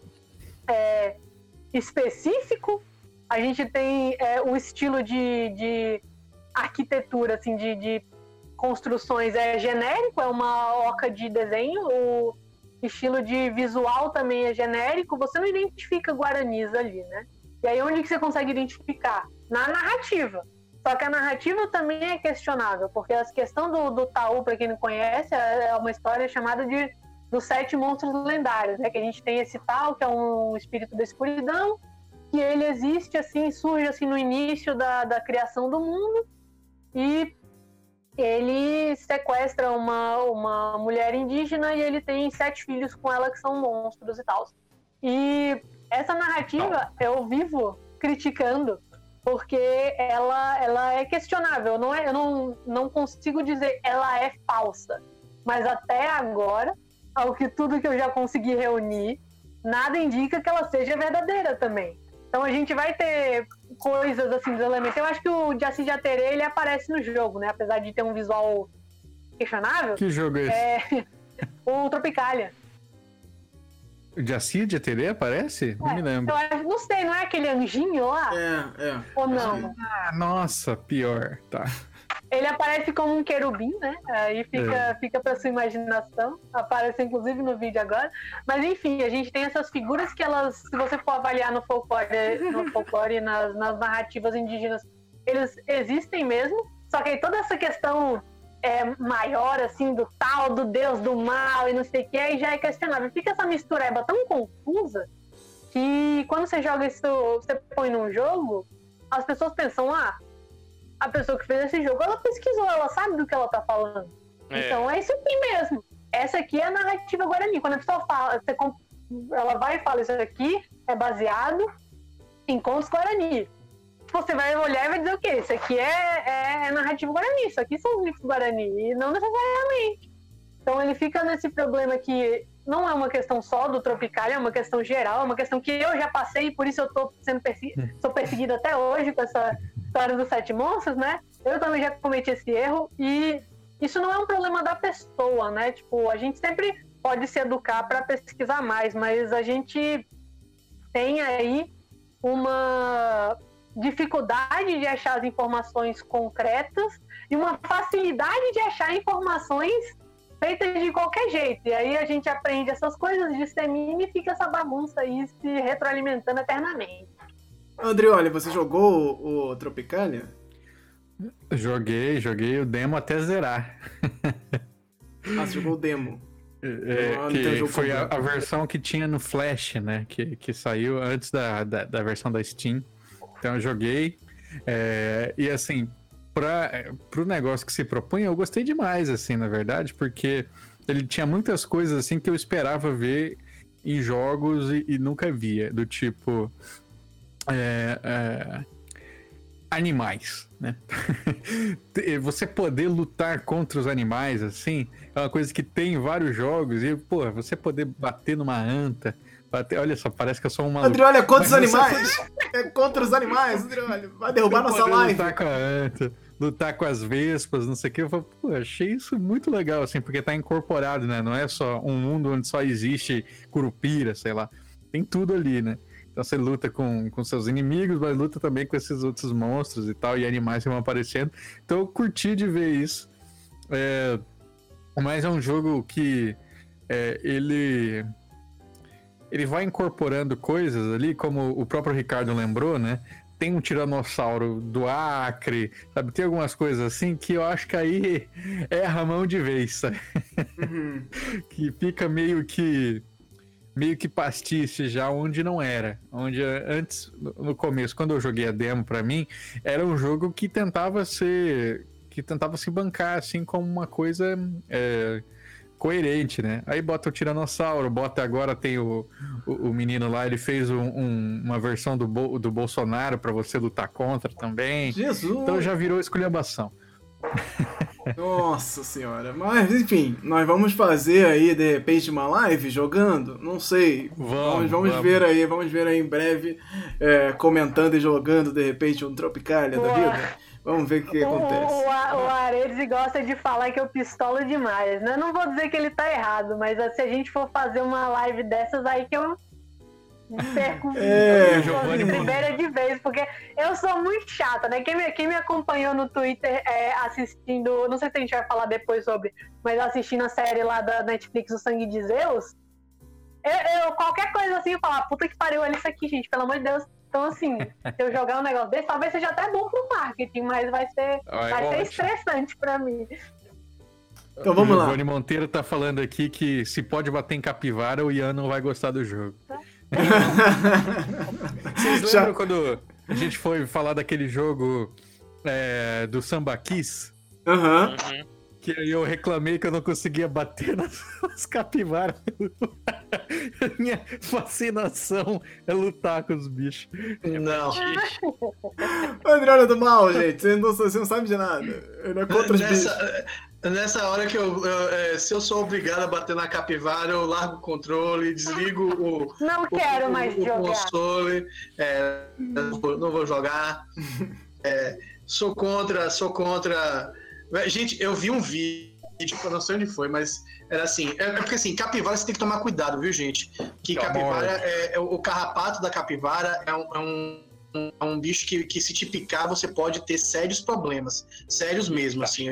Speaker 4: específico. A gente tem um estilo de arquitetura, assim, de construções genérico, é uma oca de desenho, o estilo de visual também é genérico, você não identifica guaranis ali, né? E aí onde que você consegue identificar? Na narrativa. Só que a narrativa também é questionável, porque a questão do Taú, para quem não conhece, é uma história chamada dos 7 monstros lendários, né? Que a gente tem esse Taú, que é um espírito da escuridão, que ele existe, assim, surge assim, no início da criação do mundo, e ele sequestra uma mulher indígena e ele tem 7 filhos com ela que são monstros e tal. E essa narrativa eu vivo criticando, porque ela é questionável, eu não consigo dizer ela é falsa, mas até agora, tudo que eu já consegui reunir, nada indica que ela seja verdadeira também. Então a gente vai ter coisas assim dos elementos. Eu acho que o Jaci Jaterê, ele aparece no jogo, né? Apesar de ter um visual questionável.
Speaker 2: Que jogo é esse?
Speaker 4: O Tropicalia.
Speaker 2: O Jaci Jaterê aparece? Não me lembro.
Speaker 4: Não sei, não é aquele anjinho lá?
Speaker 1: É.
Speaker 4: Ou não?
Speaker 2: Nossa, pior. Tá.
Speaker 4: Ele aparece como um querubim, né? Aí fica pra sua imaginação. Aparece inclusive no vídeo agora. Mas enfim, a gente tem essas figuras que elas, se você for avaliar no folclore e nas narrativas indígenas, eles existem mesmo. Só que aí toda essa questão maior, assim, do tal, do deus do mal e não sei o que, aí já é questionável. Fica essa mistureba tão confusa que quando você joga isso, você põe num jogo, as pessoas pensam, a pessoa que fez esse jogo, ela pesquisou, ela sabe do que ela tá falando. Então é isso aqui mesmo. Essa aqui é a narrativa Guarani. Quando a pessoa fala, ela vai e fala, isso aqui é baseado em contos Guarani. Você vai olhar e vai dizer o quê? Isso aqui é narrativa Guarani, isso aqui são os livros Guarani, e não necessariamente. Então ele fica nesse problema que não é uma questão só do Tropicália, é uma questão geral, é uma questão que eu já passei, e por isso eu tô sou perseguido até hoje com essa história dos 7 monstros, né? Eu também já cometi esse erro, e isso não é um problema da pessoa, né? Tipo, a gente sempre pode se educar para pesquisar mais, mas a gente tem aí uma dificuldade de achar as informações concretas e uma facilidade de achar informações feitas de qualquer jeito. E aí a gente aprende essas coisas, dissemina e fica essa bagunça aí se retroalimentando eternamente.
Speaker 1: Andrioli, você jogou o Tropicália?
Speaker 2: Joguei o demo até zerar.
Speaker 1: Você jogou o demo.
Speaker 2: Que foi a versão que tinha no Flash, né? Que saiu antes da versão da Steam. Então eu joguei. E assim, pro negócio que se propõe, eu gostei demais, assim, na verdade, porque ele tinha muitas coisas assim que eu esperava ver em jogos e nunca via. Do tipo... animais, né? Você poder lutar contra os animais, assim, é uma coisa que tem em vários jogos. E, pô, você poder bater numa anta, olha só, parece que eu sou um maluco.
Speaker 1: Andrioli, é contra os animais! É contra os animais, Andrioli. Vai derrubar nossa live.
Speaker 2: Lutar com a anta, lutar com as vespas, não sei o que. Eu falo, pô, achei isso muito legal, assim, porque tá incorporado, né? Não é só um mundo onde só existe curupira, sei lá. Tem tudo ali, né? Então você luta com seus inimigos, mas luta também com esses outros monstros e tal, e animais que vão aparecendo. Então eu curti de ver isso. Mas é um jogo que ele vai incorporando coisas ali, como o próprio Ricardo lembrou, né? Tem um tiranossauro do Acre, sabe? Tem algumas coisas assim que eu acho que aí erra a mão de vez, sabe?
Speaker 1: Uhum.
Speaker 2: Que fica meio que pastiche já onde não era. Onde antes, no começo, quando eu joguei a demo pra mim, era um jogo que tentava se bancar assim como uma coisa coerente, né? Aí bota o tiranossauro, agora tem o menino lá, ele fez uma versão do Bolsonaro pra você lutar contra também.
Speaker 1: Jesus!
Speaker 2: Então já virou esculhambação.
Speaker 1: Nossa senhora, mas enfim, nós vamos fazer aí de repente uma live jogando, não sei, vamos ver aí em breve, comentando e jogando de repente um Tropicália da vida. Vamos ver o que acontece.
Speaker 4: O Aredes gosta de falar que eu pistolo demais, né? Não vou dizer que ele tá errado, mas se a gente for fazer uma live dessas aí que eu perco Tribéria de vez, porque eu sou muito chata, né? Quem me acompanhou no Twitter assistindo, não sei se a gente vai falar depois sobre, mas assistindo a série lá da Netflix, O Sangue de Zeus, eu qualquer coisa assim, eu falo, puta que pariu, olha isso aqui, gente, pelo amor de Deus. Então, assim, se eu jogar um negócio desse, talvez seja até bom pro marketing, mas vai ser estressante pra mim.
Speaker 1: Então vamos lá.
Speaker 2: O Giovanni Monteiro tá falando aqui que se pode bater em capivara, o Ian não vai gostar do jogo. Vocês lembram quando a gente foi falar daquele jogo do Samba Kiss?
Speaker 1: Aham.
Speaker 2: Que aí eu reclamei que eu não conseguia bater nas capivaras. Minha fascinação é lutar com os bichos.
Speaker 3: Não.
Speaker 1: Andrioli do mal, gente. Você não sabe de nada. Eu não é contra os bichos.
Speaker 3: Nessa hora que se eu sou obrigado a bater na capivara, eu largo o controle, desligo o console, não vou jogar. Sou contra. Gente, eu vi um vídeo, eu não sei onde foi, mas era assim, porque assim, capivara você tem que tomar cuidado, viu, gente? Que capivara, o carrapato da capivara é um um bicho que se te picar, você pode ter sérios problemas. Sérios mesmo, assim.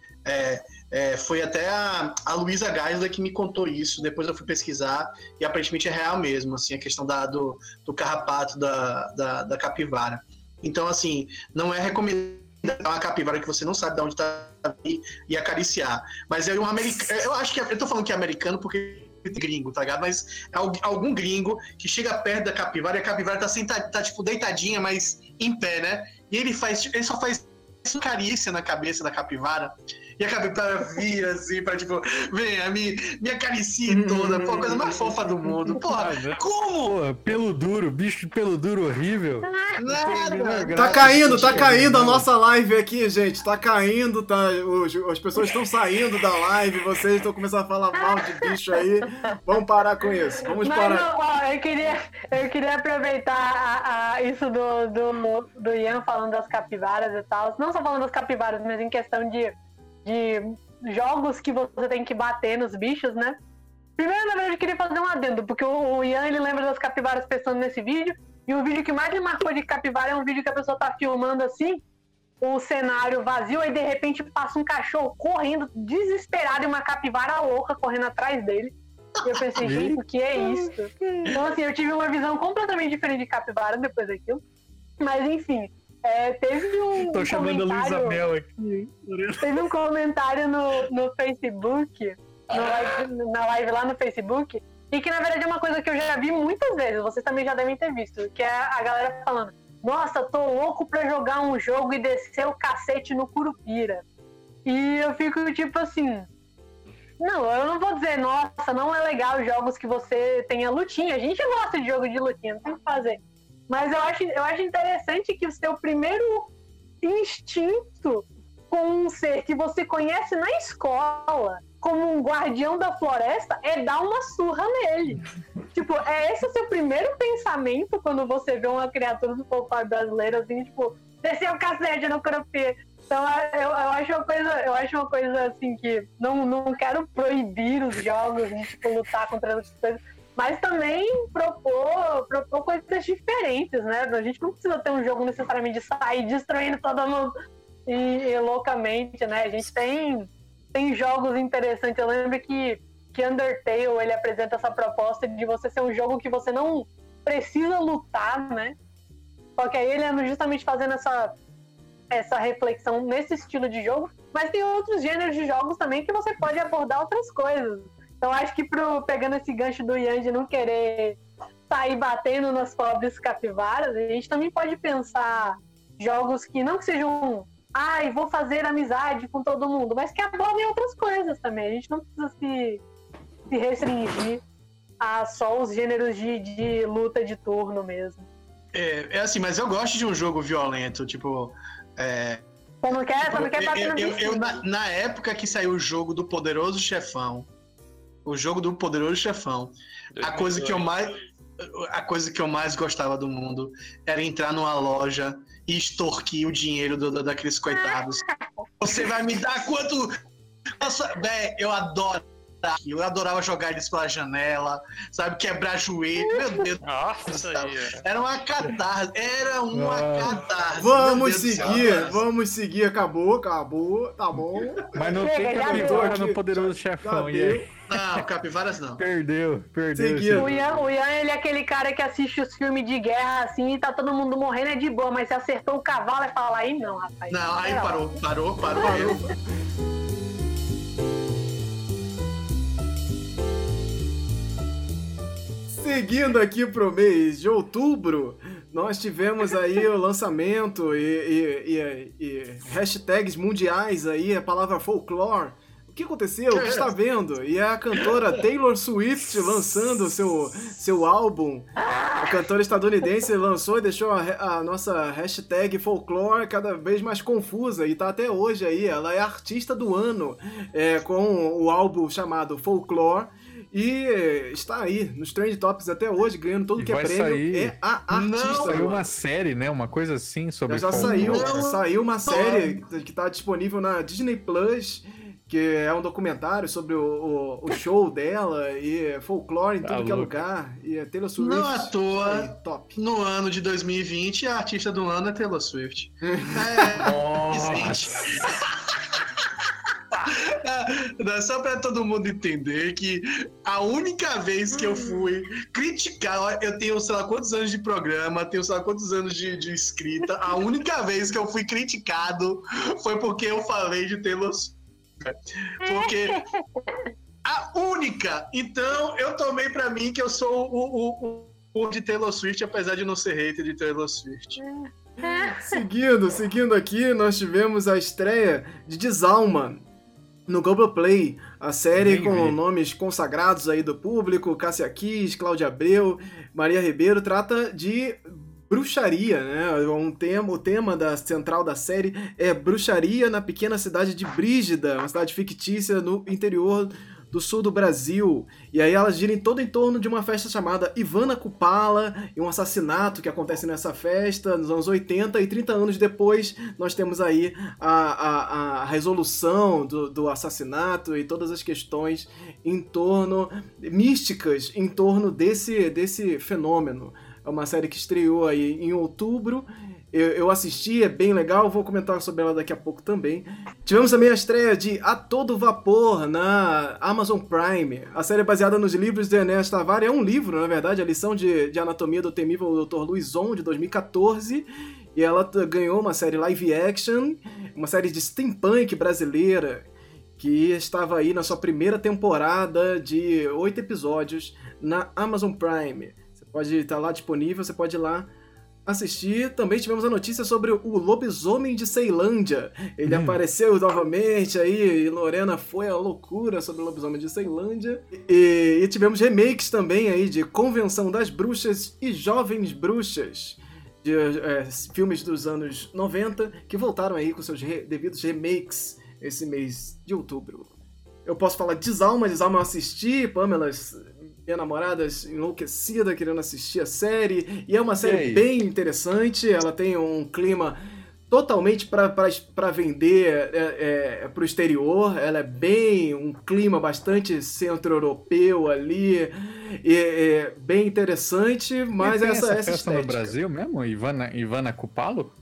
Speaker 3: Foi até a Luísa Geisler que me contou isso. Depois eu fui pesquisar e aparentemente é real mesmo, assim, a questão do carrapato da capivara. Então, assim, não é recomendado uma capivara que você não sabe de onde está e acariciar. Mas é um americano. Eu acho que eu tô falando que é americano porque é gringo, tá ligado? Mas é algum gringo que chega perto da capivara e a capivara tá tipo deitadinha, mas em pé, né? E ele só faz carícia na cabeça da capivara. E a capivara vira assim pra tipo, venha, me acaricie toda. Pô, a coisa mais fofa do mundo. Porra, como?
Speaker 2: Pô, pelo duro, bicho de pelo duro horrível.
Speaker 3: Nada.
Speaker 1: Tá caindo a nossa live aqui, gente. Tá caindo, as pessoas estão saindo da live, vocês estão começando a falar mal de bicho aí. Vamos parar com isso. Vamos parar.
Speaker 4: Não, ó, eu queria aproveitar isso do Ian falando das capivaras e tal. Não só falando das capivaras, mas em questão de jogos que você tem que bater nos bichos, né? Primeiro, na verdade, eu queria fazer um adendo, porque o Ian, ele lembra das capivaras pensando nesse vídeo, e o vídeo que mais me marcou de capivara é um vídeo que a pessoa tá filmando assim, o cenário vazio, aí de repente passa um cachorro correndo, desesperado, e uma capivara louca correndo atrás dele. E eu pensei, gente, o que é isso? Então, assim, eu tive uma visão completamente diferente de capivara depois daquilo. Mas, enfim, teve um
Speaker 2: Tô chamando a Luísa Mel aqui.
Speaker 4: Teve um comentário no Facebook, na live lá no Facebook, e que na verdade é uma coisa que eu já vi muitas vezes, vocês também já devem ter visto, que é a galera falando: nossa, tô louco pra jogar um jogo e descer o cacete no Curupira. E eu fico tipo assim, não, eu não vou dizer, nossa, não é legal jogos que você tenha lutinha, a gente gosta de jogo de lutinha, não tem o que fazer. Mas eu acho interessante que o seu primeiro instinto com um ser que você conhece na escola, como um guardião da floresta, é dar uma surra nele. Tipo, esse o seu primeiro pensamento quando você vê uma criatura do folclore brasileiro, assim, tipo, descer o cacete no Curupira. Então, eu acho uma coisa assim que não quero proibir os jogos de tipo, lutar contra outras coisas, mas também propor coisas diferentes, né? A gente não precisa ter um jogo necessariamente de sair destruindo todo mundo e loucamente, né? A gente tem jogos interessantes. Eu lembro que Undertale, ele apresenta essa proposta de você ser um jogo que você não precisa lutar, né? Só que aí ele anda justamente fazendo essa reflexão nesse estilo de jogo, mas tem outros gêneros de jogos também que você pode abordar outras coisas. Então acho que pegando esse gancho do Ian de não querer sair batendo nas pobres capivaras, a gente também pode pensar jogos que não sejam vou fazer amizade com todo mundo, mas que abordem outras coisas também. A gente não precisa se restringir a só os gêneros de luta de turno mesmo.
Speaker 3: É assim, mas eu gosto de um jogo violento, tipo...
Speaker 4: Você não quer bater no
Speaker 3: na época que saiu o jogo do Poderoso Chefão, a coisa que eu mais gostava do mundo era entrar numa loja e extorquir o dinheiro daqueles coitados. Você vai me dar quanto? Nossa, velho, eu adorava jogar eles pela janela, sabe, quebrar joelho, meu Deus.
Speaker 5: Nossa, aí.
Speaker 3: Era uma catarse.
Speaker 1: Vamos seguir, acabou, tá bom.
Speaker 2: Mas não tem capivara no Poderoso Chefão, e aí?
Speaker 3: Não, capivaras não.
Speaker 2: Perdeu.
Speaker 4: O Ian, ele é aquele cara que assiste os filmes de guerra assim e tá todo mundo morrendo, é de boa, mas se acertou o cavalo e fala aí não, rapaz.
Speaker 3: Não, aí parou.
Speaker 1: Seguindo aqui pro mês de outubro, nós tivemos aí o lançamento e hashtags mundiais aí, a palavra folclore. O que aconteceu? O que está vendo? E é a cantora Taylor Swift lançando seu álbum. A cantora estadunidense lançou e deixou a nossa hashtag folclore cada vez mais confusa. E tá até hoje aí. Ela é a artista do ano com o álbum chamado Folklore. E está aí nos Trend Topics até hoje, ganhando tudo que é prêmio. É a artista.
Speaker 2: Saiu uma série, né? Uma coisa assim sobre
Speaker 1: já saiu uma série que está disponível na Disney Plus, que é um documentário sobre o show dela e folclore em tudo que é lugar. E a Taylor Swift.
Speaker 3: Não à toa,
Speaker 1: aí, top.
Speaker 3: no ano de 2020, a artista do ano é Taylor Swift. Só pra todo mundo entender que a única vez que eu fui criticar, eu tenho, sei lá, quantos anos de programa, tenho, sei lá, quantos anos de escrita, a única vez que eu fui criticado foi porque eu falei de Taylor Swift. Porque a única. Então, eu tomei pra mim que eu sou o de Taylor Swift, apesar de não ser hater de Taylor Swift.
Speaker 1: Seguindo aqui, nós tivemos a estreia de Desalma no Globoplay, a série com nomes consagrados aí do público, Cássia Kiss, Cláudia Abreu, Maria Ribeiro, trata de bruxaria, né? O tema central da série é bruxaria na pequena cidade de Brígida, uma cidade fictícia no interior do sul do Brasil. E aí elas giram todo em torno de uma festa chamada Ivana Kupala e um assassinato que acontece nessa festa nos anos 80, e 30 anos depois nós temos aí a resolução do assassinato e todas as questões místicas em torno desse fenômeno. É uma série que estreou aí em outubro. Eu assisti, é bem legal, vou comentar sobre ela daqui a pouco também. Tivemos também a estreia de A Todo Vapor na Amazon Prime. A série é baseada nos livros de Ernesto Tavares, é um livro, na verdade, a lição de anatomia do temível Dr. Luizon, de 2014, e ela ganhou uma série live action, uma série de steampunk brasileira, que estava aí na sua primeira temporada de 8 episódios na Amazon Prime. Você pode estar lá disponível, você pode ir lá assistir. Também tivemos a notícia sobre o lobisomem de Ceilândia. Ele apareceu novamente aí, e Lorena foi a loucura sobre o lobisomem de Ceilândia. E tivemos remakes também aí de Convenção das Bruxas e Jovens Bruxas, de filmes dos anos 90, que voltaram aí com seus devidos remakes esse mês de outubro. Eu posso falar Desalma eu assisti, Pamela, minha namorada enlouquecida querendo assistir a série, e é uma série bem interessante, ela tem um clima totalmente para vender para o exterior, ela é bem um clima bastante centro-europeu ali, e bem interessante, mas essa
Speaker 2: estética. No Brasil mesmo, Ivana Kupalo?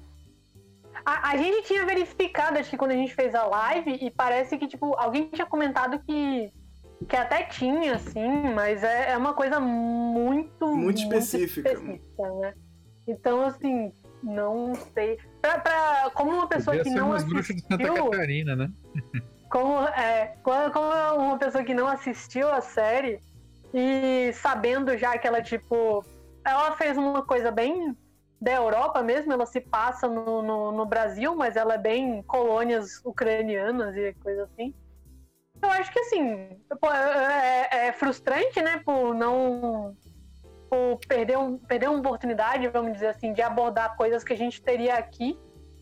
Speaker 4: A gente tinha verificado, acho que quando a gente fez a live, e parece que tipo alguém tinha comentado que até tinha, assim, mas é uma coisa muito específica, né? Então, assim, não sei. Como uma pessoa que não assistiu...
Speaker 2: bruxas de Santa Catarina, né?
Speaker 4: Como uma pessoa que não assistiu a série, e sabendo já que ela, tipo... Ela fez uma coisa bem da Europa mesmo, ela se passa no Brasil, mas ela é bem colônias ucranianas e coisa assim. Eu acho que, assim, é frustrante, né, por perder uma oportunidade, vamos dizer assim, de abordar coisas que a gente teria aqui,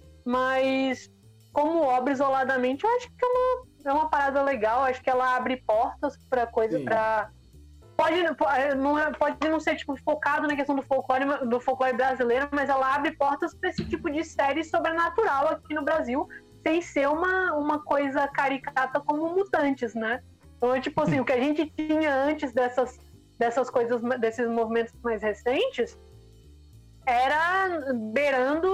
Speaker 4: mas como obra isoladamente, eu acho que é uma parada legal, acho que ela abre portas para coisa, para... Pode não ser, tipo, focado na questão do folclore brasileiro, mas ela abre portas para esse tipo de série sobrenatural aqui no Brasil, sem ser uma coisa caricata como Mutantes, né? Então, tipo assim, o que a gente tinha antes dessas coisas, desses movimentos mais recentes, era beirando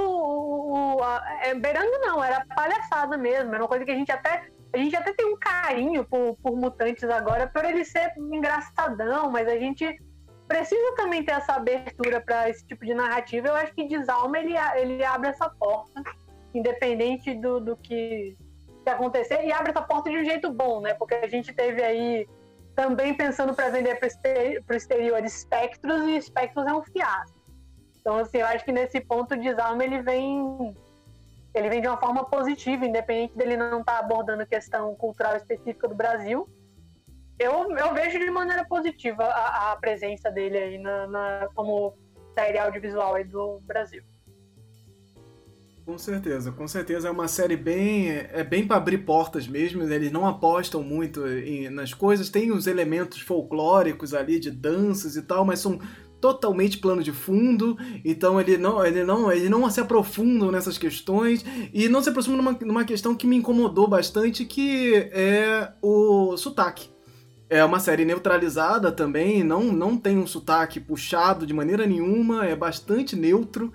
Speaker 4: era palhaçada mesmo, era uma coisa que a gente até tem um carinho por Mutantes agora, por ele ser engraçadão, mas a gente precisa também ter essa abertura para esse tipo de narrativa. Eu acho que Desalma, ele abre essa porta, independente do que acontecer, e abre essa porta de um jeito bom, né? Porque a gente teve aí também pensando para vender para o exterior Spectros, e Spectros é um fiasco. Então, assim, eu acho que nesse ponto o Desalma ele vem de uma forma positiva, independente dele não estar abordando questão cultural específica do Brasil. Eu vejo de maneira positiva a presença dele aí como série audiovisual aí do Brasil.
Speaker 1: Com certeza é uma série bem para abrir portas mesmo, eles não apostam muito nas coisas, tem os elementos folclóricos ali de danças e tal, mas são totalmente plano de fundo, então ele não se aprofundam nessas questões, e não se aprofundam numa questão que me incomodou bastante, que é o sotaque. É uma série neutralizada também, não tem um sotaque puxado de maneira nenhuma, é bastante neutro,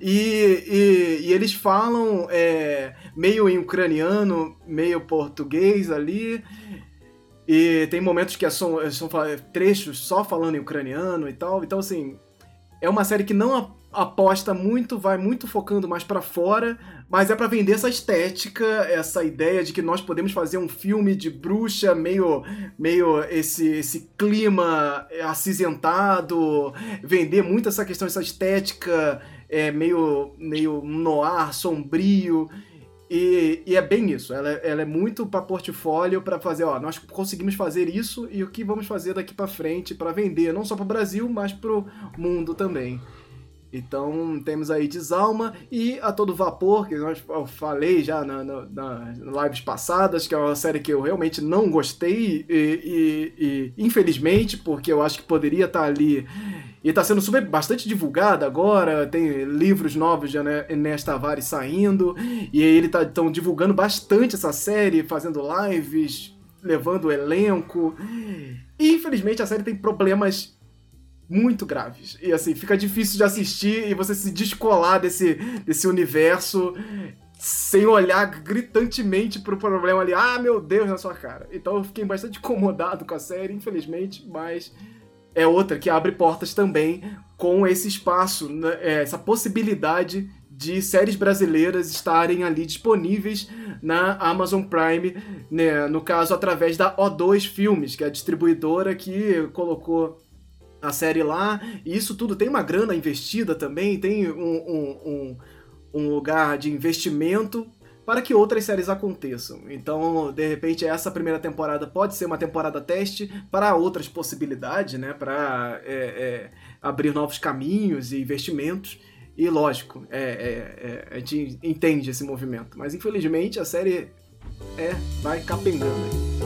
Speaker 1: e eles falam meio em ucraniano, meio português ali, e tem momentos que são trechos só falando em ucraniano e tal, então assim, é uma série que não aposta muito, vai muito focando mais pra fora, mas é pra vender essa estética, essa ideia de que nós podemos fazer um filme de bruxa meio esse clima acinzentado, vender muito essa questão, essa estética meio noir, sombrio. E é bem isso, ela é muito para portfólio, para fazer, nós conseguimos fazer isso e o que vamos fazer daqui para frente para vender, não só para o Brasil, mas para o mundo também. Então temos aí Desalma e A Todo Vapor, que eu falei já nas lives passadas, que é uma série que eu realmente não gostei e infelizmente, porque eu acho que poderia estar ali, e está sendo bastante divulgada agora, tem livros novos de Enéas Tavares saindo, e ele estão divulgando bastante essa série, fazendo lives, levando o elenco, e infelizmente a série tem problemas muito graves. E assim, fica difícil de assistir e você se descolar desse universo sem olhar gritantemente pro problema ali. Ah, meu Deus, na sua cara. Então eu fiquei bastante incomodado com a série, infelizmente, mas é outra que abre portas também com esse espaço, né, essa possibilidade de séries brasileiras estarem ali disponíveis na Amazon Prime, né, no caso através da O2 Filmes, que é a distribuidora que colocou a série lá, e isso tudo tem uma grana investida também, tem um lugar de investimento para que outras séries aconteçam. Então, de repente, essa primeira temporada pode ser uma temporada teste para outras possibilidades, né, para abrir novos caminhos e investimentos, e lógico, a gente entende esse movimento, mas infelizmente a série vai capengando aí.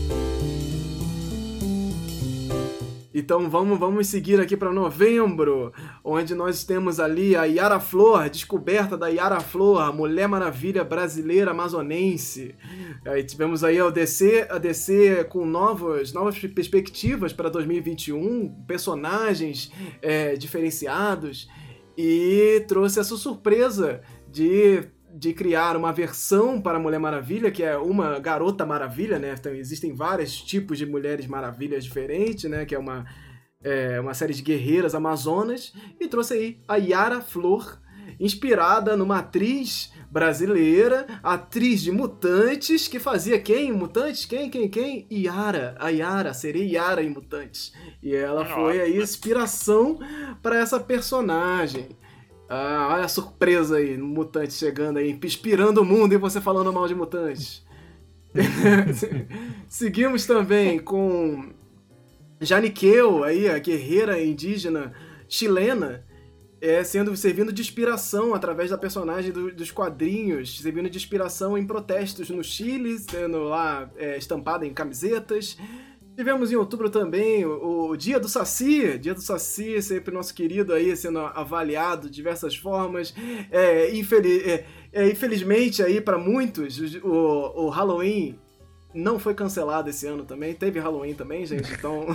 Speaker 1: Então vamos seguir aqui para novembro, onde nós temos ali a Yara Flor, descoberta da Yara Flor, a Mulher Maravilha brasileira amazonense. Aí tivemos aí a DC com novas perspectivas para 2021, personagens diferenciados, e trouxe essa surpresa de criar uma versão para a Mulher Maravilha, que é uma Garota Maravilha, né? Então, existem vários tipos de Mulheres Maravilhas diferentes, né? Que é uma série de guerreiras amazonas, e trouxe aí a Yara Flor, inspirada numa atriz brasileira, atriz de Mutantes, que fazia quem? Mutantes? Quem? Yara. A Yara, seria Yara em Mutantes. E ela foi aí inspiração para essa personagem. Ah, olha a surpresa aí, Mutantes chegando aí, inspirando o mundo e você falando mal de Mutantes. Seguimos também com Janiquel, aí, a guerreira indígena chilena, servindo de inspiração através da personagem dos quadrinhos, servindo de inspiração em protestos no Chile, sendo lá estampada em camisetas. Tivemos em outubro também o Dia do Saci, sempre nosso querido aí sendo avaliado de diversas formas. Infelizmente aí para muitos o Halloween não foi cancelado esse ano também, teve Halloween também, gente, então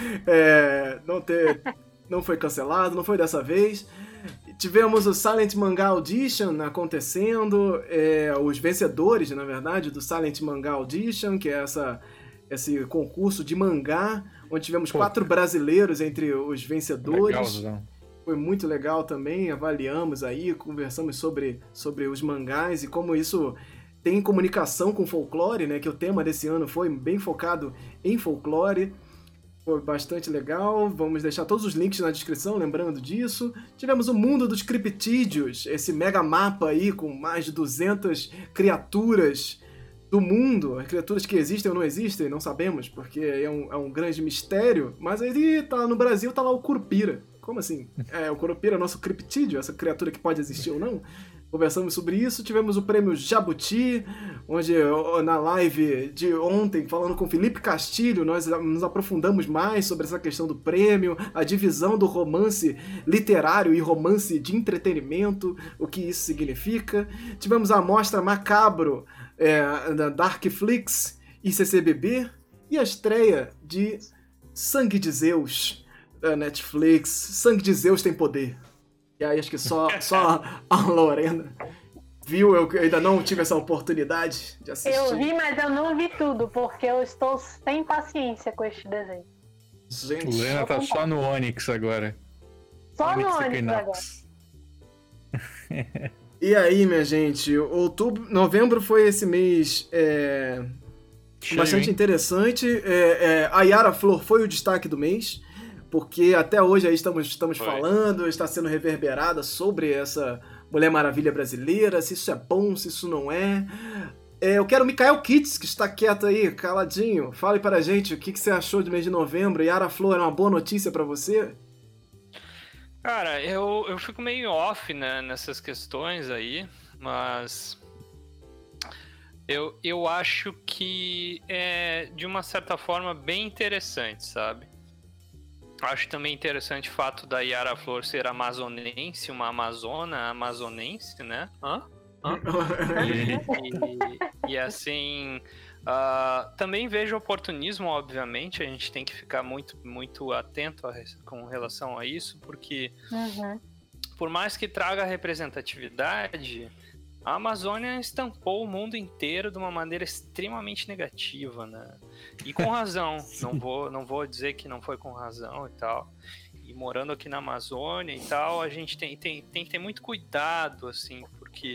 Speaker 1: não foi cancelado, não foi dessa vez. Tivemos o Silent Manga Audition acontecendo, os vencedores, na verdade, do Silent Manga Audition, que é esse concurso de mangá, onde tivemos 4 brasileiros entre os vencedores. Legal. Foi muito legal também, avaliamos aí, conversamos sobre os mangás e como isso tem comunicação com folclore, né, que o tema desse ano foi bem focado em folclore. Foi bastante legal, vamos deixar todos os links na descrição, lembrando disso. Tivemos o Mundo dos Criptídeos, esse mega mapa aí com mais de 200 criaturas do mundo, as criaturas que existem ou não existem, não sabemos, porque é um grande mistério, mas aí no Brasil tá lá o Curupira. Como assim? O Curupira é nosso criptídeo, essa criatura que pode existir ou não? Conversamos sobre isso, tivemos o prêmio Jabuti, onde na live de ontem, falando com Felipe Castilho, nós nos aprofundamos mais sobre essa questão do prêmio, a divisão do romance literário e romance de entretenimento, o que isso significa. Tivemos a amostra Macabro da Darkflix e CCBB, e a estreia de Sangue de Zeus, da Netflix. Sangue de Zeus tem poder. E aí acho que só a Lorena viu, eu ainda não tive essa oportunidade de assistir.
Speaker 4: Eu vi, mas eu não vi tudo, porque eu estou sem paciência com este desenho.
Speaker 1: Gente,
Speaker 2: Lorena tá só no Onyx agora.
Speaker 4: Só no Onyx agora.
Speaker 1: E aí, minha gente, novembro foi esse mês bastante interessante. A Yara Flor foi o destaque do mês, porque até hoje aí estamos falando, está sendo reverberada sobre essa Mulher Maravilha brasileira, se isso é bom, se isso não é. Eu quero o Mikael Kitts, que está quieto aí, caladinho. Fale para a gente o que você achou do mês de novembro. Yara Flor, é uma boa notícia para você?
Speaker 5: Cara, eu fico meio off, né, nessas questões aí, mas eu acho que é, de uma certa forma, bem interessante, sabe? Acho também interessante o fato da Yara Flor ser amazonense, uma amazonense, né? E assim, também vejo oportunismo, obviamente, a gente tem que ficar muito, muito atento com relação a isso, porque por mais que traga representatividade, a Amazônia estampou o mundo inteiro de uma maneira extremamente negativa, né? E com razão, não vou dizer que não foi com razão e tal. E morando aqui na Amazônia e tal, a gente tem que ter muito cuidado, assim, porque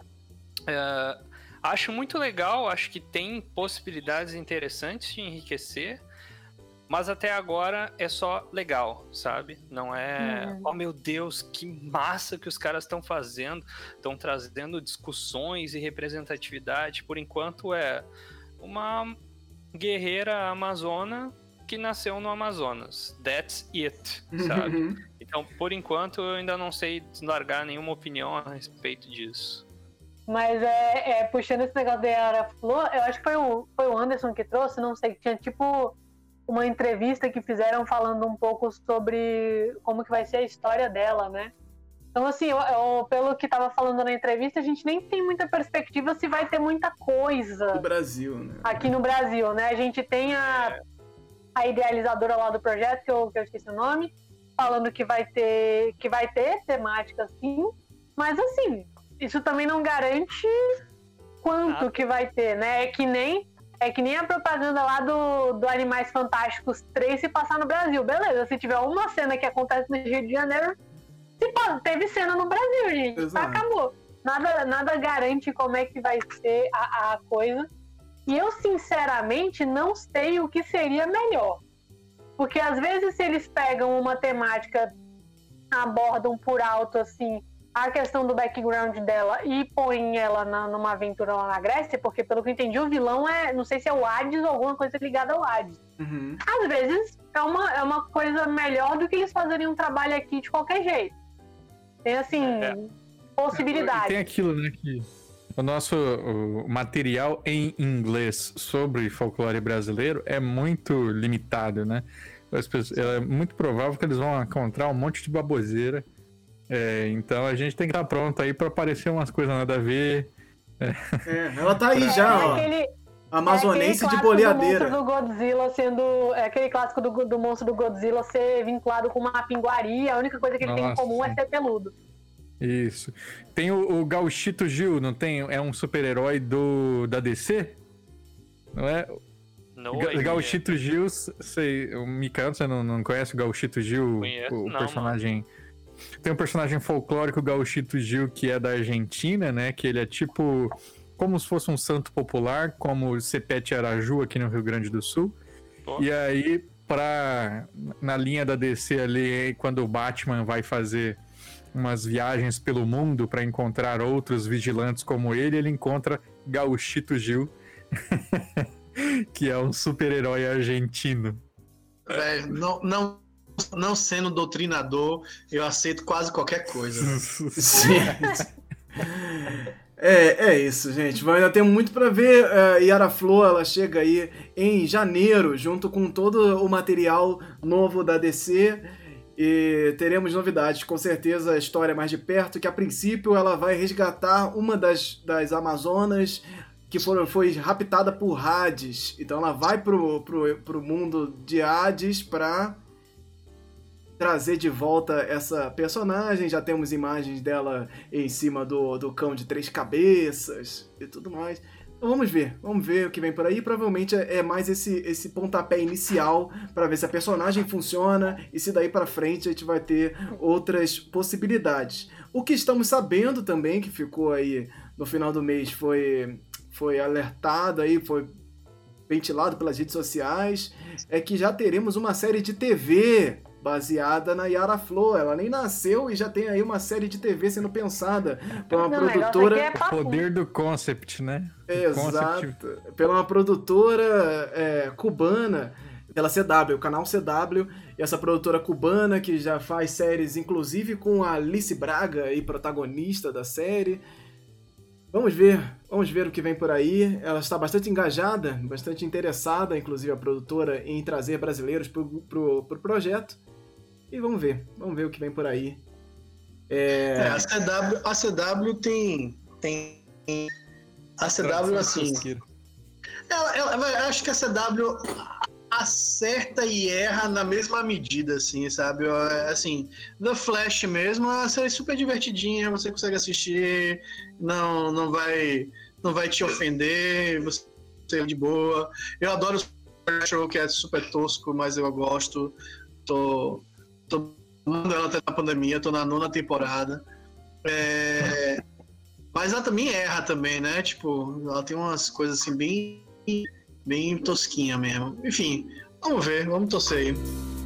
Speaker 5: acho muito legal, acho que tem possibilidades interessantes de enriquecer, mas até agora é só legal, sabe? Não é, oh meu Deus, que massa que os caras estão fazendo, estão trazendo discussões e representatividade. Por enquanto é uma guerreira amazona que nasceu no Amazonas. That's it, sabe? Então, por enquanto, eu ainda não sei largar nenhuma opinião a respeito disso.
Speaker 4: Mas puxando esse negócio da Yara Flor, eu acho que foi o Anderson que trouxe, não sei, que tinha tipo uma entrevista que fizeram falando um pouco sobre como que vai ser a história dela, né? Então, assim, pelo que tava falando na entrevista, a gente nem tem muita perspectiva se vai ter muita coisa
Speaker 1: do Brasil, né?
Speaker 4: Aqui no Brasil, né? A gente tem a idealizadora lá do projeto, que eu esqueci o nome, falando que vai ter temática, sim, mas assim, isso também não garante quanto que vai ter, né? É que nem a propaganda lá do Animais Fantásticos 3 se passar no Brasil. Beleza, se tiver uma cena que acontece no Rio de Janeiro, teve cena no Brasil, gente. Exato. Acabou. Nada garante como é que vai ser a coisa. E eu, sinceramente, não sei o que seria melhor. Porque, às vezes, se eles pegam uma temática, abordam por alto, assim, a questão do background dela e põem ela numa aventura lá na Grécia, porque, pelo que eu entendi, o vilão não sei se é o Hades ou alguma coisa ligada ao Hades. Às vezes, é uma coisa melhor do que eles fazerem um trabalho aqui de qualquer jeito. Tem, assim, possibilidade.
Speaker 2: E tem aquilo, né, que o nosso material em inglês sobre folclore brasileiro é muito limitado, né? É muito provável que eles vão encontrar um monte de baboseira. Então a gente tem que estar pronto aí pra aparecer umas coisas nada a ver.
Speaker 1: Ela tá aí já, ó. Amazonense de boleadeira.
Speaker 4: Do Godzilla sendo. Aquele clássico do monstro do Godzilla ser vinculado com uma pinguaria. A única coisa que ele tem em comum é ser peludo.
Speaker 2: Isso. Tem o Gauchito Gil, não tem? É um super-herói da DC? Não é? Gauchito Gil, o Mikael, você não conhece o Gauchito Gil? O personagem. Mano. Tem um personagem folclórico, o Gauchito Gil, que é da Argentina, né? Que ele é tipo como se fosse um santo popular, como o Cepete Araju aqui no Rio Grande do Sul. Pô. E aí, na linha da DC ali, quando o Batman vai fazer umas viagens pelo mundo para encontrar outros vigilantes como ele encontra Gauchito Gil, que é um super-herói argentino.
Speaker 3: Velho, não sendo doutrinador, eu aceito quase qualquer coisa.
Speaker 1: Sim. É isso, gente. Mas ainda tem muito pra ver. Yara Flor, ela chega aí em janeiro, junto com todo o material novo da DC. E teremos novidades, com certeza a história mais de perto, que a princípio ela vai resgatar uma das Amazonas que foi raptada por Hades. Então ela vai pro mundo de Hades pra trazer de volta essa personagem. Já temos imagens dela em cima do cão de 3 cabeças e tudo mais. Então vamos ver o que vem por aí. Provavelmente é mais esse pontapé inicial para ver se a personagem funciona e se daí para frente a gente vai ter outras possibilidades. O que estamos sabendo também, que ficou aí no final do mês, foi alertado aí, foi ventilado pelas redes sociais, é que já teremos uma série de TV baseada na Yara Flor. Ela nem nasceu e já tem aí uma série de TV sendo pensada por uma produtora...
Speaker 2: O poder do concept, né?
Speaker 1: Exato. Pela uma produtora cubana, pela CW, o canal CW, e essa produtora cubana que já faz séries, inclusive com a Alice Braga, aí, protagonista da série. Vamos ver o que vem por aí. Ela está bastante engajada, bastante interessada, inclusive a produtora, em trazer brasileiros pro projeto. E vamos ver o que vem por aí.
Speaker 3: A CW tem a CW, assim... Eu acho que a CW acerta e erra na mesma medida, assim, sabe? Assim, The Flash mesmo é uma série super divertidinha, você consegue assistir, não vai te ofender, você é de boa. Eu adoro o show, que é super tosco, mas eu gosto. Tô amando ela até na pandemia, tô na 9ª temporada. Mas ela também erra também, né? Tipo, ela tem umas coisas assim bem tosquinha mesmo. Enfim, vamos ver, vamos torcer aí.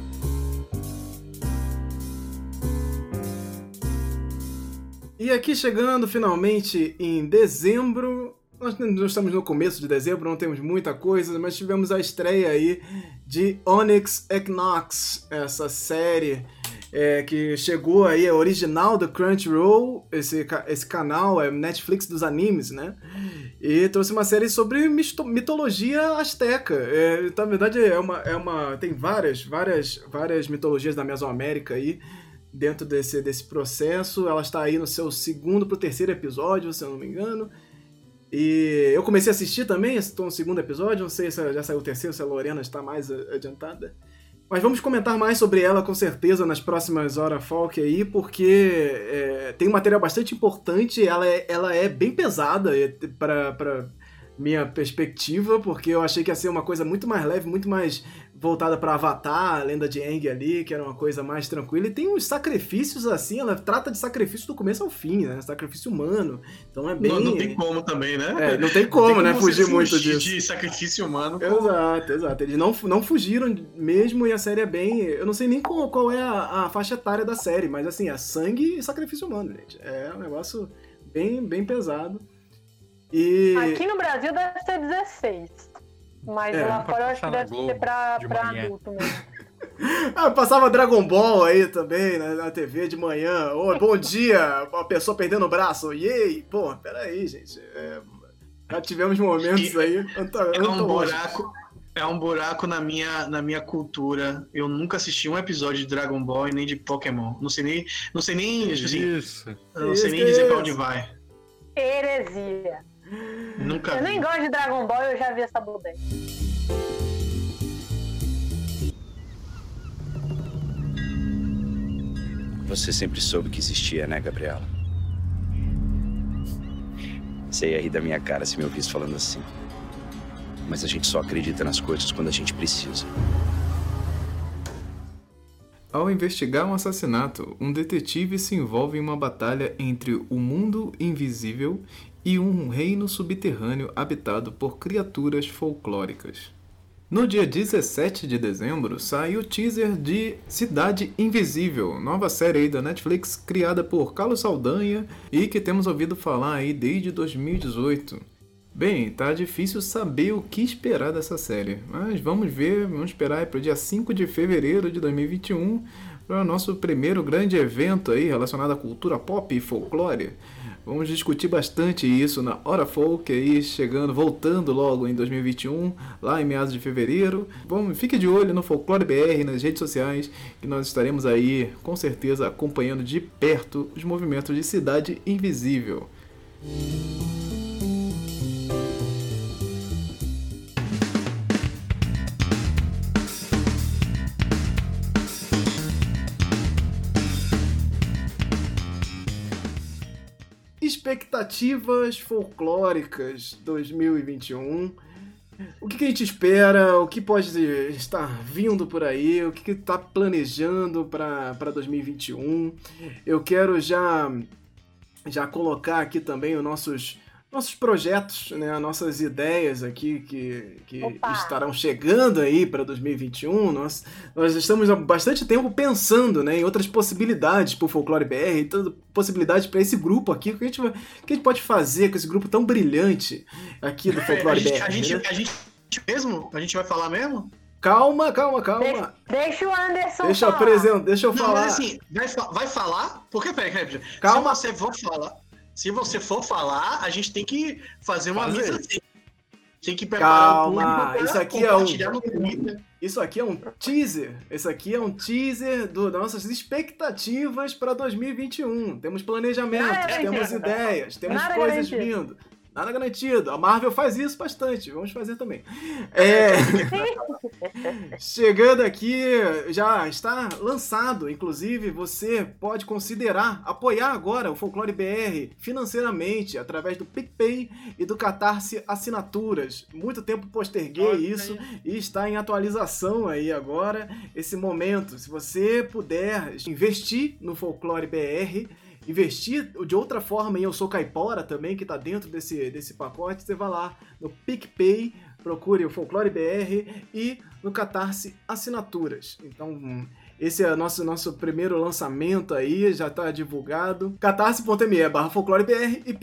Speaker 1: E aqui chegando finalmente em dezembro, nós estamos no começo de dezembro, não temos muita coisa, mas tivemos a estreia aí de Onyx Equinox, essa série que chegou aí, é original do Crunchyroll, esse canal é Netflix dos animes, né? E trouxe uma série sobre mitologia asteca. Na verdade, tem várias mitologias da Mesoamérica aí dentro desse processo. Ela está aí no seu 2º pro 3º episódio, se eu não me engano. E eu comecei a assistir também, estou no 2º episódio, não sei se já saiu o 3º, se a Lorena está mais adiantada. Mas vamos comentar mais sobre ela, com certeza, nas próximas Hora Folk aí, porque tem um material bastante importante, ela é bem pesada para minha perspectiva, porque eu achei que ia ser uma coisa muito mais leve, muito mais voltada para Avatar, a Lenda de Aang ali, que era uma coisa mais tranquila, e tem uns sacrifícios assim, ela trata de sacrifício do começo ao fim, né, sacrifício humano, então é bem...
Speaker 3: Não tem como também, né?
Speaker 1: Não tem como, né, fugir muito disso.
Speaker 3: De sacrifício humano.
Speaker 1: Exato, eles não fugiram mesmo, e a série é bem... Eu não sei nem qual é a faixa etária da série, mas assim, é sangue e sacrifício humano, gente, é um negócio bem pesado. E...
Speaker 4: Aqui no Brasil deve ser 16. Mas lá fora eu acho que deve ser pra adulto mesmo.
Speaker 1: Passava Dragon Ball aí também, né, na TV de manhã. Bom dia, a pessoa perdendo o braço. Yay! Pô, peraí, gente. Já tivemos momentos aí.
Speaker 3: É um buraco na minha cultura. Eu nunca assisti um episódio de Dragon Ball e nem de Pokémon. Não sei nem
Speaker 2: Isso.
Speaker 3: Não sei nem dizer pra onde vai.
Speaker 4: Heresia.
Speaker 3: Nunca
Speaker 4: nem gosto de Dragon Ball, eu já vi essa bodega.
Speaker 6: Você sempre soube que existia, né, Gabriela? Você ia rir da minha cara se me ouvisse falando assim. Mas a gente só acredita nas coisas quando a gente precisa.
Speaker 1: Ao investigar um assassinato, um detetive se envolve em uma batalha entre o mundo invisível e um reino subterrâneo habitado por criaturas folclóricas. No dia 17 de dezembro, sai o teaser de Cidade Invisível, nova série aí da Netflix criada por Carlos Saldanha e que temos ouvido falar aí desde 2018. Bem, tá difícil saber o que esperar dessa série, mas vamos ver, vamos esperar para o dia 5 de fevereiro de 2021 para o nosso primeiro grande evento aí relacionado à cultura pop e folclore. Vamos discutir bastante isso na Hora Folk aí, voltando logo em 2021, lá em meados de fevereiro. Fique de olho no Folclore BR, nas redes sociais, que nós estaremos aí, com certeza, acompanhando de perto os movimentos de Cidade Invisível. Expectativas folclóricas 2021. O que a gente espera? O que pode estar vindo por aí? O que está planejando para 2021? Eu quero já colocar aqui também os nossos projetos, né, nossas ideias aqui que estarão chegando aí para 2021. Nós estamos há bastante tempo pensando, né, em outras possibilidades para o Folclore BR, possibilidades para esse grupo aqui, o que a gente pode fazer com esse grupo tão brilhante aqui do Folclore BR.
Speaker 3: A gente vai falar mesmo?
Speaker 1: Calma.
Speaker 4: Deixa o Anderson
Speaker 1: falar. Deixa eu falar.
Speaker 3: Mas assim, vai falar? Porque, peraí.
Speaker 1: Calma.
Speaker 3: Se você for falar, a gente tem que fazer uma mesa assim. Tem que preparar
Speaker 1: Isso aqui é um teaser. Isso aqui é um teaser das nossas expectativas para 2021. Temos planejamento, temos ideias, temos coisas vindo. Nada garantido. A Marvel faz isso bastante. Vamos fazer também. Chegando aqui, já está lançado. Inclusive, você pode considerar apoiar agora o Folclore BR financeiramente através do PicPay e do Catarse Assinaturas. Muito tempo posterguei isso e está em atualização aí agora. Esse momento, se você puder investir no Folclore BR, investir de outra forma em Eu Sou Caipora também, que está dentro desse pacote, você vai lá no PicPay, procure o Folclore BR e no Catarse Assinaturas. Então, esse é o nosso primeiro lançamento aí, já está divulgado. catarse.me/folclorebr e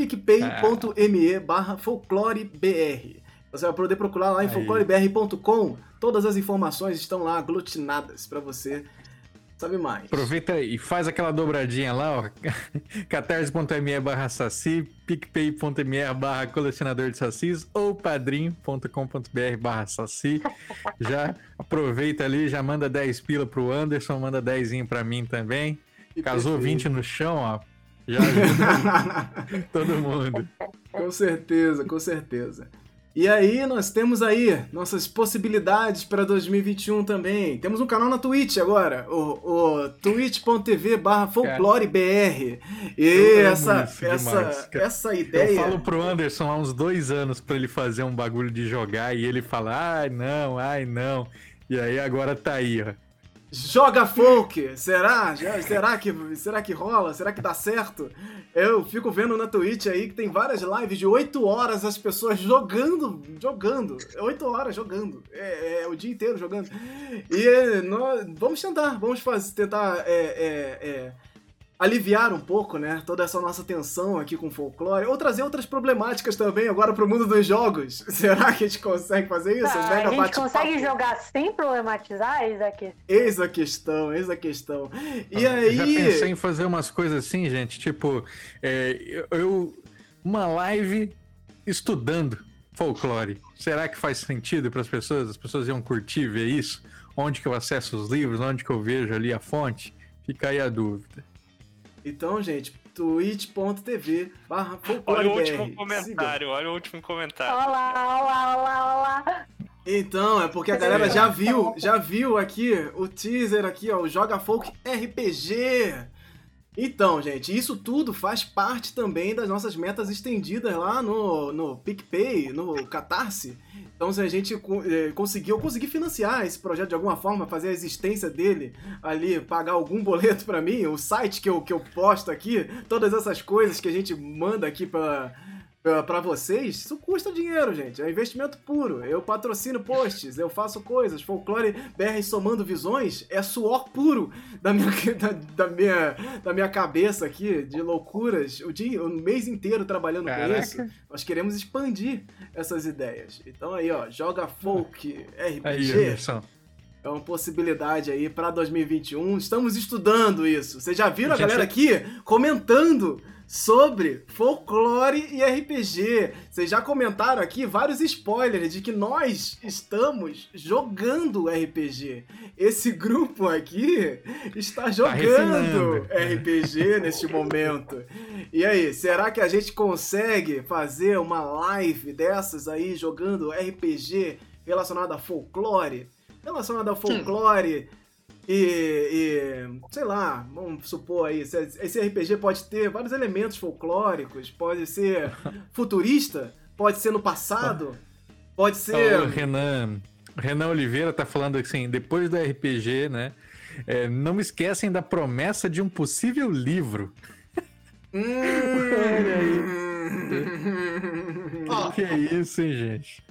Speaker 1: picpay.me/folclorebr. Você vai poder procurar lá em folclorebr.com. Todas as informações estão lá aglutinadas para você sabe mais.
Speaker 2: Aproveita e faz aquela dobradinha lá, ó. catarse.me/saci, picpay.me/colecionador de sacis ou padrim.com.br/saci. Já aproveita ali, já manda 10 pila pro Anderson, manda 10 pra mim também. Casou 20 no chão, ó. Já ajuda todo mundo.
Speaker 1: Com certeza. E aí, nós temos aí nossas possibilidades para 2021 também. Temos um canal na Twitch agora, o twitch.tv/folclorebr. E essa ideia...
Speaker 2: Eu falo pro Anderson há uns 2 anos para ele fazer um bagulho de jogar e ele fala, ai não. E aí agora tá aí, ó.
Speaker 1: Joga folk! Será que rola? Será que dá certo? Eu fico vendo na Twitch aí que tem várias lives de 8 horas as pessoas jogando. 8 horas jogando. É o dia inteiro jogando. E nós vamos tentar aliviar um pouco, né, toda essa nossa tensão aqui com o folclore, ou trazer outras problemáticas também agora pro mundo dos jogos. Será que a gente consegue fazer isso?
Speaker 4: A gente consegue jogar sem problematizar?
Speaker 1: Eis a questão. E aí...
Speaker 2: Já pensei em fazer umas coisas assim, gente, tipo, uma live estudando folclore. Será que faz sentido para as pessoas? As pessoas iam curtir ver isso? Onde que eu acesso os livros? Onde que eu vejo ali a fonte? Fica aí a dúvida.
Speaker 1: Então, gente, twitch.tv/folclorebr.
Speaker 5: Olha o último comentário.
Speaker 4: Olá.
Speaker 1: Então, é porque a galera já viu aqui o teaser aqui, ó, o Joga Folk RPG. Então, gente, isso tudo faz parte também das nossas metas estendidas lá no PicPay, no Catarse. Então, se a gente eu consegui financiar esse projeto de alguma forma, fazer a existência dele ali, pagar algum boleto pra mim, o site que eu posto aqui, todas essas coisas que a gente manda aqui pra vocês, isso custa dinheiro, gente. É investimento puro. Eu patrocino posts, eu faço coisas. Folclore BR somando visões é suor puro da minha cabeça aqui, de loucuras. O mês inteiro trabalhando com isso. Nós queremos expandir essas ideias. Então aí, ó, Joga Folk RPG.
Speaker 2: Aí, Anderson.
Speaker 1: É uma possibilidade aí pra 2021. Estamos estudando isso. Vocês já viram a galera aqui comentando sobre folclore e RPG. Vocês já comentaram aqui vários spoilers de que nós estamos jogando RPG. Esse grupo aqui está jogando RPG neste momento. E aí, será que a gente consegue fazer uma live dessas aí jogando RPG relacionado a folclore? Relacionado ao folclore e sei lá, vamos supor aí, esse RPG pode ter vários elementos folclóricos, pode ser futurista, pode ser no passado, pode ser...
Speaker 2: O Renan Oliveira tá falando assim, depois do RPG, né, não me esquecem da promessa de um possível livro. Olha aí. Que é isso, hein, gente?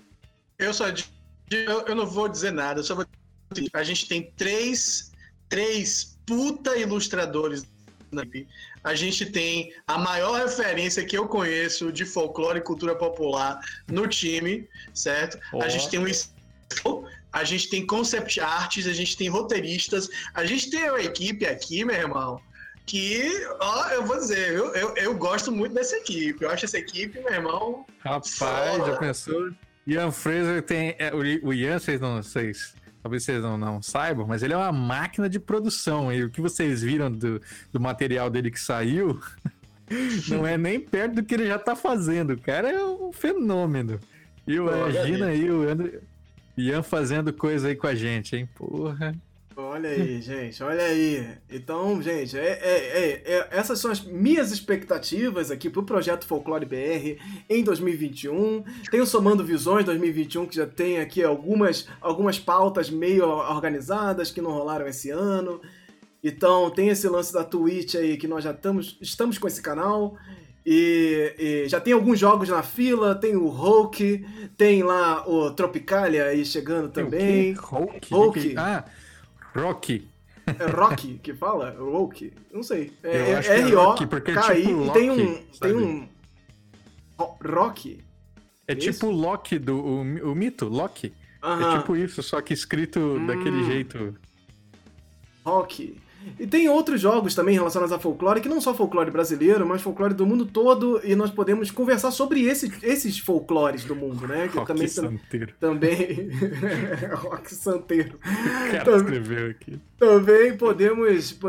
Speaker 3: Eu não vou dizer nada, eu só vou dizer, a gente tem três puta ilustradores na equipe. A gente tem a maior referência que eu conheço de folclore e cultura popular no time, certo? A gente tem a gente tem concept arts, a gente tem roteiristas, a gente tem uma equipe aqui, meu irmão, que, ó, eu vou dizer, eu gosto muito dessa equipe. Eu acho essa equipe, meu irmão...
Speaker 2: Rapaz, já pensou? Ian Fraser tem... o Ian, talvez vocês não saibam, mas ele é uma máquina de produção. E o que vocês viram do material dele que saiu não é nem perto do que ele já tá fazendo. O cara é um fenômeno. E imagina aí o Ian fazendo coisa aí com a gente, hein? Porra...
Speaker 1: Olha aí, gente, olha aí. Então, gente, essas são as minhas expectativas aqui pro Projeto Folclore BR em 2021. Tem o Somando Visões 2021, que já tem aqui algumas pautas meio organizadas que não rolaram esse ano. Então, tem esse lance da Twitch aí, que nós já estamos com esse canal. E já tem alguns jogos na fila, tem o Hulk, tem lá o Tropicalia aí chegando também.
Speaker 2: Hulk? Rocky.
Speaker 1: É Rocky que fala? Rocky? Não sei.
Speaker 2: Eu acho que é Rocky, porque é tipo Loki,
Speaker 1: tem um Rocky.
Speaker 2: É tipo o Loki o mito, Loki. É tipo isso, só que escrito daquele jeito.
Speaker 1: Rocky. E tem outros jogos também relacionados a folclore, que não só folclore brasileiro, mas folclore do mundo todo, e nós podemos conversar sobre esses folclores do mundo, né? Que
Speaker 2: Rock Santeiro.
Speaker 1: Também... Rock Santeiro.
Speaker 2: O cara escreveu aqui.
Speaker 1: Também podemos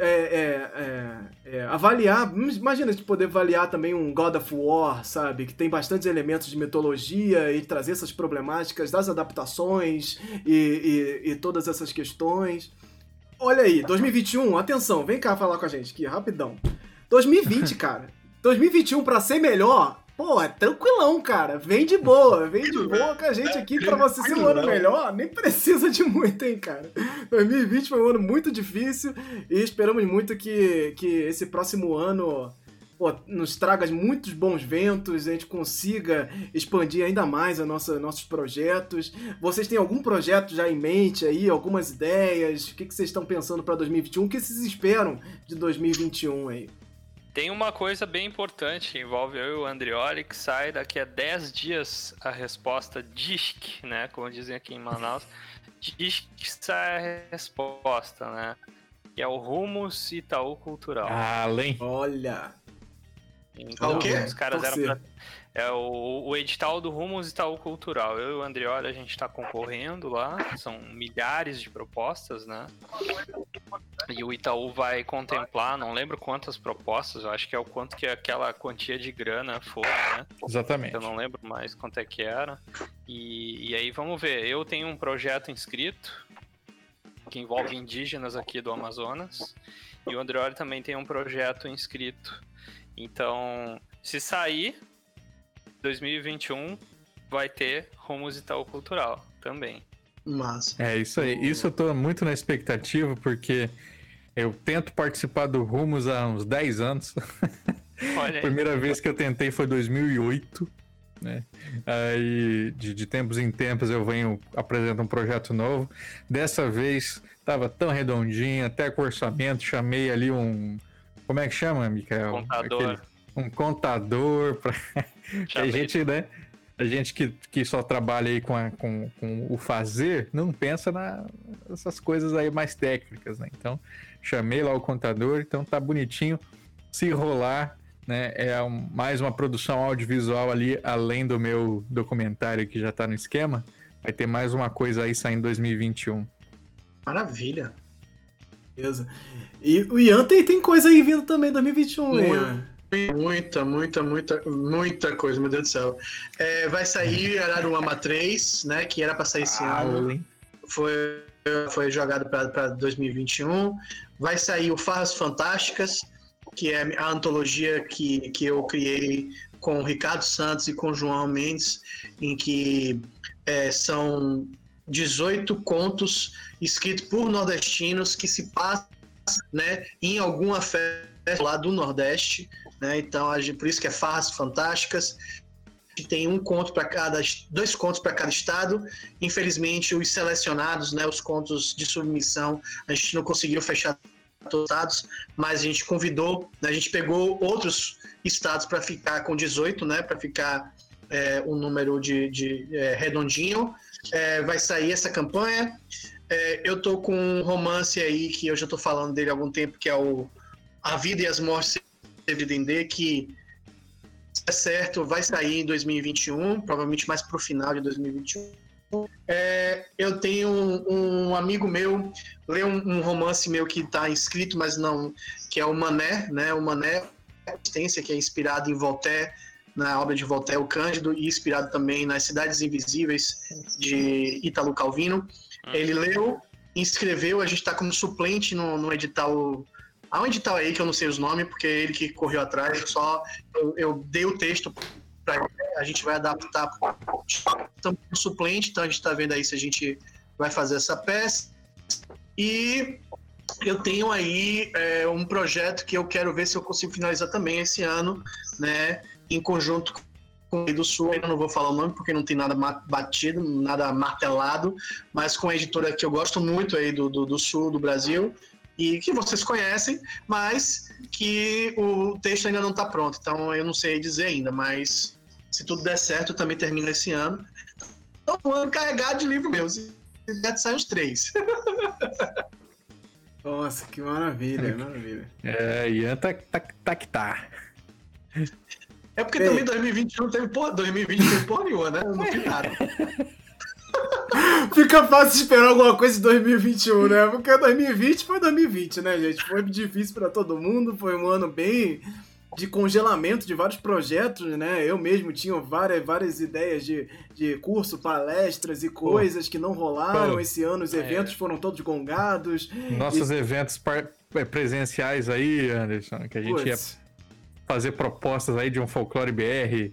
Speaker 1: avaliar, imagina de poder avaliar também um God of War, sabe? Que tem bastantes elementos de mitologia e trazer essas problemáticas das adaptações e todas essas questões. Olha aí, 2021, atenção, vem cá falar com a gente aqui, rapidão. 2020, cara. 2021 pra ser melhor, pô, é tranquilão, cara. Vem de boa com a gente aqui pra você ser um ano melhor. Nem precisa de muito, hein, cara. 2020 foi um ano muito difícil e esperamos muito que esse próximo ano... Pô, nos traga muitos bons ventos, a gente consiga expandir ainda mais nossos projetos. Vocês têm algum projeto já em mente aí, algumas ideias? O que vocês estão pensando para 2021? O que vocês esperam de 2021 aí?
Speaker 5: Tem uma coisa bem importante que envolve eu e o Andrioli, que sai daqui a 10 dias a resposta DISC, né? Como dizem aqui em Manaus. DISC sai a resposta, né? Que é o Rumos Itaú Cultural.
Speaker 2: Além.
Speaker 1: Olha...
Speaker 5: Então,
Speaker 3: o quê?
Speaker 5: os caras eram o edital do Rumos Itaú Cultural. Eu e o Andrioli, a gente tá concorrendo lá. São milhares de propostas, né? E o Itaú vai contemplar, não lembro quantas propostas, eu acho que é o quanto que aquela quantia de grana for, né?
Speaker 2: Exatamente.
Speaker 5: Eu não lembro mais quanto é que era. E aí vamos ver. Eu tenho um projeto inscrito que envolve indígenas aqui do Amazonas. E o Andrioli também tem um projeto inscrito. Então, se sair, 2021 vai ter Rumos Itaú Cultural também.
Speaker 3: Massa.
Speaker 2: É isso aí. Isso eu tô muito na expectativa, porque eu tento participar do Rumos há uns 10 anos.
Speaker 5: Olha aí.
Speaker 2: A primeira vez que eu tentei foi em 2008. Né? Aí, de tempos em tempos, eu venho apresentar um projeto novo. Dessa vez, tava tão redondinho, até com orçamento, chamei ali um... Como é que chama, Micael?
Speaker 5: Contador.
Speaker 2: Um contador pra a gente, né? A gente que só trabalha aí com o fazer, não pensa nessas coisas aí mais técnicas, né? Então, chamei lá o contador, então tá bonitinho. Se rolar, né? Mais uma produção audiovisual ali, além do meu documentário que já tá no esquema. Vai ter mais uma coisa aí saindo em 2021.
Speaker 3: Maravilha.
Speaker 1: Beleza. E o Ian tem coisa aí vindo também em 2021, Ian.
Speaker 3: Muita coisa, meu Deus do céu. Vai sair Araruama 3, né? Que era pra sair esse ano. Foi jogado pra 2021. Vai sair o Farras Fantásticas, que é a antologia que eu criei com o Ricardo Santos e com o João Mendes, em que são 18 contos escritos por nordestinos que se passam, né, em alguma festa lá do Nordeste, né? Então, por isso que é Farras Fantásticas. Tem dois contos para cada estado. Infelizmente, os selecionados, né, os contos de submissão, a gente não conseguiu fechar todos os estados, mas a gente convidou, né, a gente pegou outros estados para ficar com 18, né, para ficar um número de redondinho. Vai sair essa campanha. Eu tô com um romance aí que eu já tô falando dele há algum tempo, que é o A Vida e as Mortes de Dendê, que, se é certo, vai sair em 2021, provavelmente mais pro final de 2021. Eu tenho um amigo meu, leu um romance meu que tá escrito, mas não, que é o Mané, né? O Mané, que é inspirado em Voltaire, na obra de Voltaire, o Cândido, e inspirado também nas Cidades Invisíveis, de Ítalo Calvino. Ele leu, inscreveu, a gente está como suplente no edital. Há um edital aí que eu não sei os nomes, porque é ele que correu atrás, eu dei o texto para ele, a gente vai adaptar. Estamos como suplente, então a gente está vendo aí se a gente vai fazer essa peça. E eu tenho aí um projeto que eu quero ver se eu consigo finalizar também esse ano, né, em conjunto com o do Sul. Ainda não vou falar o nome porque não tem nada batido, nada martelado, mas com a editora que eu gosto muito aí do Sul do Brasil e que vocês conhecem, mas que o texto ainda não está pronto, então eu não sei dizer ainda, mas se tudo der certo, eu também termino esse ano. Então, um ano carregado de livro meu, se sair uns 3.
Speaker 1: Nossa, que maravilha, maravilha.
Speaker 2: Ian tá que tá.
Speaker 3: É porque também 2020 não teve porra nenhuma, né? Não tem nada.
Speaker 1: Fica fácil esperar alguma coisa em 2021, né? Porque 2020 foi 2020, né, gente? Foi difícil pra todo mundo, foi um ano bem de congelamento de vários projetos, né? Eu mesmo tinha várias ideias de curso, palestras e coisas que não rolaram. Esse ano os eventos foram todos gongados.
Speaker 2: Nossos eventos presenciais aí, Anderson, que a gente ia fazer propostas aí de um Folclore BR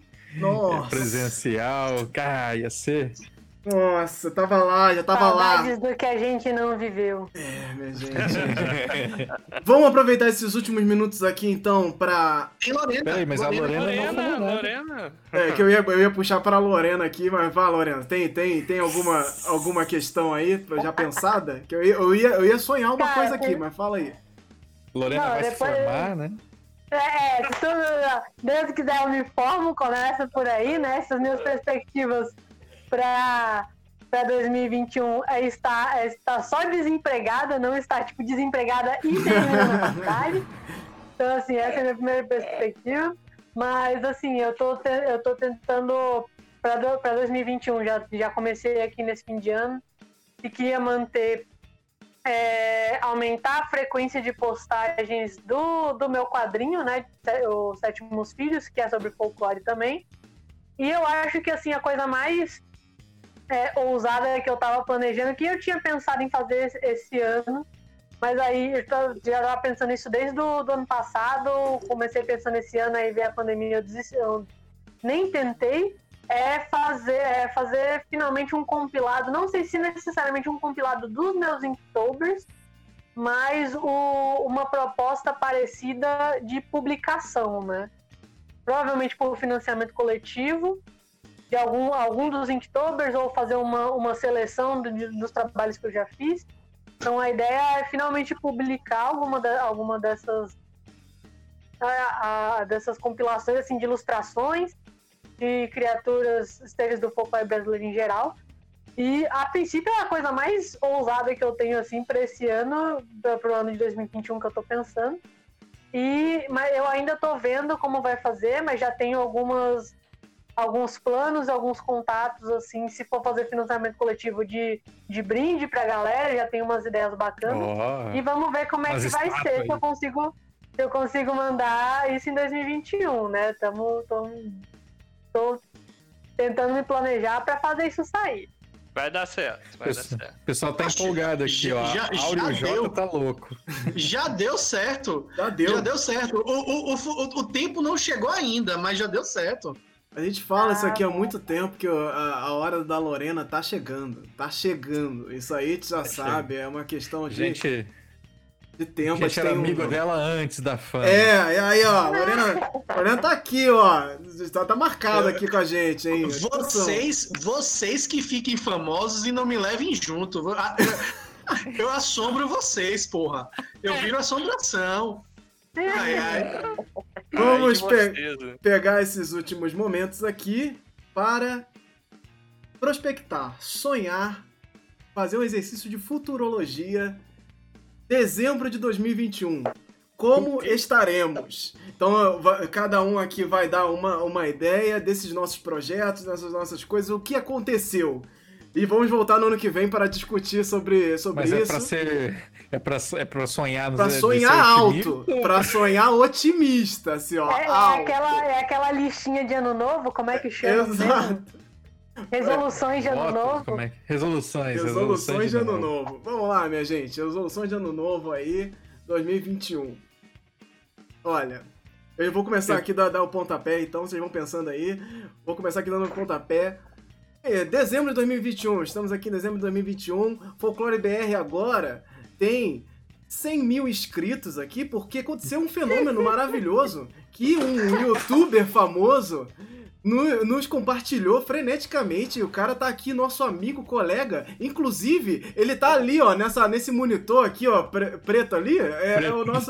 Speaker 2: presencial. Cara, ia ser...
Speaker 1: Nossa, tava lá, já tava
Speaker 4: Saudades do que a gente não viveu.
Speaker 1: Minha gente. Vamos aproveitar esses últimos minutos aqui, então, pra...
Speaker 3: Tem Lorena.
Speaker 2: Peraí, mas a Lorena.
Speaker 1: Que eu ia puxar pra Lorena aqui, mas vá, Lorena, tem alguma questão aí já pensada? Que eu ia sonhar uma coisa aqui, mas fala aí.
Speaker 2: Lorena vai se formar, né?
Speaker 4: Se tudo, Deus quiser, eu me formo, começa por aí, né? Essas minhas perspectivas para 2021 estar só desempregada, não estar, tipo, desempregada e terminando a faculdade. Então, assim, essa é a minha primeira perspectiva. Mas, assim, eu tô tentando, para 2021, já comecei aqui nesse fim de ano, e queria manter, aumentar a frequência de postagens do meu quadrinho, né, Os Sétimos Filhos, que é sobre folclore também. E eu acho que, assim, a coisa mais ousada que eu tava planejando, que eu tinha pensado em fazer esse ano, mas aí eu já tava pensando isso desde o ano passado, comecei pensando esse ano, aí veio a pandemia, eu nem tentei, fazer finalmente um compilado, não sei se necessariamente um compilado dos meus Inktober's, mas uma proposta parecida de publicação, né? Provavelmente por financiamento coletivo, de algum dos Inktober's, ou fazer uma seleção dos trabalhos que eu já fiz. Então a ideia é finalmente publicar alguma dessas compilações assim, de ilustrações, de criaturas, seres do folclore brasileiro em geral. E, a princípio, é a coisa mais ousada que eu tenho, assim, para esse ano, para o ano de 2021 que eu tô pensando. Mas eu ainda tô vendo como vai fazer, mas já tenho alguns planos, alguns contatos, assim, se for fazer financiamento coletivo de brinde pra galera, já tenho umas ideias bacanas. E vamos ver como é que vai ser, se eu consigo mandar isso em 2021, né? Tô tentando me planejar pra fazer isso sair.
Speaker 5: Vai dar certo, vai dar certo.
Speaker 2: O pessoal tá empolgado aqui, ó. Áureo J tá louco.
Speaker 3: Já deu certo.
Speaker 1: Já deu
Speaker 3: certo. O tempo não chegou ainda, mas já deu certo.
Speaker 1: A gente fala isso aqui há muito tempo, que a hora da Lorena tá chegando. Tá chegando. Isso aí a gente já sabe, é uma questão de tempo.
Speaker 2: A gente era amigo dela antes da fama.
Speaker 1: E aí, ó, Lorena tá aqui, ó. Tá marcado aqui com a gente, hein?
Speaker 3: Vocês que fiquem famosos e não me levem junto. Eu assombro vocês, porra. Eu viro assombração. Ai.
Speaker 1: Vamos pegar esses últimos momentos aqui para prospectar, sonhar, fazer um exercício de futurologia. Dezembro de 2021. Como estaremos? Então, cada um aqui vai dar uma ideia desses nossos projetos, dessas nossas coisas, o que aconteceu. E vamos voltar no ano que vem para discutir sobre
Speaker 2: Mas
Speaker 1: isso.
Speaker 2: É pra sonhar...
Speaker 1: Pra sonhar alto. Pra sonhar otimista, assim, ó.
Speaker 4: É aquela listinha de ano novo, como é que chama?
Speaker 1: Exato.
Speaker 4: Resoluções de ano novo.
Speaker 1: Resoluções de ano novo. Vamos lá, minha gente. Resoluções de ano novo aí, 2021. Olha, eu vou começar aqui a dar o pontapé, então vocês vão pensando aí. Vou começar aqui dando o pontapé. Dezembro de 2021, estamos aqui em dezembro de 2021. Folclore BR agora tem 100 mil inscritos aqui, porque aconteceu um fenômeno maravilhoso que um youtuber famoso nos compartilhou freneticamente. O cara tá aqui, nosso amigo, colega. Inclusive, ele tá ali, ó, nesse monitor aqui, ó, preto ali. É o nosso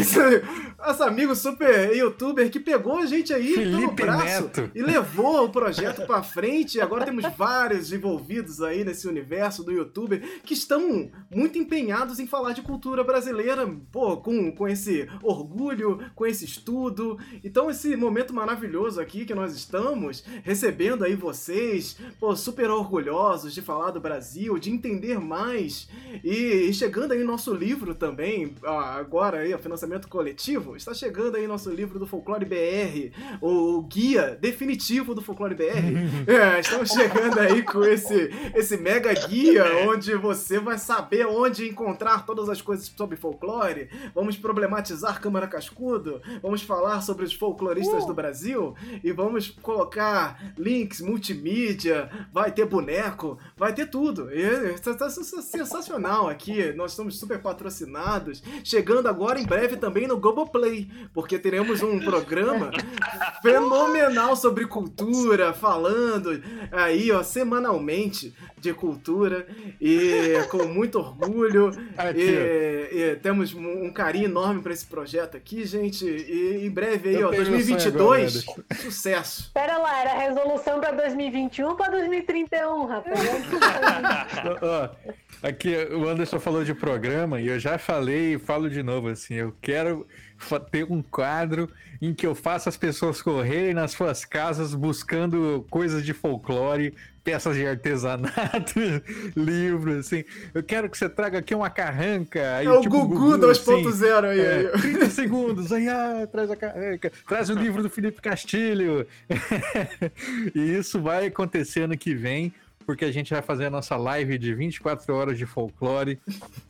Speaker 1: amigo super youtuber que pegou a gente aí pelo braço
Speaker 2: Neto.
Speaker 1: E levou o projeto pra frente. Agora temos vários envolvidos aí nesse universo do youtuber que estão muito empenhados em falar de cultura brasileira, pô, com esse orgulho, com esse estudo. Então, esse momento maravilhoso aqui que nós estamos recebendo aí vocês, pô, super orgulhosos de falar do Brasil, de entender mais, e chegando aí nosso livro também, agora aí, o financiamento coletivo, está chegando aí nosso livro do Folclore BR, o guia definitivo do Folclore BR. Estamos chegando aí com esse mega guia, onde você vai saber onde encontrar todas as coisas sobre folclore. Vamos problematizar Câmara Cascudo, vamos falar sobre os folcloristas do Brasil, e vamos colocar links, multimídia, vai ter boneco, vai ter tudo. Isso tá sensacional aqui. Nós estamos super patrocinados. Chegando agora em breve também no Globoplay, porque teremos um programa fenomenal sobre cultura, falando aí, ó, semanalmente de cultura, e com muito orgulho. E temos um carinho enorme para esse projeto aqui, gente. E em breve aí, ó, 2022, sucesso.
Speaker 4: Pera lá, era resolução pra 2021 ou pra 2031, rapaz?
Speaker 2: Aqui o Anderson falou de programa e eu já falei e falo de novo, assim, eu quero ter um quadro em que eu faça as pessoas correrem nas suas casas buscando coisas de folclore, peças de artesanato, livros, assim. Eu quero que você traga aqui uma carranca. Aí,
Speaker 1: o tipo, Gugu 2.0 aí.
Speaker 2: 30 segundos, aí traz a carranca, traz o livro do Felipe Castilho. E isso vai acontecer ano que vem, porque a gente vai fazer a nossa live de 24 horas de folclore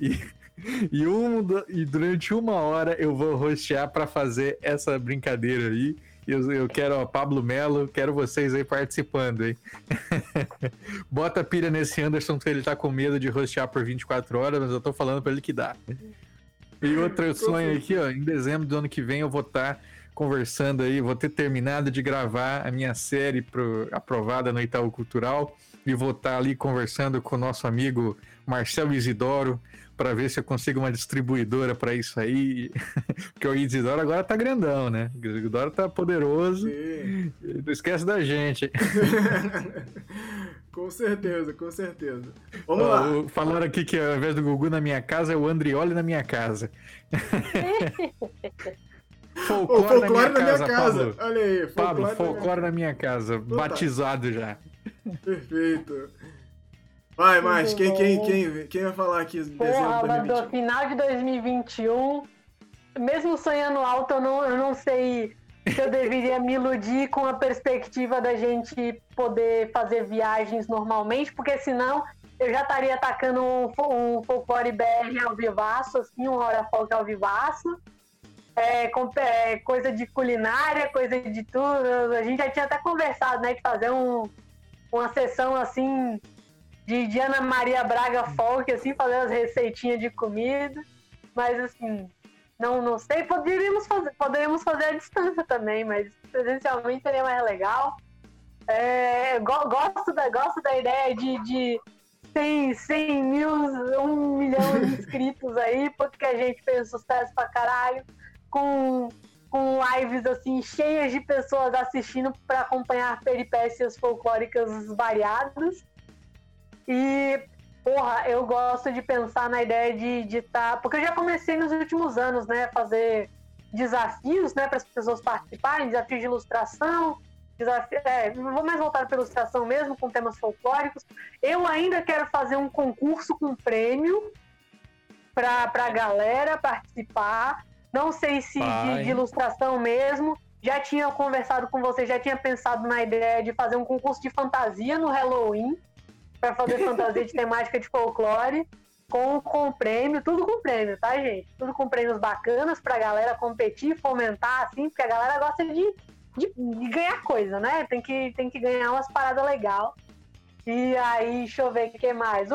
Speaker 2: e durante 1 hora eu vou hostear para fazer essa brincadeira aí. Eu quero, Pablo Melo, quero vocês aí participando, hein? Bota a pilha nesse Anderson, porque ele tá com medo de hostear por 24 horas, mas eu tô falando pra ele que dá. E outro sonho aqui, ó, em dezembro do ano que vem eu vou estar conversando aí, vou ter terminado de gravar a minha série aprovada no Itaú Cultural, e vou estar ali conversando com o nosso amigo Marcelo Isidoro, pra ver se eu consigo uma distribuidora pra isso aí. Porque o Isidoro agora tá grandão, né? O Isidoro tá poderoso.
Speaker 1: Sim.
Speaker 2: Não esquece da gente.
Speaker 1: Com certeza, com certeza. Vamos lá.
Speaker 2: Falaram aqui que ao invés do Gugu na minha casa, é o Andrioli na minha casa.
Speaker 1: Folclore na minha casa.
Speaker 2: Pablo.
Speaker 1: Olha aí,
Speaker 2: Pablo, folclore na minha casa. Batizado já.
Speaker 1: Perfeito. Vai, mais. Quem vai falar aqui?
Speaker 4: Porra, mas do final de 2021, mesmo sonhando alto, eu não sei se eu deveria me iludir com a perspectiva da gente poder fazer viagens normalmente, porque senão eu já estaria atacando um Folclore BR ao vivaço, assim, um Hora Folk ao vivaço. Coisa de culinária, coisa de tudo. A gente já tinha até conversado, né, de fazer uma sessão assim de Ana Maria Braga Folk, assim, fazer as receitinhas de comida. Mas assim, não sei, poderíamos fazer à distância também, mas presencialmente seria mais legal. Gosto da ideia de 100 mil, 1 milhão de inscritos aí, porque a gente fez sucesso pra caralho. Com lives assim cheias de pessoas assistindo para acompanhar peripécias folclóricas variadas. E, porra, eu gosto de pensar na ideia de estar... Porque eu já comecei nos últimos anos, né, fazer desafios, né, para as pessoas participarem, desafios de ilustração, vou mais voltar para ilustração mesmo, com temas folclóricos. Eu ainda quero fazer um concurso com prêmio para a galera participar. Não sei se de ilustração mesmo. Já tinha conversado com você, já tinha pensado na ideia de fazer um concurso de fantasia no Halloween, para fazer fantasia de temática de folclore, com prêmio, tudo com prêmio, tá, gente? Tudo com prêmios bacanas pra galera competir, fomentar, assim, porque a galera gosta de ganhar coisa, né? Tem que ganhar umas paradas legais. E aí, deixa eu ver o que mais.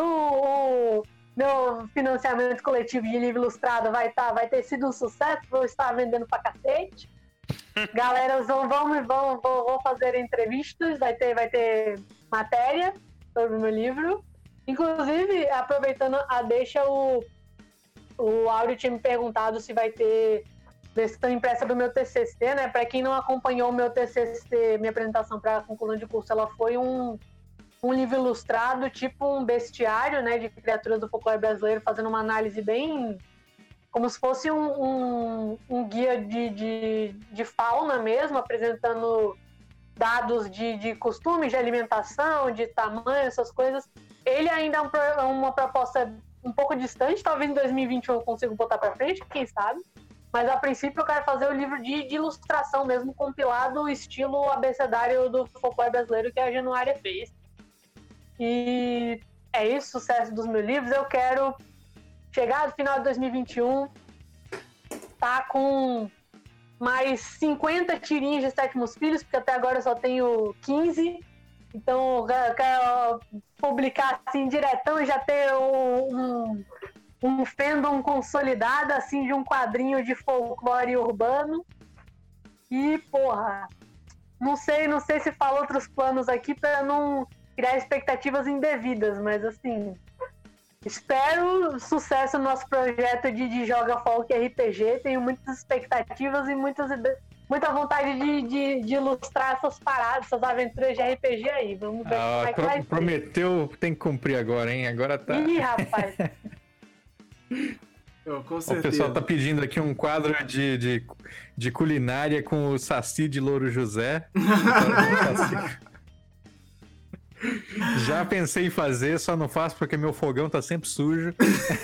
Speaker 4: Meu financiamento coletivo de livro ilustrado vai ter sido um sucesso, vou estar vendendo pra cacete. Galera, vou fazer entrevistas, vai ter matéria sobre o meu livro. Inclusive, aproveitando a deixa, o Áureo tinha me perguntado se vai ter versão impressa do meu TCC, né? Pra quem não acompanhou o meu TCC, minha apresentação para conclusão de curso, ela foi um livro ilustrado, tipo um bestiário, né, de criaturas do folclore brasileiro, fazendo uma análise bem... como se fosse um guia de fauna mesmo, apresentando dados de costumes, de alimentação, de tamanho, essas coisas. Ele ainda é uma proposta um pouco distante, talvez em 2021 eu consiga botar para frente, quem sabe. Mas a princípio eu quero fazer o livro de ilustração mesmo, compilado, estilo abecedário do folclore brasileiro que a Januária fez. E é isso, sucesso dos meus livros. Eu quero chegar no final de 2021, tá com mais 50 tirinhas de Sétimos Filhos, porque até agora eu só tenho 15. Então eu quero publicar assim diretão e já ter um fandom consolidado assim de um quadrinho de folclore urbano. E, porra, não sei se falo outros planos aqui para não criar expectativas indevidas, mas assim, espero sucesso no nosso projeto de Joga Folk RPG. Tenho muitas expectativas e muita vontade de ilustrar essas paradas, essas aventuras de RPG aí. Vamos ver como é que vai ser.
Speaker 2: Prometeu, tem que cumprir agora, hein? Agora tá...
Speaker 4: Ih, rapaz.
Speaker 1: Com certeza.
Speaker 2: O pessoal tá pedindo aqui um quadro de culinária com o Saci de Louro José. Já pensei em fazer, só não faço porque meu fogão tá sempre sujo.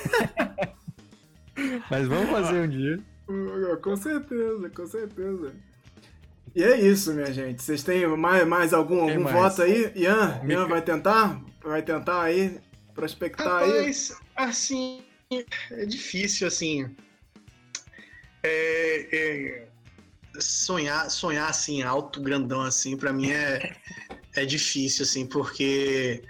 Speaker 2: Mas vamos fazer um dia.
Speaker 1: Com certeza, com certeza. E é isso, minha gente. Vocês têm mais algum voto aí? Ian vai tentar? Vai tentar aí prospectar?
Speaker 3: Rapaz, aí? Assim, é difícil, assim. Sonhar assim, alto, grandão, assim, pra mim é difícil, assim, porque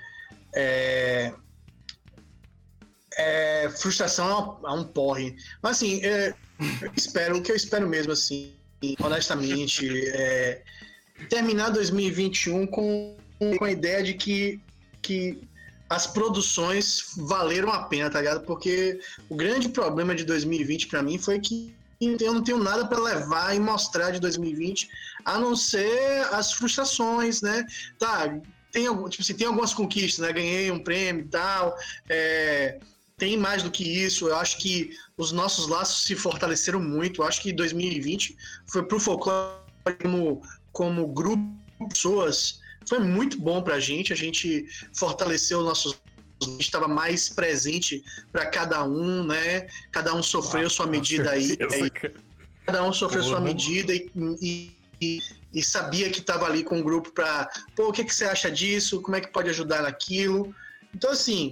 Speaker 3: frustração é um porre. Mas, assim, o que eu espero mesmo, assim, honestamente, terminar 2021 com a ideia de que as produções valeram a pena, tá ligado? Porque o grande problema de 2020 pra mim foi que eu não tenho nada pra levar e mostrar de 2020, a não ser as frustrações, né? Tá, tem algumas conquistas, né? Ganhei um prêmio e tal, tem mais do que isso. Eu acho que os nossos laços se fortaleceram muito. Eu acho que 2020 foi pro folclore como grupo de pessoas, foi muito bom pra gente. A gente fortaleceu nossos... A gente estava mais presente para cada um, né? Cada um sofreu sua medida aí. Cada um sofreu sua medida e sabia que estava ali com o grupo para... Pô, o que você acha disso? Como é que pode ajudar naquilo? Então, assim,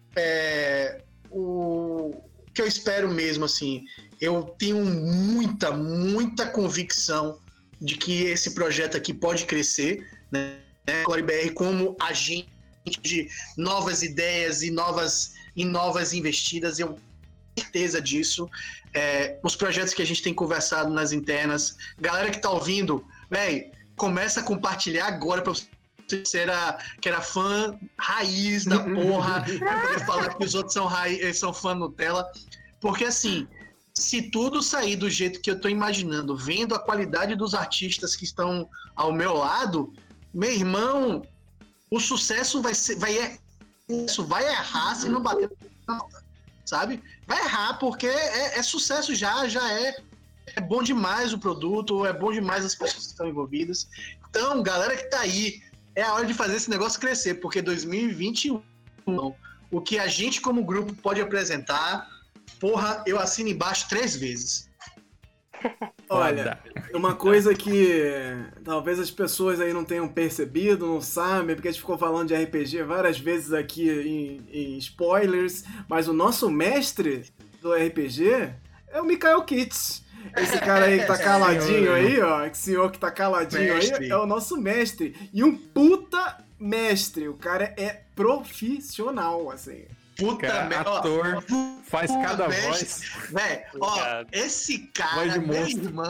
Speaker 3: o que eu espero mesmo, assim, eu tenho muita convicção de que esse projeto aqui pode crescer, né? Folclore BR como agente de novas ideias e novas investidas, eu tenho certeza disso. Os projetos que a gente tem conversado nas internas, galera que tá ouvindo, véi, começa a compartilhar agora pra você que era fã raiz da porra, pra poder falar que os outros são fã Nutella, porque assim, se tudo sair do jeito que eu tô imaginando, vendo a qualidade dos artistas que estão ao meu lado, meu irmão, o sucesso vai errar se não bater na nota, sabe? Vai errar porque é sucesso já é bom demais o produto, é bom demais as pessoas que estão envolvidas. Então, galera que tá aí, é a hora de fazer esse negócio crescer, porque 2021, o que a gente como grupo pode apresentar, porra, eu assino embaixo 3 vezes.
Speaker 1: Olha, uma coisa que talvez as pessoas aí não tenham percebido, não sabem, porque a gente ficou falando de RPG várias vezes aqui em spoilers, mas o nosso mestre do RPG é o Mikael Kitts. Esse cara aí que tá caladinho aí, ó, esse senhor que tá caladinho aí, é o nosso mestre. E um puta mestre, o cara é profissional, assim.
Speaker 2: Puta merda, ator, faz cada voz.
Speaker 3: Velho, ó, esse cara, meu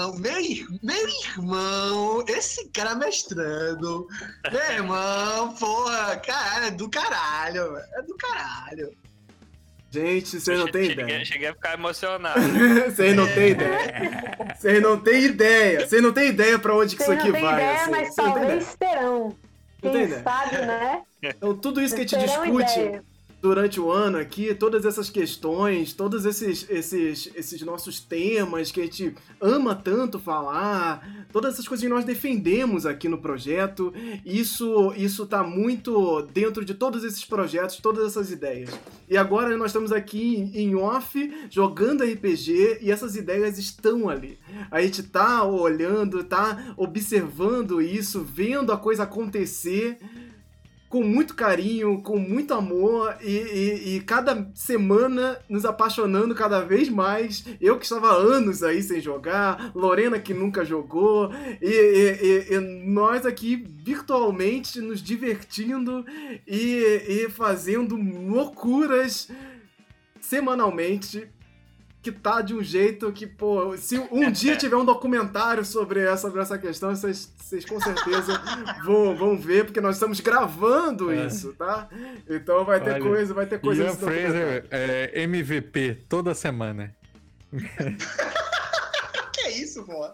Speaker 3: irmão, esse cara mestrando, meu irmão, porra, cara, é do caralho,
Speaker 1: Gente, vocês não têm ideia.
Speaker 5: Cheguei a ficar emocionado.
Speaker 1: Vocês não têm ideia. Vocês não têm ideia pra onde que isso aqui vai.
Speaker 4: Não tem ideia,
Speaker 1: assim.
Speaker 4: mas talvez terão. Quem sabe, né?
Speaker 1: Então, tudo isso que a gente discute durante o ano aqui, todas essas questões, todos esses nossos temas que a gente ama tanto falar, todas essas coisas que nós defendemos aqui no projeto, isso tá muito dentro de todos esses projetos, todas essas ideias. E agora nós estamos aqui em off, jogando RPG, e essas ideias estão ali. A gente tá olhando, tá observando isso, vendo a coisa acontecer, com muito carinho, com muito amor e cada semana nos apaixonando cada vez mais. Eu que estava há anos aí sem jogar, Lorena que nunca jogou, e nós aqui virtualmente nos divertindo e fazendo loucuras semanalmente, que tá de um jeito que, pô, se um dia tiver um documentário sobre essa questão, vocês com certeza vão ver, porque nós estamos gravando isso, tá? Então vai ter coisa
Speaker 2: Ian Fraser é MVP toda semana.
Speaker 3: Que é isso, pô?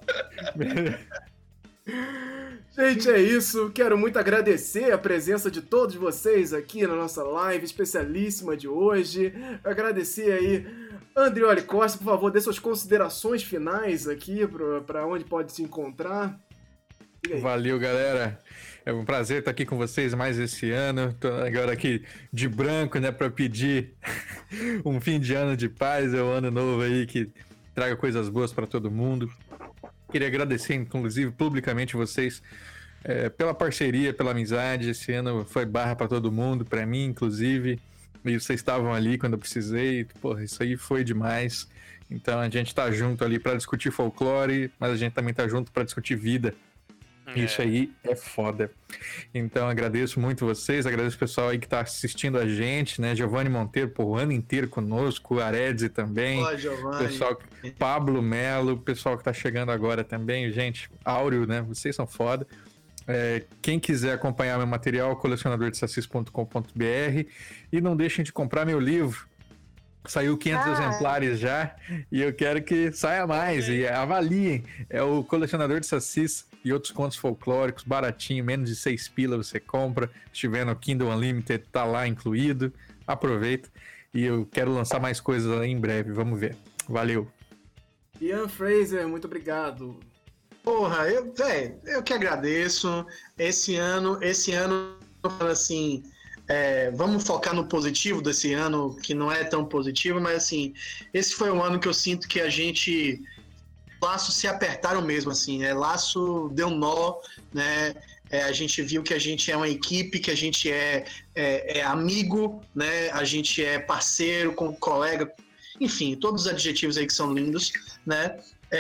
Speaker 1: Gente, é isso. Quero muito agradecer a presença de todos vocês aqui na nossa live especialíssima de hoje. Agradecer aí Andrioli Costa, por favor, dê suas considerações finais aqui para onde pode se encontrar.
Speaker 2: Valeu, galera. É um prazer estar aqui com vocês mais esse ano. Tô agora aqui de branco, né, para pedir um fim de ano de paz, um ano novo aí que traga coisas boas para todo mundo. Queria agradecer, inclusive, publicamente vocês pela parceria, pela amizade. Esse ano foi barra para todo mundo, para mim, inclusive. E vocês estavam ali quando eu precisei. Porra, isso aí foi demais. Então a gente tá junto ali para discutir folclore, mas a gente também tá junto para discutir vida. Isso aí é foda. Então agradeço muito vocês, agradeço o pessoal aí que tá assistindo a gente, né? Giovanni Monteiro, o ano inteiro conosco, o Aredzi também.
Speaker 3: Olá, Giovanni.
Speaker 2: Pessoal, Pablo Melo, o pessoal que tá chegando agora também, gente, Áureo, né? Vocês são foda. Quem quiser acompanhar meu material, colecionadordesassis.com.br, e não deixem de comprar meu livro. Saiu 500 exemplares já, e eu quero que saia mais, e avaliem. É o Colecionador de Sacis e outros contos folclóricos, baratinho, menos de 6 pila você compra. Se tiver no Kindle Unlimited, tá lá incluído. Aproveita. E eu quero lançar mais coisas em breve, vamos ver. Valeu.
Speaker 1: Ian Fraser, muito obrigado.
Speaker 3: Porra, eu que agradeço. Esse ano, assim, vamos focar no positivo desse ano, que não é tão positivo, mas assim, esse foi um ano que eu sinto que laços se apertaram mesmo, assim, laço deu nó, né? A gente viu que a gente é uma equipe, que a gente é amigo, né? A gente é parceiro, colega, enfim, todos os adjetivos aí que são lindos, né?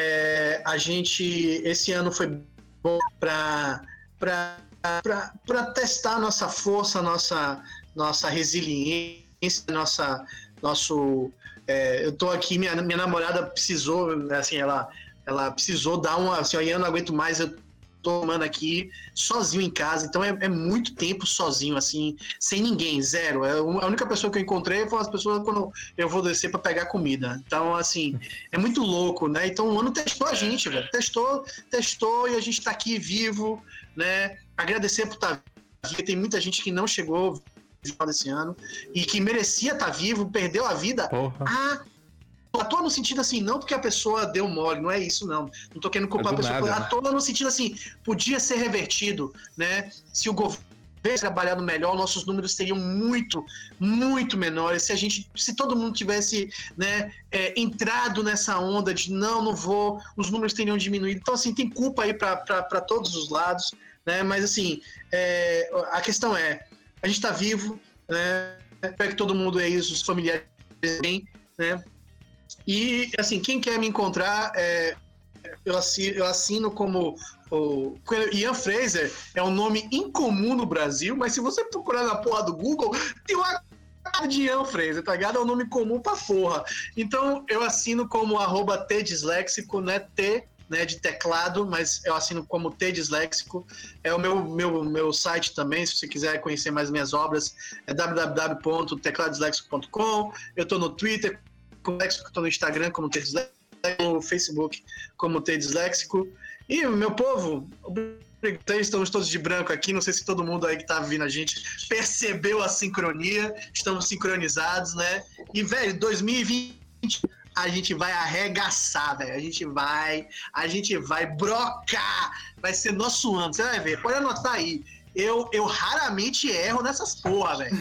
Speaker 3: Esse ano foi bom para testar nossa força, nossa resiliência, eu tô aqui, minha namorada precisou, assim, ela precisou dar assim, eu não aguento mais, eu tô tomando aqui sozinho em casa, então é muito tempo sozinho, assim, sem ninguém, zero. A única pessoa que eu encontrei foi as pessoas quando eu vou descer para pegar comida. Então, assim, é muito louco, né? Então o ano testou a gente, velho. Testou e a gente tá aqui vivo, né? Agradecer por estar vivo. Tem muita gente que não chegou desse ano e que merecia estar vivo, perdeu a vida. Atua no sentido assim, não porque a pessoa deu mole, não é isso, não. Não tô querendo culpar a pessoa. Atua no sentido assim, podia ser revertido, né? Se o governo tivesse trabalhado melhor, nossos números seriam muito, muito menores. Se todo mundo tivesse, né, entrado nessa onda de não vou, os números teriam diminuído. Então, assim, tem culpa aí para todos os lados, né? Mas, assim, a questão a gente tá vivo, né? Espero que todo mundo aí, os familiares bem, né? E, assim, quem quer me encontrar, eu assino como o Ian Fraser. É um nome incomum no Brasil, mas se você procurar na porra do Google, tem uma cara de Ian Fraser, tá ligado? É um nome comum pra porra. Então, eu assino como @tdisléxico, né? T, né, de teclado, mas eu assino como Tdisléxico. É o meu site também, se você quiser conhecer mais minhas obras, é www.tecladisléxico.com. Eu tô no Twitter, estou no Instagram como Tdisléxico, no Facebook como Tdisléxico. E, meu povo, estamos todos de branco aqui, não sei se todo mundo aí que tá vindo a gente percebeu a sincronia, estamos sincronizados, né? E, velho, 2020 a gente vai arregaçar, velho, a gente vai brocar, vai ser nosso ano, você vai ver, pode anotar aí. Eu raramente erro nessas porra, velho.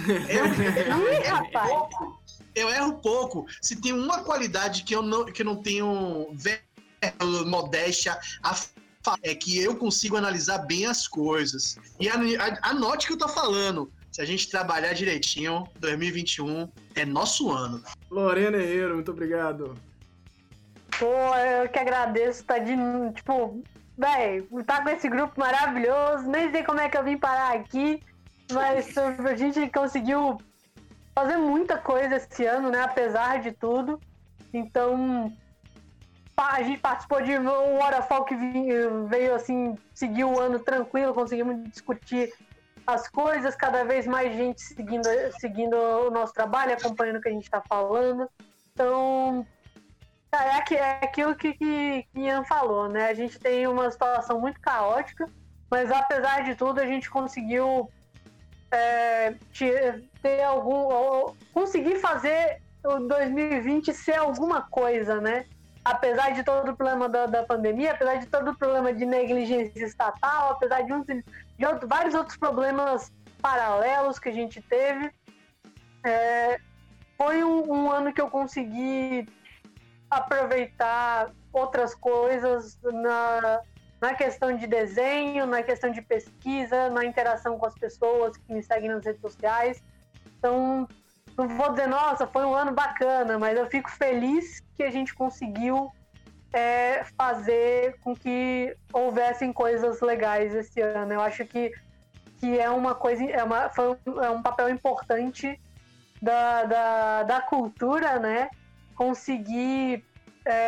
Speaker 3: Eu erro pouco. Se tem uma qualidade que eu não tenho modéstia, é que eu consigo analisar bem as coisas. E anote o que eu tô falando. Se a gente trabalhar direitinho, 2021 é nosso ano.
Speaker 1: Lorena Herrero, muito obrigado.
Speaker 4: Pô, eu que agradeço, tá tá com esse grupo maravilhoso, nem sei como é que eu vim parar aqui, mas a gente conseguiu fazer muita coisa esse ano, né? Apesar de tudo. Então, a gente participou de um Waterfall que veio assim, seguiu o ano tranquilo, conseguimos discutir as coisas, cada vez mais gente seguindo o nosso trabalho, acompanhando o que a gente está falando. Então, é aquilo que Ian falou, né? A gente tem uma situação muito caótica, mas apesar de tudo, a gente conseguiu conseguir fazer o 2020 ser alguma coisa, né? Apesar de todo o problema da pandemia, apesar de todo o problema de negligência estatal, apesar de vários outros problemas paralelos que a gente teve, foi um ano que eu consegui aproveitar outras coisas na questão de desenho, na questão de pesquisa, na interação com as pessoas que me seguem nas redes sociais. Então, não vou dizer, nossa, foi um ano bacana, mas eu fico feliz que a gente conseguiu fazer com que houvessem coisas legais esse ano. Eu acho que é uma coisa, é um papel importante da cultura, né? Conseguir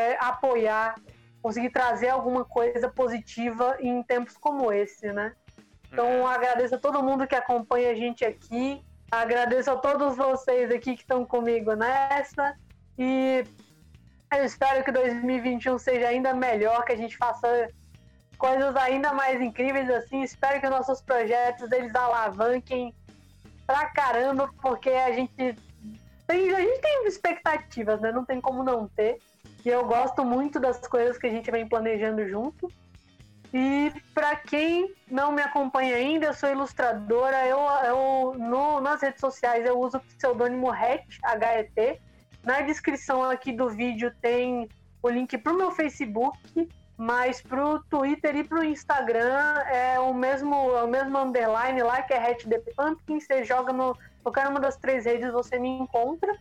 Speaker 4: apoiar, conseguir trazer alguma coisa positiva em tempos como esse, né? Então, agradeço a todo mundo que acompanha a gente aqui. Agradeço a todos vocês aqui que estão comigo nessa. E eu espero que 2021 seja ainda melhor, que a gente faça coisas ainda mais incríveis assim. Espero que nossos projetos eles alavanquem pra caramba, porque a gente tem expectativas, né? Não tem como não ter. E eu gosto muito das coisas que a gente vem planejando junto. E para quem não me acompanha ainda, eu sou ilustradora. Nas redes sociais eu uso o pseudônimo HET. Na descrição aqui do vídeo tem o link pro meu Facebook, mas pro Twitter e pro Instagram é o mesmo underline lá, que é HET_ThePumpkin. Você joga no qualquer uma das 3 redes, você me encontra.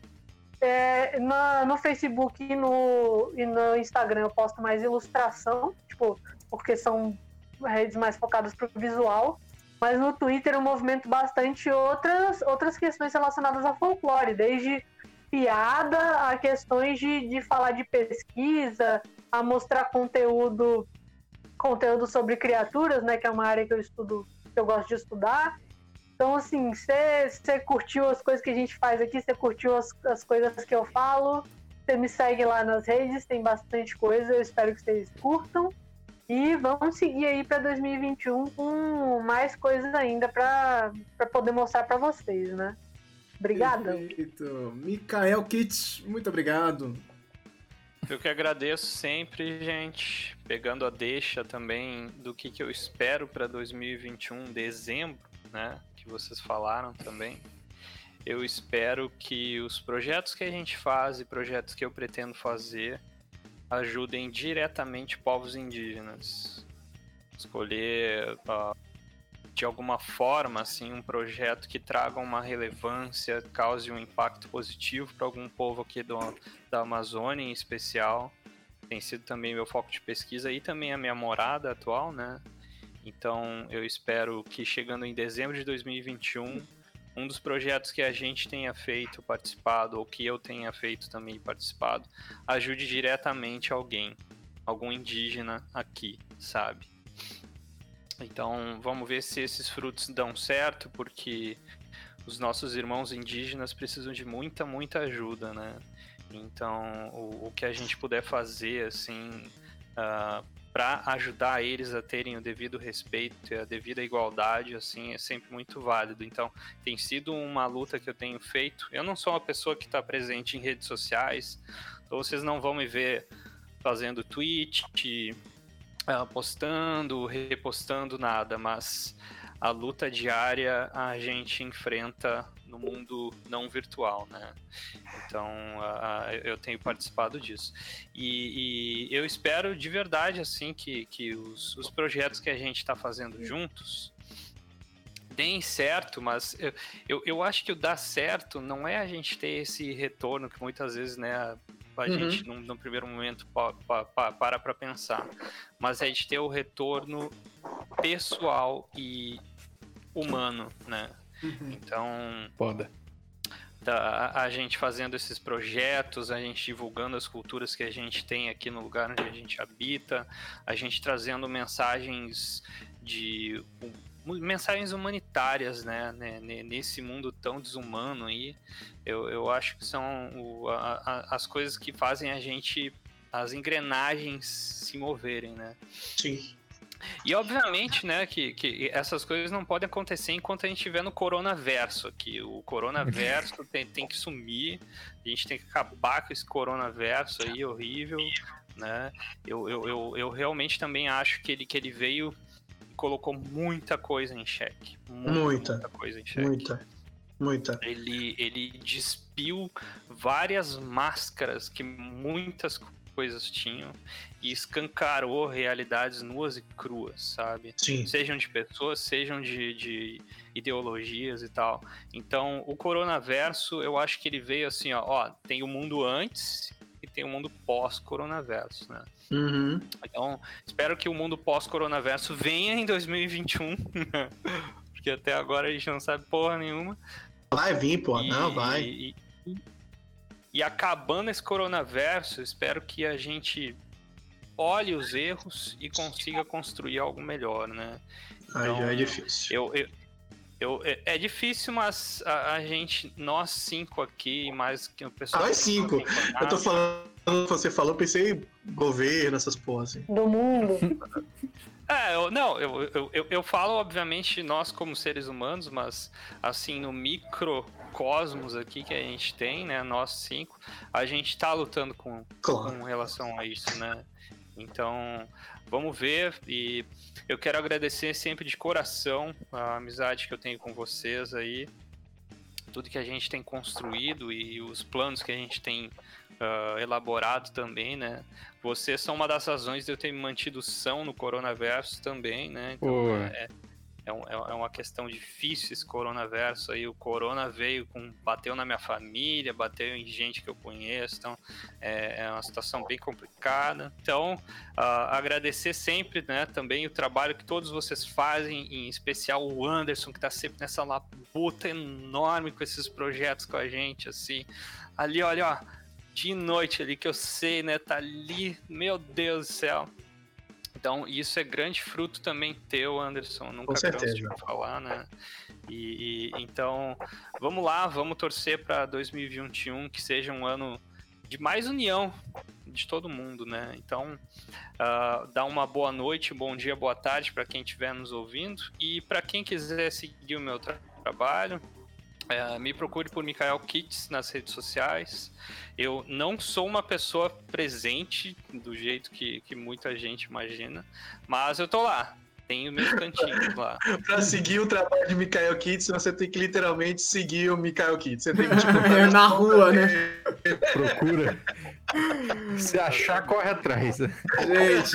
Speaker 4: No Facebook e no Instagram eu posto mais ilustração, porque são redes mais focadas para o visual, mas no Twitter eu movimento bastante outras questões relacionadas a folclore, desde piada a questões de falar de pesquisa, a mostrar conteúdo sobre criaturas, né, que é uma área que eu gosto de estudar. Então, assim, você curtiu as coisas que a gente faz aqui, você curtiu as coisas que eu falo, você me segue lá nas redes, tem bastante coisa, eu espero que vocês curtam. E vamos seguir aí para 2021 com mais coisas ainda para poder mostrar para vocês, né? Obrigada.
Speaker 1: Perfeito. Mikael Kitts, muito obrigado.
Speaker 5: Eu que agradeço sempre, gente. Pegando a deixa também do que eu espero para 2021, dezembro, né? Que vocês falaram também. Eu espero que os projetos que a gente faz e projetos que eu pretendo fazer ajudem diretamente povos indígenas. Escolher de alguma forma assim, um projeto que traga uma relevância, cause um impacto positivo para algum povo aqui da Amazônia em especial. Tem sido também meu foco de pesquisa e também a minha morada atual, né? Então eu espero que chegando em dezembro de 2021, um dos projetos que a gente tenha feito, participado, ou que eu tenha feito também participado, ajude diretamente algum indígena aqui, sabe? Então, vamos ver se esses frutos dão certo, porque os nossos irmãos indígenas precisam de muita, muita ajuda, né? Então, o que a gente puder fazer, assim, para ajudar eles a terem o devido respeito e a devida igualdade, assim, é sempre muito válido. Então, tem sido uma luta que eu tenho feito. Eu não sou uma pessoa que está presente em redes sociais, então vocês não vão me ver fazendo tweet, postando, repostando nada, mas a luta diária a gente enfrenta no mundo não virtual, né? Então, eu tenho participado disso. E eu espero de verdade, assim, que os projetos que a gente está fazendo juntos deem certo, mas eu acho que o dar certo não é a gente ter esse retorno que muitas vezes, né, a gente, no primeiro momento, para pensar. Mas é de ter o retorno pessoal e humano, né? Então,
Speaker 2: Foda.
Speaker 5: A gente fazendo esses projetos, a gente divulgando as culturas que a gente tem aqui no lugar onde a gente habita, a gente trazendo mensagens humanitárias, né, nesse mundo tão desumano aí, eu acho que são as coisas que fazem as engrenagens se moverem, né?
Speaker 3: Sim.
Speaker 5: E obviamente, né, que essas coisas não podem acontecer enquanto a gente estiver no coronaverso aqui. O coronaverso tem que sumir, a gente tem que acabar com esse coronaverso aí horrível, né? Eu realmente também acho que ele veio e colocou muita coisa em xeque. Muita coisa em xeque.
Speaker 3: Muita.
Speaker 5: Ele despiu várias máscaras que muitas coisas tinham e escancarou realidades nuas e cruas, sabe?
Speaker 3: Sim.
Speaker 5: Sejam de pessoas, sejam de ideologias e tal. Então, o coronaverso, eu acho que ele veio assim, ó, tem o mundo antes e tem o mundo pós-coronaverso, né? Então, espero que o mundo pós-coronaverso venha em 2021, porque até agora a gente não sabe porra nenhuma.
Speaker 3: Vai vir, pô. Não, vai.
Speaker 5: E acabando esse coronaverso, espero que a gente olhe os erros e consiga construir algo melhor, né?
Speaker 3: Aí já é difícil.
Speaker 5: É difícil, mas a gente, nós 5 aqui, mais que o pessoal...
Speaker 3: Nós 5. Eu tô falando, você falou, pensei em governo, essas porras assim.
Speaker 4: Do mundo.
Speaker 5: Eu falo, obviamente, nós como seres humanos, mas assim, no microcosmos aqui que a gente tem, né, nós 5, a gente tá lutando com relação a isso, né? Então, vamos ver, e eu quero agradecer sempre de coração a amizade que eu tenho com vocês aí, tudo que a gente tem construído e os planos que a gente tem elaborado também, né? Vocês são uma das razões de eu ter me mantido são no coronaverso também, né? Então, é uma questão difícil esse coronaverso aí. O corona bateu na minha família, bateu em gente que eu conheço, então é uma situação bem complicada. Então, agradecer sempre, né, também o trabalho que todos vocês fazem, em especial o Anderson, que tá sempre nessa labuta enorme com esses projetos com a gente, assim. Ali, olha, ó, de noite ali, que eu sei, né, tá ali, meu Deus do céu. Então, isso é grande fruto também teu, Anderson. Nunca canso de falar, né? Então, vamos lá, vamos torcer para 2021, que seja um ano de mais união de todo mundo, né? Então, dá uma boa noite, bom dia, boa tarde para quem estiver nos ouvindo. E para quem quiser seguir o meu trabalho, me procure por Mikael Kitts nas redes sociais. Eu não sou uma pessoa presente do jeito que muita gente imagina, mas eu tô lá, tenho meus cantinhos lá.
Speaker 3: Pra seguir o trabalho de Mikael Kitts, você tem que literalmente seguir o Mikael Kitts. Você tem que
Speaker 1: na rua, né?
Speaker 2: Procura. Se achar, corre atrás.
Speaker 1: Gente,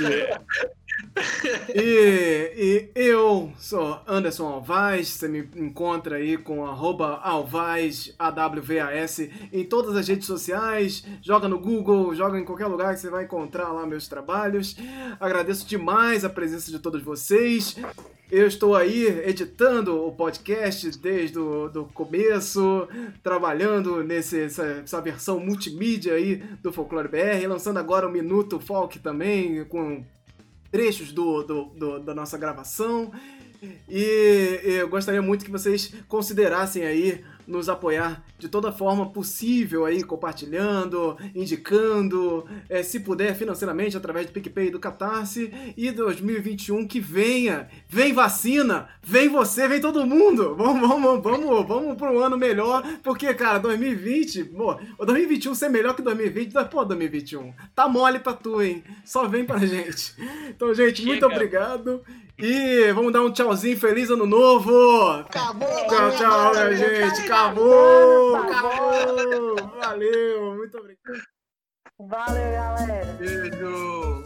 Speaker 1: e eu sou Anderson Alvaz. Você me encontra aí com @Alvaz, AWVAS, em todas as redes sociais. Joga no Google, joga em qualquer lugar que você vai encontrar lá meus trabalhos. Agradeço demais a presença de todos vocês. Eu estou aí editando o podcast desde o começo, trabalhando nessa versão multimídia aí do Folclore BR, lançando agora o Minuto Folk também, com trechos da nossa gravação. E eu gostaria muito que vocês considerassem aí nos apoiar de toda forma possível aí, compartilhando, indicando, se puder financeiramente através do PicPay e do Catarse. E 2021 que vem vacina, vem você, vem todo mundo. Vamos para um ano melhor, porque, cara, 2020, o 2021 ser melhor que 2020, pô, 2021, tá mole pra tu, hein? Só vem pra gente. Então, gente, muito obrigado. E vamos dar um tchauzinho, feliz ano novo!
Speaker 3: Acabou!
Speaker 1: Tchau, minha gente! Acabou! Valeu! Muito obrigado!
Speaker 4: Valeu, galera!
Speaker 3: Beijo!